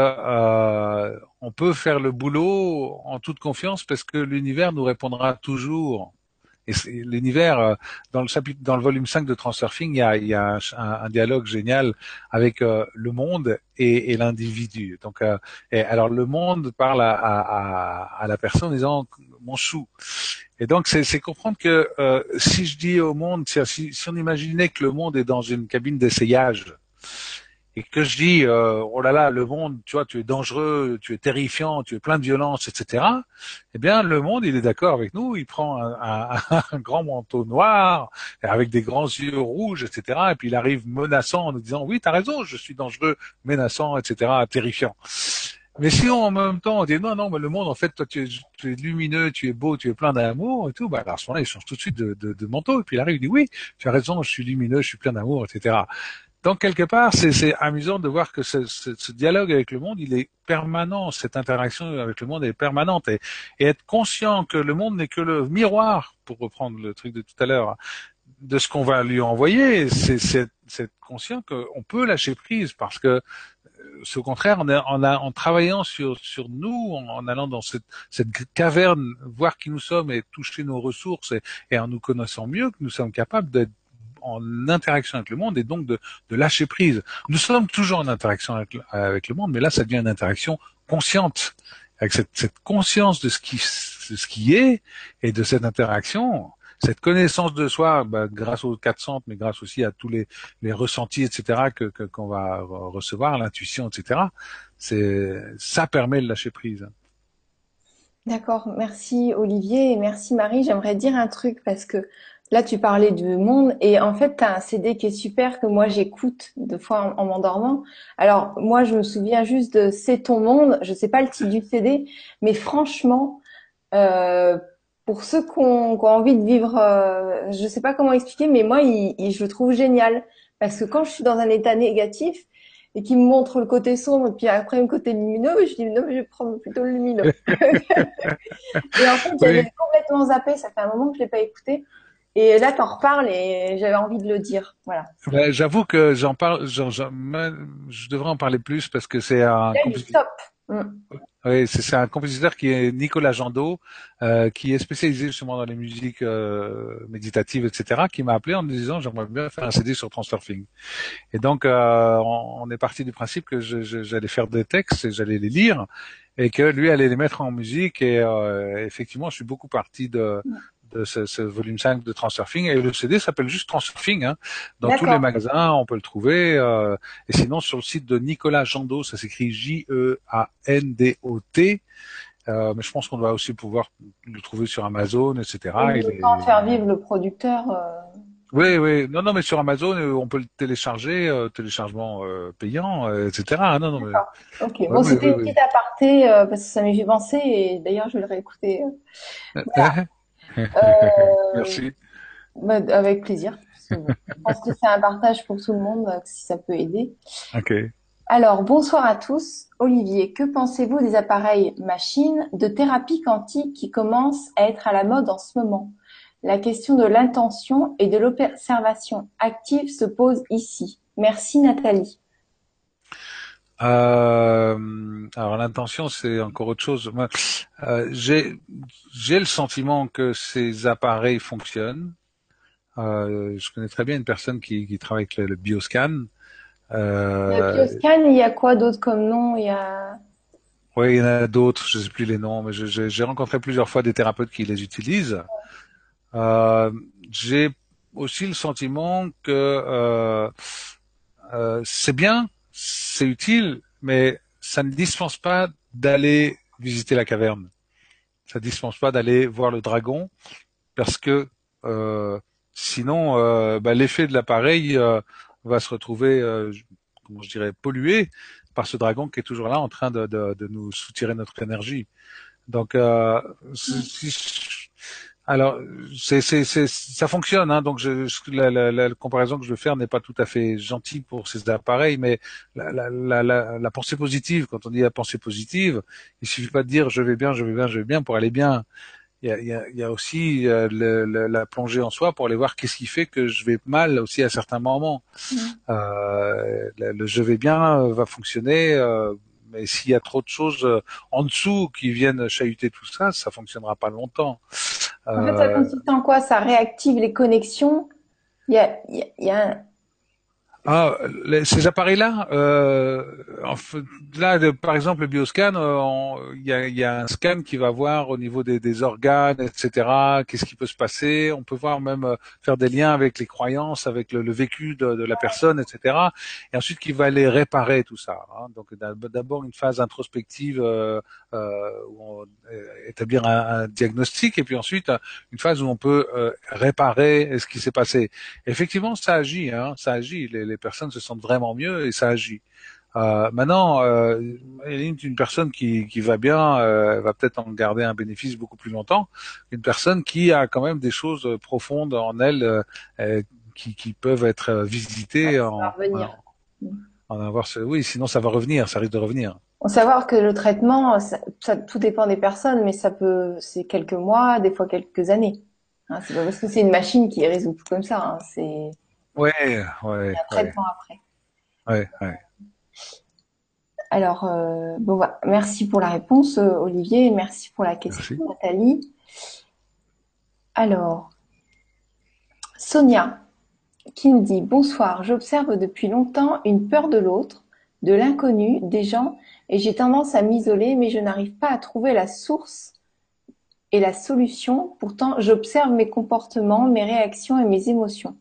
on peut faire le boulot en toute confiance parce que l'univers nous répondra toujours. Et l'univers, dans le volume 5 de Transurfing, il y a un dialogue génial avec le monde et l'individu. Donc, et alors le monde parle à la personne en disant mon chou. Et donc, c'est comprendre que si je dis au monde, si on imaginait que le monde est dans une cabine d'essayage, et que je dis oh là là, le monde, tu vois, tu es dangereux, tu es terrifiant, tu es plein de violence, etc. Eh bien, le monde, il est d'accord avec nous, il prend un grand manteau noir avec des grands yeux rouges, etc. Et puis il arrive menaçant en nous disant oui, t'as raison, je suis dangereux, menaçant, etc., terrifiant. Mais si en même temps on dit non, non, mais le monde, en fait, toi, tu es lumineux, tu es beau, tu es plein d'amour et tout, bah, alors à ce moment-là, il change tout de suite de manteau. Et puis il arrive, il dit oui, tu as raison, je suis lumineux, je suis plein d'amour, etc. Donc quelque part, c'est amusant de voir que ce dialogue avec le monde, il est permanent, cette interaction avec le monde est permanente, et être conscient que le monde n'est que le miroir, pour reprendre le truc de tout à l'heure, de ce qu'on va lui envoyer, c'est conscient qu'on peut lâcher prise parce que c'est au contraire en travaillant sur nous, en allant dans cette caverne, voir qui nous sommes et toucher nos ressources et en nous connaissant mieux, que nous sommes capables d'être en interaction avec le monde et donc de lâcher prise. Nous sommes toujours en interaction avec le monde, mais là, ça devient une interaction consciente, avec cette conscience de de ce qui est et de cette interaction. Cette connaissance de soi, bah, grâce aux quatre centres, mais grâce aussi à tous les ressentis, etc., qu'on va recevoir, l'intuition, etc., ça permet de lâcher prise. D'accord. Merci Olivier et merci Marie. J'aimerais dire un truc parce que là tu parlais du monde et en fait tu as un CD qui est super que moi j'écoute deux fois en m'endormant. Alors moi je me souviens juste de C'est ton monde. Je sais pas le titre du CD, mais franchement euh, pour ceux qui ont envie de vivre, je sais pas comment expliquer, mais moi je le trouve génial parce que quand je suis dans un état négatif et qu'il me montre le côté sombre et puis après le côté lumineux, je dis non mais je vais prendre plutôt le lumineux. Et en fait, Oui, j'avais complètement zappé, ça fait un moment que je l'ai pas écouté. Et là, t'en reparles et j'avais envie de le dire. Voilà. ben, j'avoue que j'en parle, je devrais en parler plus parce que c'est un Là, il est compositeur. top. Mm. Oui, c'est un compositeur qui est Nicolas Jandot, qui est spécialisé justement dans les musiques méditatives, etc., qui m'a appelé en me disant j'aimerais bien faire un CD sur Transurfing. Et donc on est parti du principe que j'allais faire des textes et j'allais les lire et que lui allait les mettre en musique. Et effectivement, je suis beaucoup parti de ce volume 5 de Transurfing, et le CD s'appelle juste Transurfing, hein. Dans tous les D'accord. magasins on peut le trouver, et sinon sur le site de Nicolas Jandot, ça s'écrit Jeandot, mais je pense qu'on doit aussi pouvoir le trouver sur Amazon, Oui, etc. mais le temps de faire vivre le producteur. Oui, oui. Non, non, mais sur Amazon, on peut le télécharger, téléchargement payant, etc. Non, non, mais D'accord. Ok. ouais, Bon, oui, c'était oui, une oui. petite aparté parce que ça m'y fait penser et d'ailleurs je vais le réécouter. Euh, Merci. Bah, avec plaisir. Parce que bon, je pense que c'est un partage pour tout le monde, si ça peut aider. Ok. Alors, bonsoir à tous. Olivier, que pensez-vous des appareils machines de thérapie quantique qui commencent à être à la mode en ce moment? La question de l'intention et de l'observation active se pose ici. Merci Nathalie. Alors l'intention, c'est encore autre chose. Moi, j'ai le sentiment que ces appareils fonctionnent. Je connais très bien une personne qui travaille avec le bioscan. Le Euh, bioscan, il y a quoi d'autre comme nom? Il y a... oui, il y en a d'autres, je sais plus les noms, mais j'ai rencontré plusieurs fois des thérapeutes qui les utilisent. Euh, j'ai aussi le sentiment que c'est bien, c'est utile, mais ça ne dispense pas d'aller visiter la caverne. Ça ne dispense pas d'aller voir le dragon, parce que euh, sinon, l'effet de l'appareil va se retrouver, comment je dirais, pollué par ce dragon qui est toujours là en train de nous soutirer notre énergie. Donc, alors, ça fonctionne, hein, donc la comparaison que je veux faire n'est pas tout à fait gentille pour ces appareils, mais la pensée positive, quand on dit la pensée positive, il suffit pas de dire je vais bien, je vais bien, je vais bien pour aller bien. Il y a aussi la plongée en soi pour aller voir qu'est-ce qui fait que je vais mal aussi à certains moments. Le je vais bien va fonctionner, mais s'il y a trop de choses en dessous qui viennent chahuter tout ça, ça fonctionnera pas longtemps. En fait, ça Euh, consiste en quoi? Ça réactive les connexions. Il y a un... Ces appareils-là, là, par exemple, le bioscan, il y a un scan qui va voir au niveau des organes, etc. Qu'est-ce qui peut se passer. On peut voir même faire des liens avec les croyances, avec le vécu de la personne, etc. Et ensuite, qui va aller réparer tout ça, hein. Donc, d'abord une phase introspective où on établir un diagnostic, et puis ensuite une phase où on peut réparer ce qui s'est passé. Effectivement, ça agit, hein, ça agit. Les personnes se sentent vraiment mieux et ça agit. Maintenant, une personne qui va bien va peut-être en garder un bénéfice beaucoup plus longtemps. Une personne qui a quand même des choses profondes en elle qui peuvent être Ouais, visitées ça va revenir. en avoir. Oui, sinon ça va revenir, ça risque de revenir. Faut savoir que le traitement, tout dépend des personnes, mais c'est quelques mois, des fois quelques années. Hein, c'est pas parce que c'est une machine qui résout tout comme ça. Hein, Ouais, il y ouais, a un ouais, traitement après. ouais, ouais. Alors, bon, voilà. Merci pour la réponse, Olivier, et merci pour la question, Merci. Nathalie. Alors, Sonia, qui nous dit bonsoir, j'observe depuis longtemps une peur de l'autre, de l'inconnu, des gens, et j'ai tendance à m'isoler, mais je n'arrive pas à trouver la source et la solution. Pourtant, j'observe mes comportements, mes réactions et mes émotions.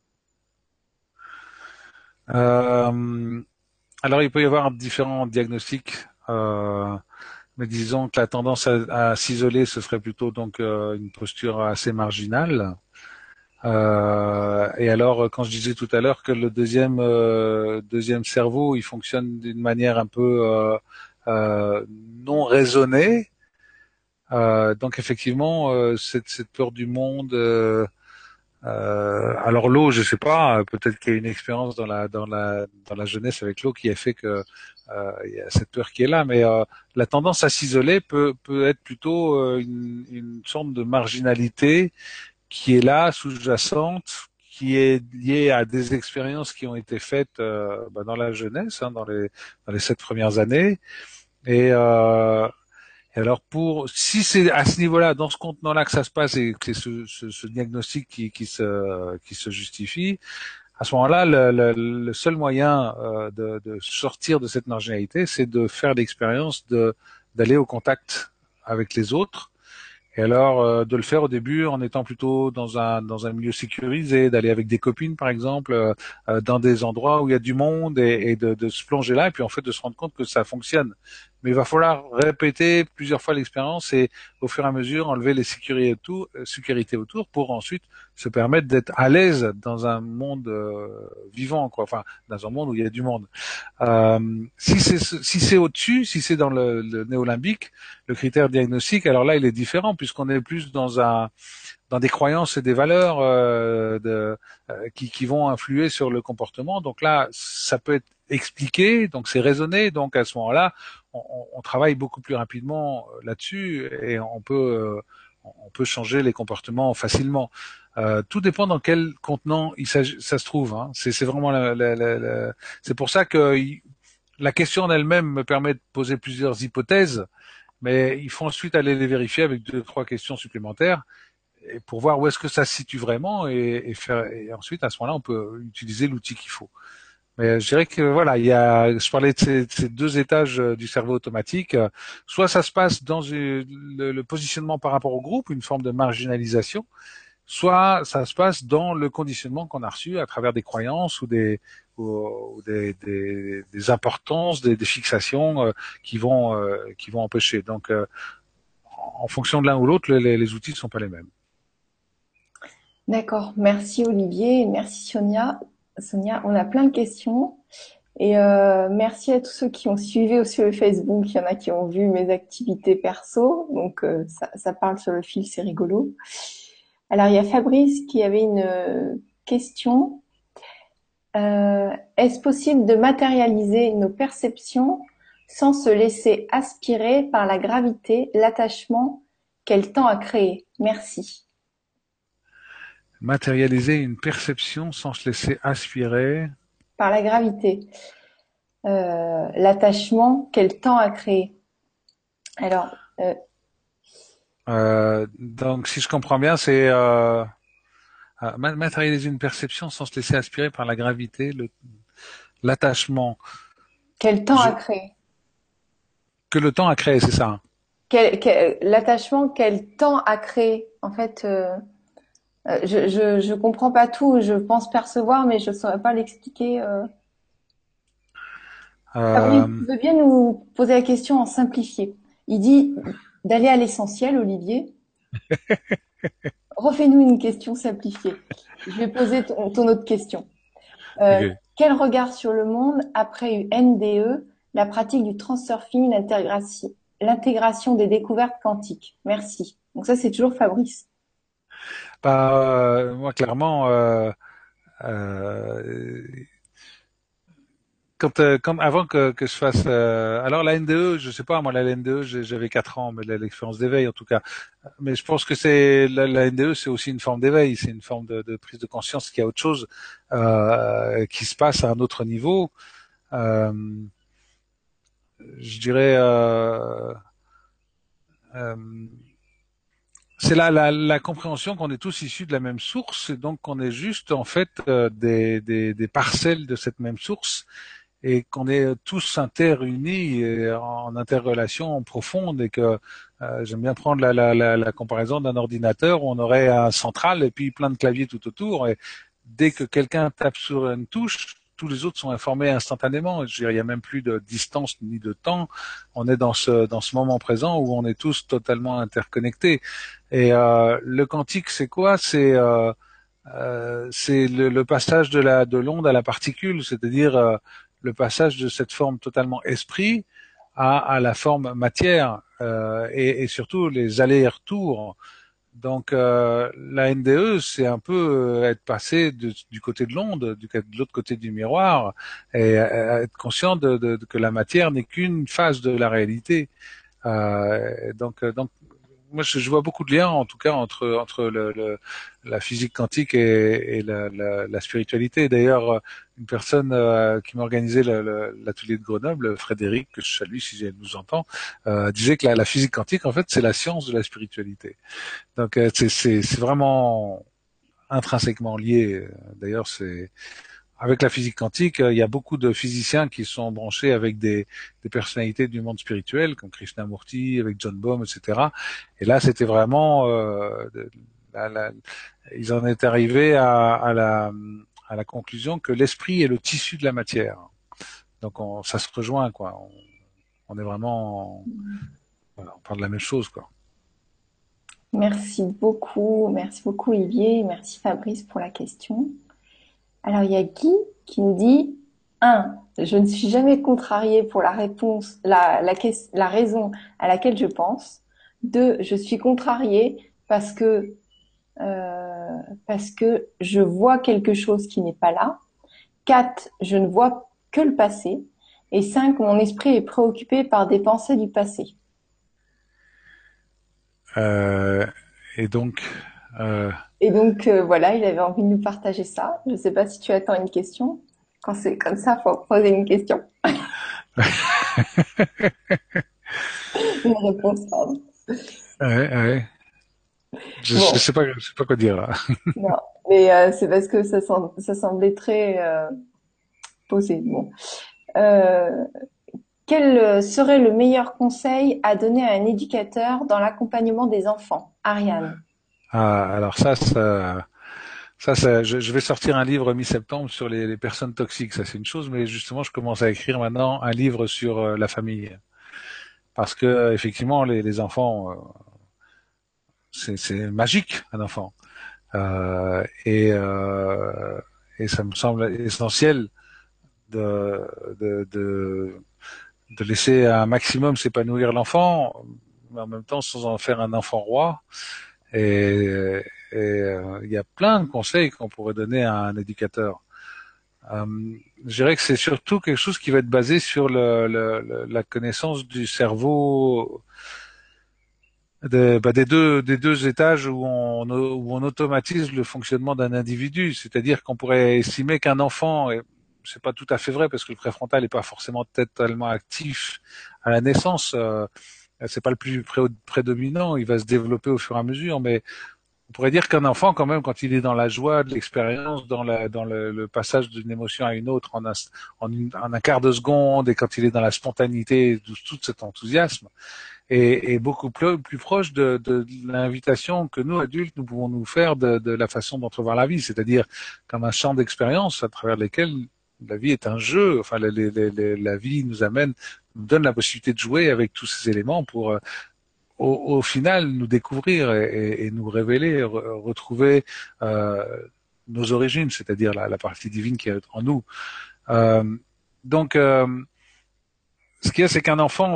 Euh, alors, il peut y avoir différents diagnostics. Mais disons que la tendance à s'isoler, ce serait plutôt donc une posture assez marginale. Et alors, quand je disais tout à l'heure que le deuxième cerveau, il fonctionne d'une manière un peu non raisonnée. Donc effectivement, cette peur du monde. Alors l'eau, je sais pas. Peut-être qu'il y a une expérience dans la jeunesse avec l'eau qui a fait que il y a cette peur qui est là. Mais la tendance à s'isoler peut être plutôt une sorte de marginalité qui est là, sous-jacente, qui est liée à des expériences qui ont été faites dans la jeunesse, hein, dans les 7 premières années. Et, et alors pour si c'est à ce niveau-là, dans ce contenant-là que ça se passe et que c'est ce diagnostic qui se justifie, à ce moment-là, le seul moyen de sortir de cette marginalité, c'est de faire l'expérience d'aller au contact avec les autres et alors, de le faire au début en étant plutôt dans un milieu sécurisé, d'aller avec des copines par exemple, dans des endroits où il y a du monde et de se plonger là, et puis en fait de se rendre compte que ça fonctionne. mais il va falloir répéter plusieurs fois l'expérience et au fur et à mesure enlever les sécurités autour pour ensuite se permettre d'être à l'aise dans un monde vivant, quoi. Enfin, dans un monde où il y a du monde. Si c'est au-dessus, si c'est dans le néolimbique, le critère diagnostique, alors là, il est différent puisqu'on est plus dans des croyances et des valeurs qui vont influer sur le comportement. Donc là, ça peut être expliqué, donc c'est raisonné. Donc à ce moment-là, on travaille beaucoup plus rapidement là-dessus et on peut changer les comportements facilement. Tout dépend dans quel contenant ça se trouve. Hein. C'est vraiment c'est pour ça que la question en elle-même me permet de poser plusieurs hypothèses, mais il faut ensuite aller les vérifier avec deux, trois questions supplémentaires et pour voir où est-ce que ça se situe vraiment et ensuite à ce moment-là on peut utiliser l'outil qu'il faut. Mais je dirais que voilà, je parlais de ces deux étages du cerveau automatique. Soit ça se passe dans le positionnement par rapport au groupe, une forme de marginalisation, soit ça se passe dans le conditionnement qu'on a reçu à travers des croyances ou des importances, des fixations qui vont empêcher. Donc, en fonction de l'un ou l'autre, les outils ne sont pas les mêmes. D'accord. Merci Olivier et merci Sonia. Sonia, on a plein de questions. Et merci à tous ceux qui ont suivi aussi le Facebook. Il y en a qui ont vu mes activités perso. Donc ça parle sur le fil, c'est rigolo. Alors il y a Fabrice qui avait une question. Est-ce possible de matérialiser nos perceptions sans se laisser aspirer par la gravité, l'attachement qu'elle tend à créer? Merci. Matérialiser une perception sans se laisser aspirer. Par la gravité, l'attachement qu'elle tend à créer. Alors, Donc, si je comprends bien, c'est matérialiser une perception sans se laisser aspirer par la gravité, l'attachement qu'elle tend à je- créer. que le temps a créé, c'est ça. Hein. L'attachement qu'elle tend à créer. En fait, je comprends pas tout. Je pense percevoir, mais je saurais pas l'expliquer. Fabrice, Euh, tu veux bien nous poser la question en simplifié? Il dit d'aller à l'essentiel, Olivier. Refais-nous une question simplifiée. Je vais poser ton autre question. ok. Quel regard sur le monde après NDE, la pratique du transurfing, l'intégration des découvertes quantiques? Merci. Donc ça, c'est toujours Fabrice. Moi, clairement, euh, avant que je fasse, alors la NDE, je sais pas, moi la NDE, j'avais 4 ans, mais l'expérience d'éveil en tout cas. Mais je pense que la NDE, c'est aussi une forme d'éveil, c'est une forme de prise de conscience qu'il y a autre chose qui se passe à un autre niveau. Euh, je dirais, euh, c'est la compréhension qu'on est tous issus de la même source, et donc qu'on est juste en fait des parcelles de cette même source et qu'on est tous interunis et en interrelation profonde et que j'aime bien prendre la comparaison d'un ordinateur où on aurait un central et puis plein de claviers tout autour et dès que quelqu'un tape sur une touche, tous les autres sont informés instantanément. Je veux dire, il n'y a même plus de distance ni de temps. On est dans ce moment présent où on est tous totalement interconnectés. Et le quantique, c'est quoi? C'est le passage de l'onde à la particule, c'est-à-dire le passage de cette forme totalement esprit à la forme matière et surtout les allers-retours. Donc la NDE, c'est un peu être passé du côté de l'onde, de l'autre côté du miroir, et être conscient que la matière n'est qu'une phase de la réalité. Donc moi, je vois beaucoup de liens, en tout cas, entre la physique quantique et la spiritualité. D'ailleurs, une personne qui m'a organisé l'atelier de Grenoble, Frédéric, que je salue si elle nous entend, disait que la physique quantique, en fait, c'est la science de la spiritualité. Donc, c'est vraiment intrinsèquement lié. D'ailleurs, c'est avec la physique quantique, il y a beaucoup de physiciens qui sont branchés avec des personnalités du monde spirituel, comme Krishnamurti, avec John Baum, etc. Et là, c'était vraiment, la, la, ils en étaient arrivés à la conclusion que l'esprit est le tissu de la matière. Donc, ça se rejoint, quoi. On est vraiment, voilà, on parle de la même chose, quoi. Merci beaucoup Olivier, merci Fabrice pour la question. Alors il y a Guy qui nous dit 1. Je ne suis jamais contrarié pour la réponse, la raison à laquelle je pense. 2. Je suis contrarié parce que je vois quelque chose qui n'est pas là. 4. Je ne vois que le passé. Et 5. Mon esprit est préoccupé par des pensées du passé. Euh, et donc, euh, Et donc voilà, il avait envie de nous partager ça. Je ne sais pas si tu attends une question. Quand c'est comme ça, faut poser une question, une réponse, pardon. ouais, ouais. Bon, Je sais pas quoi dire là. non, mais c'est parce que ça semblait très posé. Bon, euh, quel serait le meilleur conseil à donner à un éducateur dans l'accompagnement des enfants? Ariane. Ah, alors je vais sortir un livre mi-septembre sur les personnes toxiques. Ça, c'est une chose, mais justement, je commence à écrire maintenant un livre sur la famille, parce que effectivement, les enfants, c'est magique, un enfant, Euh, et euh, et ça me semble essentiel de de de, de laisser un maximum s'épanouir l'enfant, mais en même temps sans en faire un enfant roi. Et il y a plein de conseils qu'on pourrait donner à un éducateur. Euh, je dirais que c'est surtout quelque chose qui va être basé sur la connaissance du cerveau des deux étages où on automatise le fonctionnement d'un individu. C'est-à-dire qu'on pourrait estimer qu'un enfant, et c'est pas tout à fait vrai parce que le préfrontal n'est pas forcément totalement actif à la naissance. C'est pas le plus prédominant, il va se développer au fur et à mesure, mais on pourrait dire qu'un enfant, quand même, quand il est dans la joie de l'expérience, dans le passage d'une émotion à une autre en un quart de seconde, et quand il est dans la spontanéité, tout cet enthousiasme, est beaucoup plus proche de l'invitation que nous, adultes, nous pouvons nous faire de la façon d'entrevoir la vie, c'est-à-dire comme un champ d'expérience à travers lesquels la vie est un jeu. Enfin, la vie nous amène, nous donne la possibilité de jouer avec tous ces éléments pour au final nous découvrir et nous révéler, retrouver euh, nos origines, c'est-à-dire la partie divine qui est en nous. Euh, donc, ce qu'il y a, c'est qu'un enfant,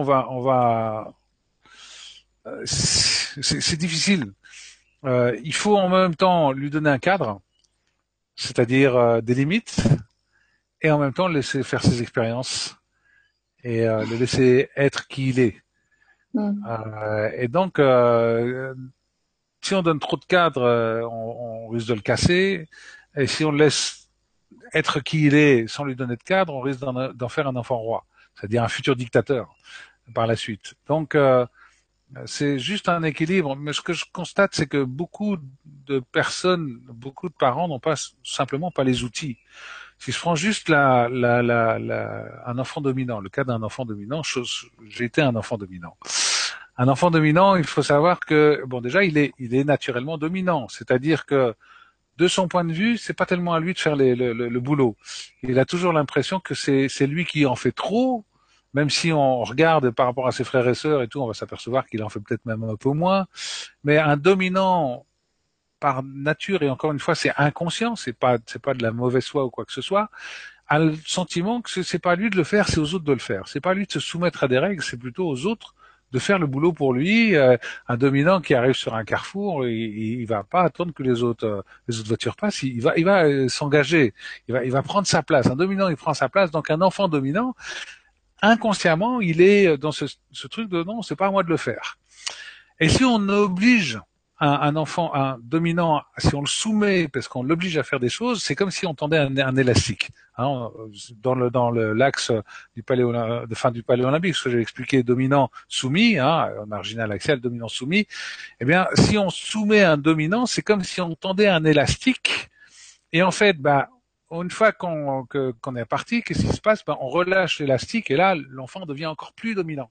c'est difficile. Il faut en même temps lui donner un cadre, c'est-à-dire des limites, et en même temps le laisser faire ses expériences et le laisser être qui il est. Hmm. Et donc, si on donne trop de cadre, on risque de le casser. Et si on le laisse être qui il est sans lui donner de cadre, on risque d'en faire un enfant roi, c'est-à-dire un futur dictateur par la suite. Donc, c'est juste un équilibre. Mais ce que je constate, c'est que beaucoup de personnes, beaucoup de parents n'ont pas simplement pas les outils. Si je prends juste un enfant dominant, le cas d'un enfant dominant, j'ai été un enfant dominant. Un enfant dominant, il faut savoir que, bon, déjà, il est naturellement dominant. C'est-à-dire que, de son point de vue, c'est pas tellement à lui de faire le boulot. Il a toujours l'impression que c'est lui qui en fait trop, même si on regarde par rapport à ses frères et sœurs et tout, on va s'apercevoir qu'il en fait peut-être même un peu moins. Mais un dominant par nature, et encore une fois, c'est inconscient, c'est pas de la mauvaise foi ou quoi que ce soit, a le sentiment que c'est pas à lui de le faire, c'est aux autres de le faire. C'est pas à lui de se soumettre à des règles, c'est plutôt aux autres de faire le boulot pour lui. Un dominant qui arrive sur un carrefour, il va pas attendre que les autres voitures passent. Il va s'engager. Il va prendre sa place. Un dominant, il prend sa place. Donc un enfant dominant, inconsciemment, il est dans ce truc de non, c'est pas à moi de le faire. Et si on oblige un enfant, un dominant, si on le soumet parce qu'on l'oblige à faire des choses, c'est comme si on tendait un élastique. Hein, dans le l'axe du palais de fin du palais olympique, ce que j'ai expliqué, dominant soumis, hein, marginal axial, dominant soumis. Eh bien, si on soumet un dominant, c'est comme si on tendait un élastique. Et en fait, bah, une fois qu'on est parti, qu'est-ce qui se passe? Ben, on relâche l'élastique et là, l'enfant devient encore plus dominant.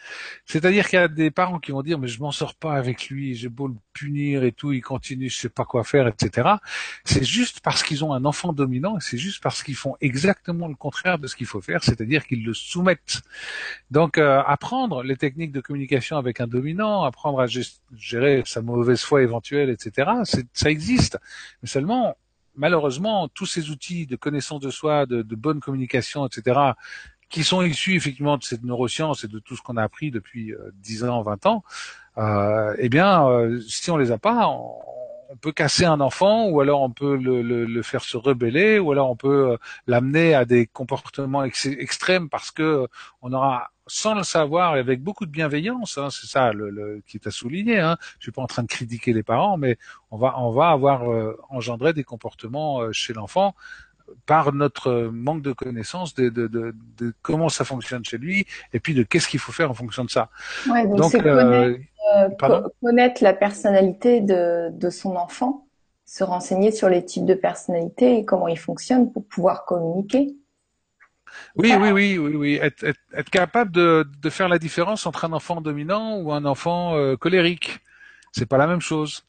C'est-à-dire qu'il y a des parents qui vont dire, mais je m'en sors pas avec lui, j'ai beau le punir et tout, il continue, je sais pas quoi faire, etc. C'est juste parce qu'ils ont un enfant dominant et c'est juste parce qu'ils font exactement le contraire de ce qu'il faut faire, c'est-à-dire qu'ils le soumettent. Donc, apprendre les techniques de communication avec un dominant, apprendre à gérer sa mauvaise foi éventuelle, etc., ça existe. Mais seulement, malheureusement, tous ces outils de connaissance de soi, de bonne communication, etc., qui sont issus effectivement de cette neuroscience et de tout ce qu'on a appris depuis 10 ans, 20 ans, eh bien, si on les a pas, on peut casser un enfant, ou alors on peut le faire se rebeller, ou alors on peut l'amener à des comportements extrêmes parce que on aura, sans le savoir et avec beaucoup de bienveillance, hein, c'est ça qui est à souligner. Hein, je suis pas en train de critiquer les parents, mais on va avoir engendré des comportements chez l'enfant par notre manque de connaissance de comment ça fonctionne chez lui et puis de qu'est-ce qu'il faut faire en fonction de ça. Ouais, donc Donc, c'est pardon? connaître la personnalité de son enfant, se renseigner sur les types de personnalité et comment ils fonctionnent pour pouvoir communiquer. C'est Oui, ça? oui, oui, oui, oui. Être capable de faire la différence entre un enfant dominant ou un enfant colérique. C'est pas la même chose.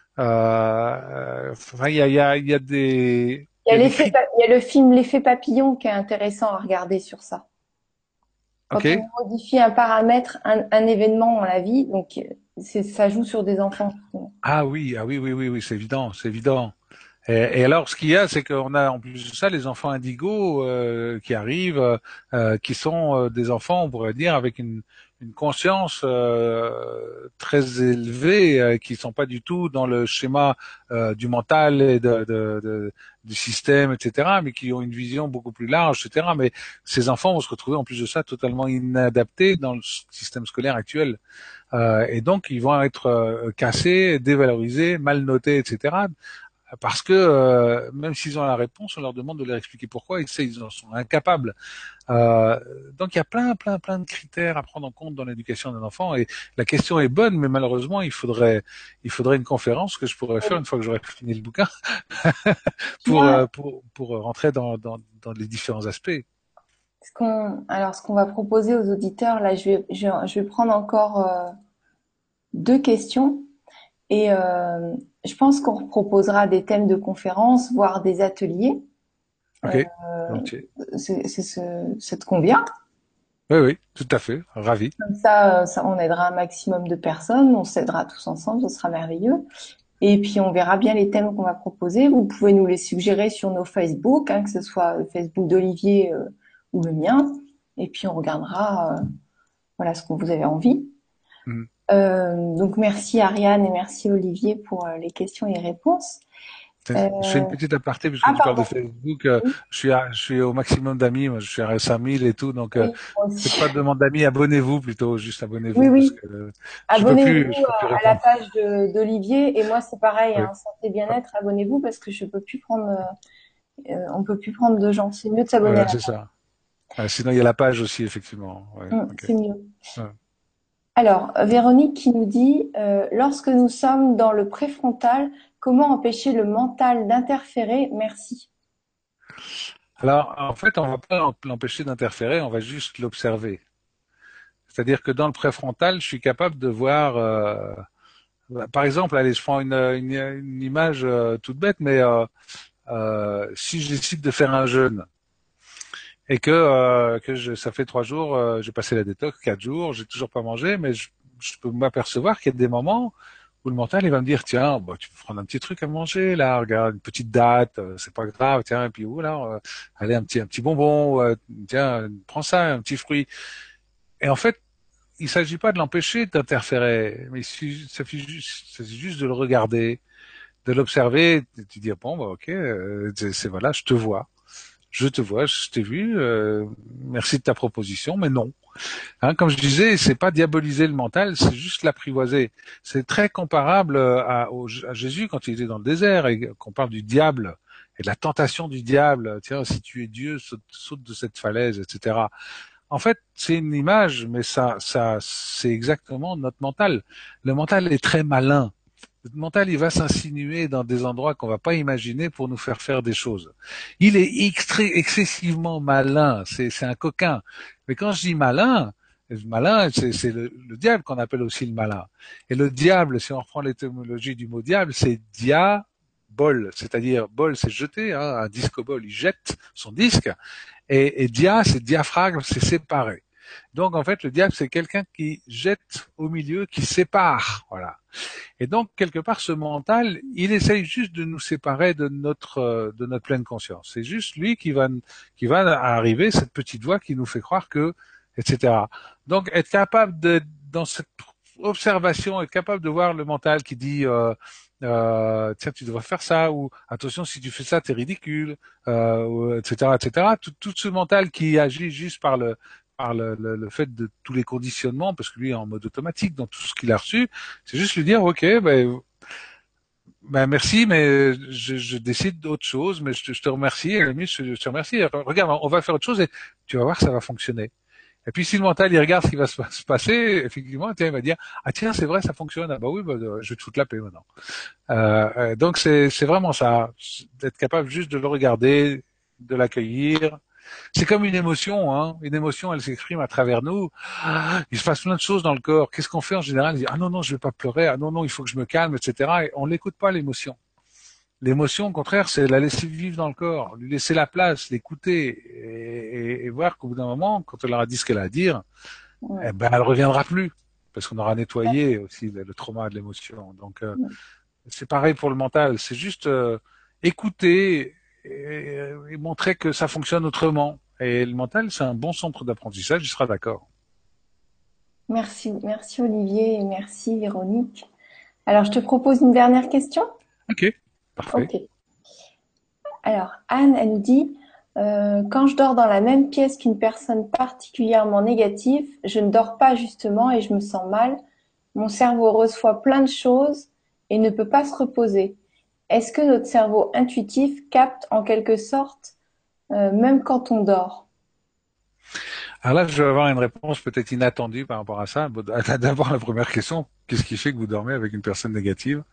Enfin, Il y il a y a des critères. il y a le film L'effet papillon qui est intéressant à regarder sur ça. Quand on Ok? modifie un paramètre, un événement dans la vie, donc ça joue sur des enfants, justement. Ah oui, ah oui, oui, oui, oui, c'est évident, c'est évident. Et alors, ce qu'il y a, c'est qu'on a en plus de ça les enfants indigos qui arrivent, qui sont des enfants, on pourrait dire, avec une conscience très élevée, qui sont pas du tout dans le schéma du mental et du système, etc., mais qui ont une vision beaucoup plus large, etc. Mais ces enfants vont se retrouver en plus de ça totalement inadaptés dans le système scolaire actuel. Et donc, ils vont être cassés, dévalorisés, mal notés, etc. Parce que même s'ils ont la réponse, on leur demande de leur expliquer pourquoi, et ça, ils en sont incapables. Donc il y a plein de critères à prendre en compte dans l'éducation d'un enfant. Et la question est bonne, mais malheureusement, il faudrait une conférence que je pourrais faire une fois que j'aurai fini le bouquin Moi, pour rentrer dans les différents aspects. ce qu'on va proposer aux auditeurs, là, je vais prendre encore deux questions et je pense qu'on proposera des thèmes de conférences, voire des ateliers. Ok, Euh, volontiers. ça te convient? Oui, oui, tout à fait, ravi. Comme ça, on aidera un maximum de personnes, on s'aidera tous ensemble, ce sera merveilleux. Et puis on verra bien les thèmes qu'on va proposer. Vous pouvez nous les suggérer sur nos Facebook, hein, que ce soit le Facebook d'Olivier ou le mien. Et puis on regardera voilà ce que vous avez envie. Mhm. Donc merci Ariane et merci Olivier pour les questions et les réponses. Euh, Je fais une petite aparté puisque ah tu parles de pardon, Facebook. oui, Je suis au maximum d'amis. Moi, je suis à 5000 et tout. Donc, oui, moi faites aussi. pas de demande d'amis. Abonnez-vous plutôt. Juste Oui, abonnez-vous parce oui. que je Abonnez-vous peux plus à la répondre. page d'Olivier et moi c'est pareil, Oui. hein, santé bien-être, abonnez-vous parce que je peux plus prendre, on peut plus prendre de gens. C'est mieux de s'abonner à Voilà, la c'est ça. Sinon, il y a la page aussi, effectivement. Ouais, ok. C'est mieux. Ouais. Alors, Véronique qui nous dit, lorsque nous sommes dans le préfrontal, comment empêcher le mental d'interférer? Merci. Alors, en fait, on va pas l'empêcher d'interférer. On va juste l'observer. C'est-à-dire que dans le préfrontal, je suis capable de voir. Par exemple, allez, je prends une image toute bête, mais si je décide de faire un jeûne et ça fait 3 jours, j'ai passé la détox, 4 jours, j'ai toujours pas mangé, mais je peux m'apercevoir qu'il y a des moments où le mental il va me dire tiens, bah, tu peux prendre un petit truc à manger là, regarde une petite date, c'est pas grave, tiens, et puis voilà, allez un petit bonbon, tiens, prends ça, un petit fruit. Et en fait, il s'agit pas de l'empêcher d'interférer, mais il s'agit juste de le regarder, de l'observer, de te dire bon bah ok, voilà, je te vois, je t'ai vu, merci de ta proposition, mais non. Hein, comme je disais, c'est pas diaboliser le mental, c'est juste l'apprivoiser. C'est très comparable à Jésus quand il était dans le désert et qu'on parle du diable et de la tentation du diable. Tiens, si tu es Dieu, saute de cette falaise, etc. En fait, c'est une image, mais c'est exactement notre mental. Le mental est très malin. Notre mental, il va s'insinuer dans des endroits qu'on va pas imaginer pour nous faire des choses. Il est excessivement malin. C'est un coquin. Mais quand je dis malin, Et le malin, c'est le diable qu'on appelle aussi le malin. Et le diable, si on reprend l'étymologie du mot diable, c'est dia-bol, c'est-à-dire bol, c'est jeter, hein, un disco-bol, il jette son disque, et dia, c'est diaphragme, c'est séparé. Donc en fait, le diable, c'est quelqu'un qui jette au milieu, qui sépare, voilà. Et donc quelque part, ce mental, il essaye juste de nous séparer de notre pleine conscience. C'est juste lui qui va arriver, cette petite voix qui nous fait croire que, etc. Donc être capable de, dans cette observation, être capable de voir le mental qui dit tiens, tu devrais faire ça, ou attention, si tu fais ça, t'es ridicule, etc., etc. Tout ce mental qui agit juste par le fait de tous les conditionnements, parce que lui est en mode automatique dans tout ce qu'il a reçu, c'est juste lui dire, ok, ben merci, mais je décide d'autre chose, mais je te remercie, à la limite, je te remercie. Regarde, on va faire autre chose et tu vas voir, ça va fonctionner. Et puis si le mental il regarde ce qui va se passer, effectivement, tiens, il va dire ah tiens c'est vrai ça fonctionne, ah bah oui bah, je vais te foutre la paix maintenant. Donc c'est vraiment ça, d'être capable juste de le regarder, de l'accueillir. C'est comme une émotion, hein. Une émotion elle s'exprime à travers nous. Ah, il se passe plein de choses dans le corps. Qu'est-ce qu'on fait en général? On dit ah non non je vais pas pleurer, ah non non il faut que je me calme, etc. Et on n'écoute pas l'émotion. L'émotion, au contraire, c'est la laisser vivre dans le corps, lui laisser la place, l'écouter et voir qu'au bout d'un moment, quand elle aura dit ce qu'elle a à dire, Ouais. eh ben, elle reviendra plus parce qu'on aura nettoyé aussi le trauma de l'émotion. Donc, c'est pareil pour le mental. C'est juste écouter et montrer que ça fonctionne autrement. Et le mental, c'est un bon centre d'apprentissage. Il sera d'accord. Merci, merci Olivier et merci Véronique. Alors, je te propose une dernière question. Ok, parfait. Ok. Alors, Anne, elle nous dit, quand je dors dans la même pièce qu'une personne particulièrement négative, je ne dors pas justement et je me sens mal. Mon cerveau reçoit plein de choses et ne peut pas se reposer. Est-ce que notre cerveau intuitif capte en quelque sorte, même quand on dort? Alors là, je vais avoir une réponse peut-être inattendue par rapport à ça. Bon, d'abord, la première question, qu'est-ce qui fait que vous dormez avec une personne négative?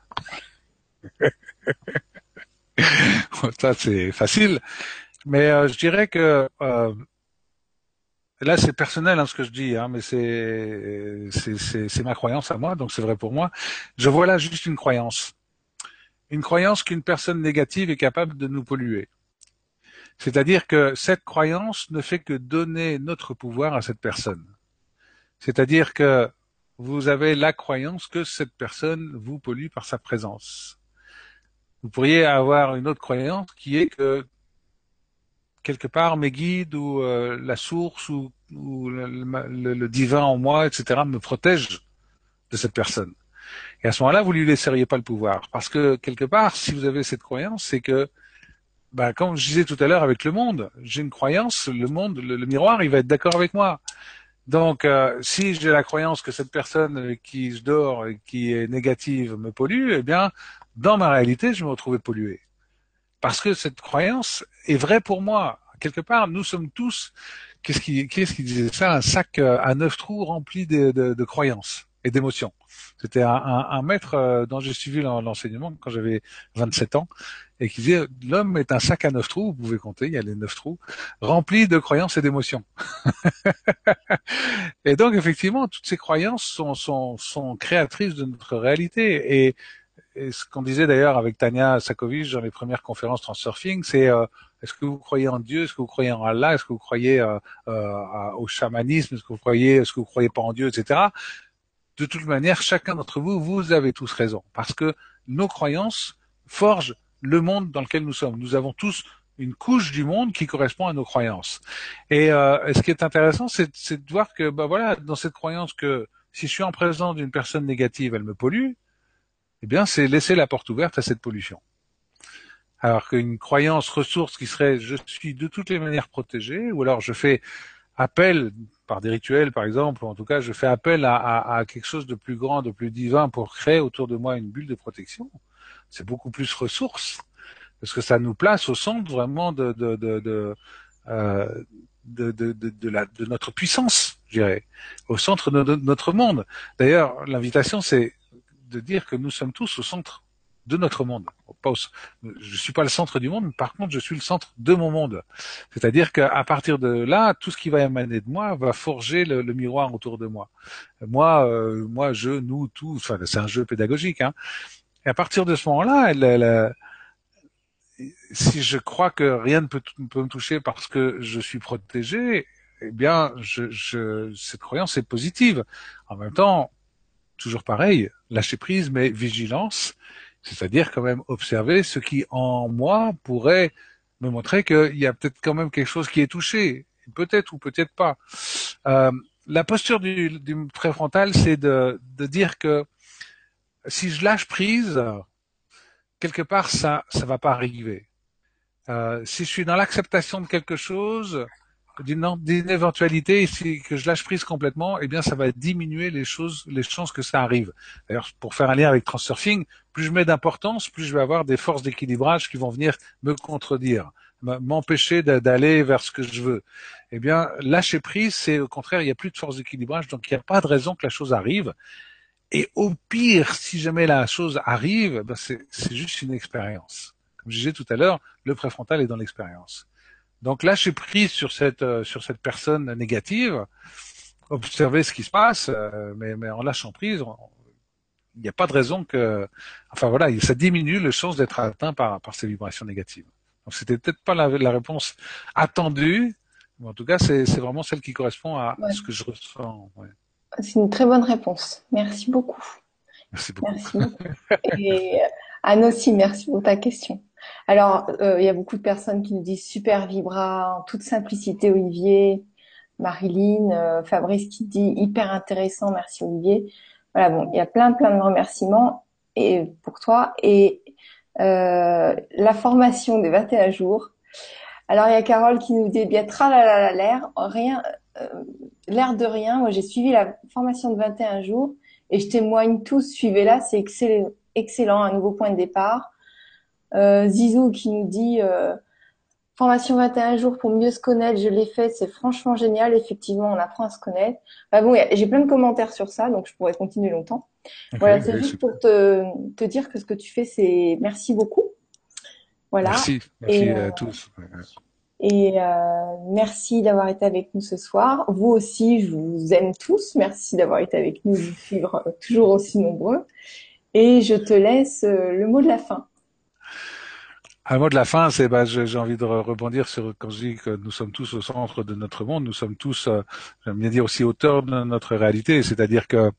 Ça, c'est facile. Mais je dirais que là, c'est personnel hein, ce que je dis, hein, mais c'est ma croyance à moi, donc c'est vrai pour moi. Je vois là juste une croyance qu'une personne négative est capable de nous polluer. C'est-à-dire que cette croyance ne fait que donner notre pouvoir à cette personne. C'est-à-dire que vous avez la croyance que cette personne vous pollue par sa présence. Vous pourriez avoir une autre croyance qui est que quelque part mes guides ou la source ou le divin en moi, etc., me protègent de cette personne. Et à ce moment-là, vous lui laisseriez pas le pouvoir. Parce que quelque part, si vous avez cette croyance, c'est que, bah, comme je disais tout à l'heure avec le monde, j'ai une croyance, le monde, le miroir, il va être d'accord avec moi. Donc, si j'ai la croyance que cette personne avec qui je dors et qui est négative me pollue, eh bien, dans ma réalité, je vais me retrouver pollué. Parce que cette croyance est vraie pour moi. Quelque part, nous sommes tous, qui est-ce qui disait ça, un sac à 9 trous rempli de croyances et d'émotions. C'était un maître dont j'ai suivi l'enseignement quand j'avais 27 ans et qui disait l'homme est un sac à 9 trous, vous pouvez compter, il y a les 9 trous, remplis de croyances et d'émotions. Et donc effectivement, toutes ces croyances sont créatrices de notre réalité. Et ce qu'on disait d'ailleurs avec Tania Sakovic dans les premières conférences Transurfing, c'est est-ce que vous croyez en Dieu, est-ce que vous croyez en Allah, est-ce que vous croyez au chamanisme, est-ce que vous croyez pas en Dieu, etc. De toute manière, chacun d'entre vous, vous avez tous raison, parce que nos croyances forgent le monde dans lequel nous sommes. Nous avons tous une couche du monde qui correspond à nos croyances. Et ce qui est intéressant, c'est de voir que, bah voilà, dans cette croyance que si je suis en présence d'une personne négative, elle me pollue, eh bien, c'est laisser la porte ouverte à cette pollution. Alors qu'une croyance ressource qui serait je suis de toutes les manières protégé, ou alors je fais appel par des rituels par exemple, ou en tout cas je fais appel à quelque chose de plus grand, de plus divin pour créer autour de moi une bulle de protection, c'est beaucoup plus ressource, parce que ça nous place au centre vraiment euh, de notre puissance, je dirais, au centre de notre monde. D'ailleurs, l'invitation c'est de dire que nous sommes tous au centre de notre monde. Je suis pas le centre du monde, mais par contre, je suis le centre de mon monde. C'est-à-dire qu'à partir de là, tout ce qui va émaner de moi va forger le miroir autour de moi. Moi, je, nous, tous. Enfin, c'est un jeu pédagogique. Hein. Et à partir de ce moment-là, si je crois que rien ne peut me toucher parce que je suis protégé, eh bien, cette croyance est positive. En même temps, toujours pareil, lâcher prise, mais vigilance, c'est-à-dire quand même observer ce qui en moi pourrait me montrer qu'il y a peut-être quand même quelque chose qui est touché, peut-être ou peut-être pas. Euh, la posture du préfrontal, c'est de dire que si je lâche prise, quelque part ça va pas arriver. Si je suis dans l'acceptation de quelque chose, d'une éventualité, si que je lâche prise complètement, eh bien, ça va diminuer les chances que ça arrive. D'ailleurs, pour faire un lien avec Transurfing, plus je mets d'importance, plus je vais avoir des forces d'équilibrage qui vont venir me contredire, m'empêcher d'aller vers ce que je veux. Eh bien, lâcher prise, c'est au contraire, il n'y a plus de force d'équilibrage, donc il n'y a pas de raison que la chose arrive. Et au pire, si jamais la chose arrive, ben c'est juste une expérience. Comme je disais tout à l'heure, le préfrontal est dans l'expérience. Donc lâcher prise sur cette personne négative, observer ce qui se passe, mais en lâchant prise, il n'y a pas de raison que, enfin voilà, ça diminue les chances d'être atteint par ces vibrations négatives. Donc c'était peut-être pas la réponse attendue, mais en tout cas c'est vraiment celle qui correspond à Ouais. ce que je ressens. Ouais. C'est une très bonne réponse. Merci beaucoup. Merci beaucoup. Merci beaucoup. Et Anne aussi, merci pour ta question. Alors, il y a beaucoup de personnes qui nous disent super vibra, en toute simplicité, Olivier. Marilyn, Fabrice qui dit hyper intéressant, merci Olivier. Voilà, bon, il y a plein de remerciements et pour toi et la formation des 21 jours. Alors il y a Carole qui nous dit eh bien tralala l'air, rien, l'air de rien. Moi j'ai suivi la formation de 21 jours et je témoigne tous, suivez-la, c'est excellent, excellent, un nouveau point de départ. Zizou qui nous dit formation 21 jours pour mieux se connaître, je l'ai faite, c'est franchement génial. Effectivement, on apprend à se connaître. Bah bon, j'ai plein de commentaires sur ça, donc je pourrais continuer longtemps. Voilà, Okay, c'est oui, juste super. pour te dire que ce que tu fais, c'est merci beaucoup. Voilà. Merci, Et, merci à tous. merci d'avoir été avec nous ce soir. Vous aussi, je vous aime tous. Merci d'avoir été avec nous, de nous suivre toujours aussi nombreux. Et je te laisse le mot de la fin. Un mot de la fin, c'est j'ai envie de rebondir sur quand je dis que nous sommes tous au centre de notre monde, nous sommes tous, j'aime bien dire aussi auteurs de notre réalité, c'est-à-dire que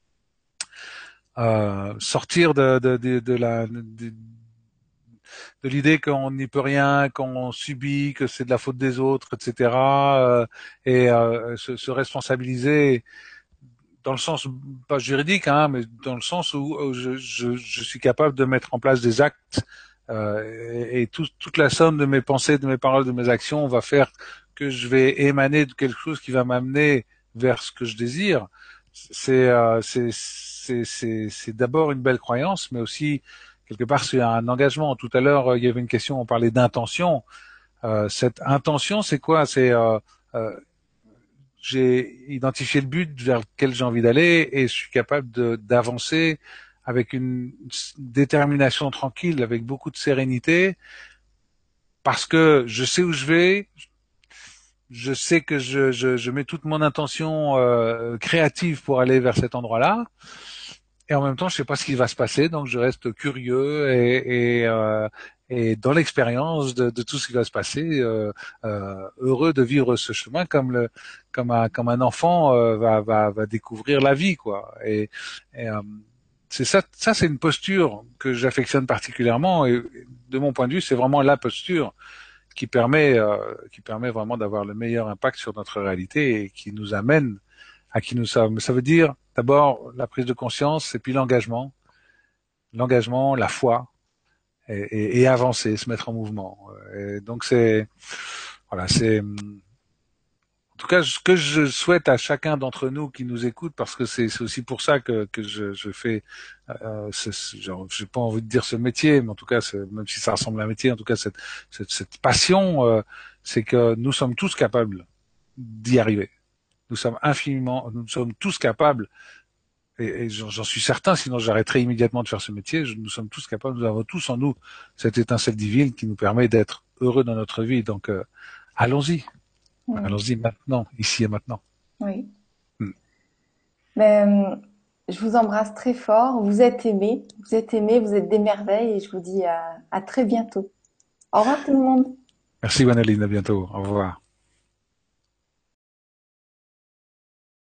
sortir de l'idée qu'on n'y peut rien, qu'on subit, que c'est de la faute des autres, etc. Se responsabiliser dans le sens pas juridique, hein, mais dans le sens où je suis capable de mettre en place des actes et toute la somme de mes pensées, de mes paroles, de mes actions va faire que je vais émaner de quelque chose qui va m'amener vers ce que je désire. C'est d'abord une belle croyance, mais aussi quelque part c'est un engagement. Tout à l'heure, il y avait une question, on parlait d'intention. Cette intention, c'est quoi? Euh, j'ai identifié le but vers lequel j'ai envie d'aller et je suis capable d'avancer avec une détermination tranquille, avec beaucoup de sérénité, parce que je sais où je vais, je sais que je mets toute mon intention créative pour aller vers cet endroit-là, et en même temps, je sais pas ce qui va se passer, donc je reste curieux et dans l'expérience de tout ce qui va se passer, heureux de vivre ce chemin comme un enfant va découvrir la vie, quoi. Et c'est ça c'est une posture que j'affectionne particulièrement, et de mon point de vue, c'est vraiment la posture qui permet vraiment d'avoir le meilleur impact sur notre réalité et qui nous amène à qui nous sommes. Ça veut dire d'abord la prise de conscience et puis l'engagement, la foi et avancer, se mettre en mouvement. Et donc c'est voilà, c'est en tout cas ce que je souhaite à chacun d'entre nous qui nous écoute, parce que c'est aussi pour ça que je fais, j'ai pas envie de dire ce métier, mais en tout cas, même si ça ressemble à un métier, en tout cas cette passion, c'est que nous sommes tous capables d'y arriver. Nous sommes tous capables et j'en suis certain, sinon j'arrêterais immédiatement de faire ce métier. Nous sommes tous capables, nous avons tous en nous cette étincelle divine qui nous permet d'être heureux dans notre vie. Donc, allons-y, Mm. allons-y maintenant, ici et maintenant. Oui. Hmm. Ben, je vous embrasse très fort. Vous êtes aimés, vous êtes des merveilles et je vous dis à très bientôt. Au revoir tout le monde. Merci, Vaneline, à bientôt. Au revoir.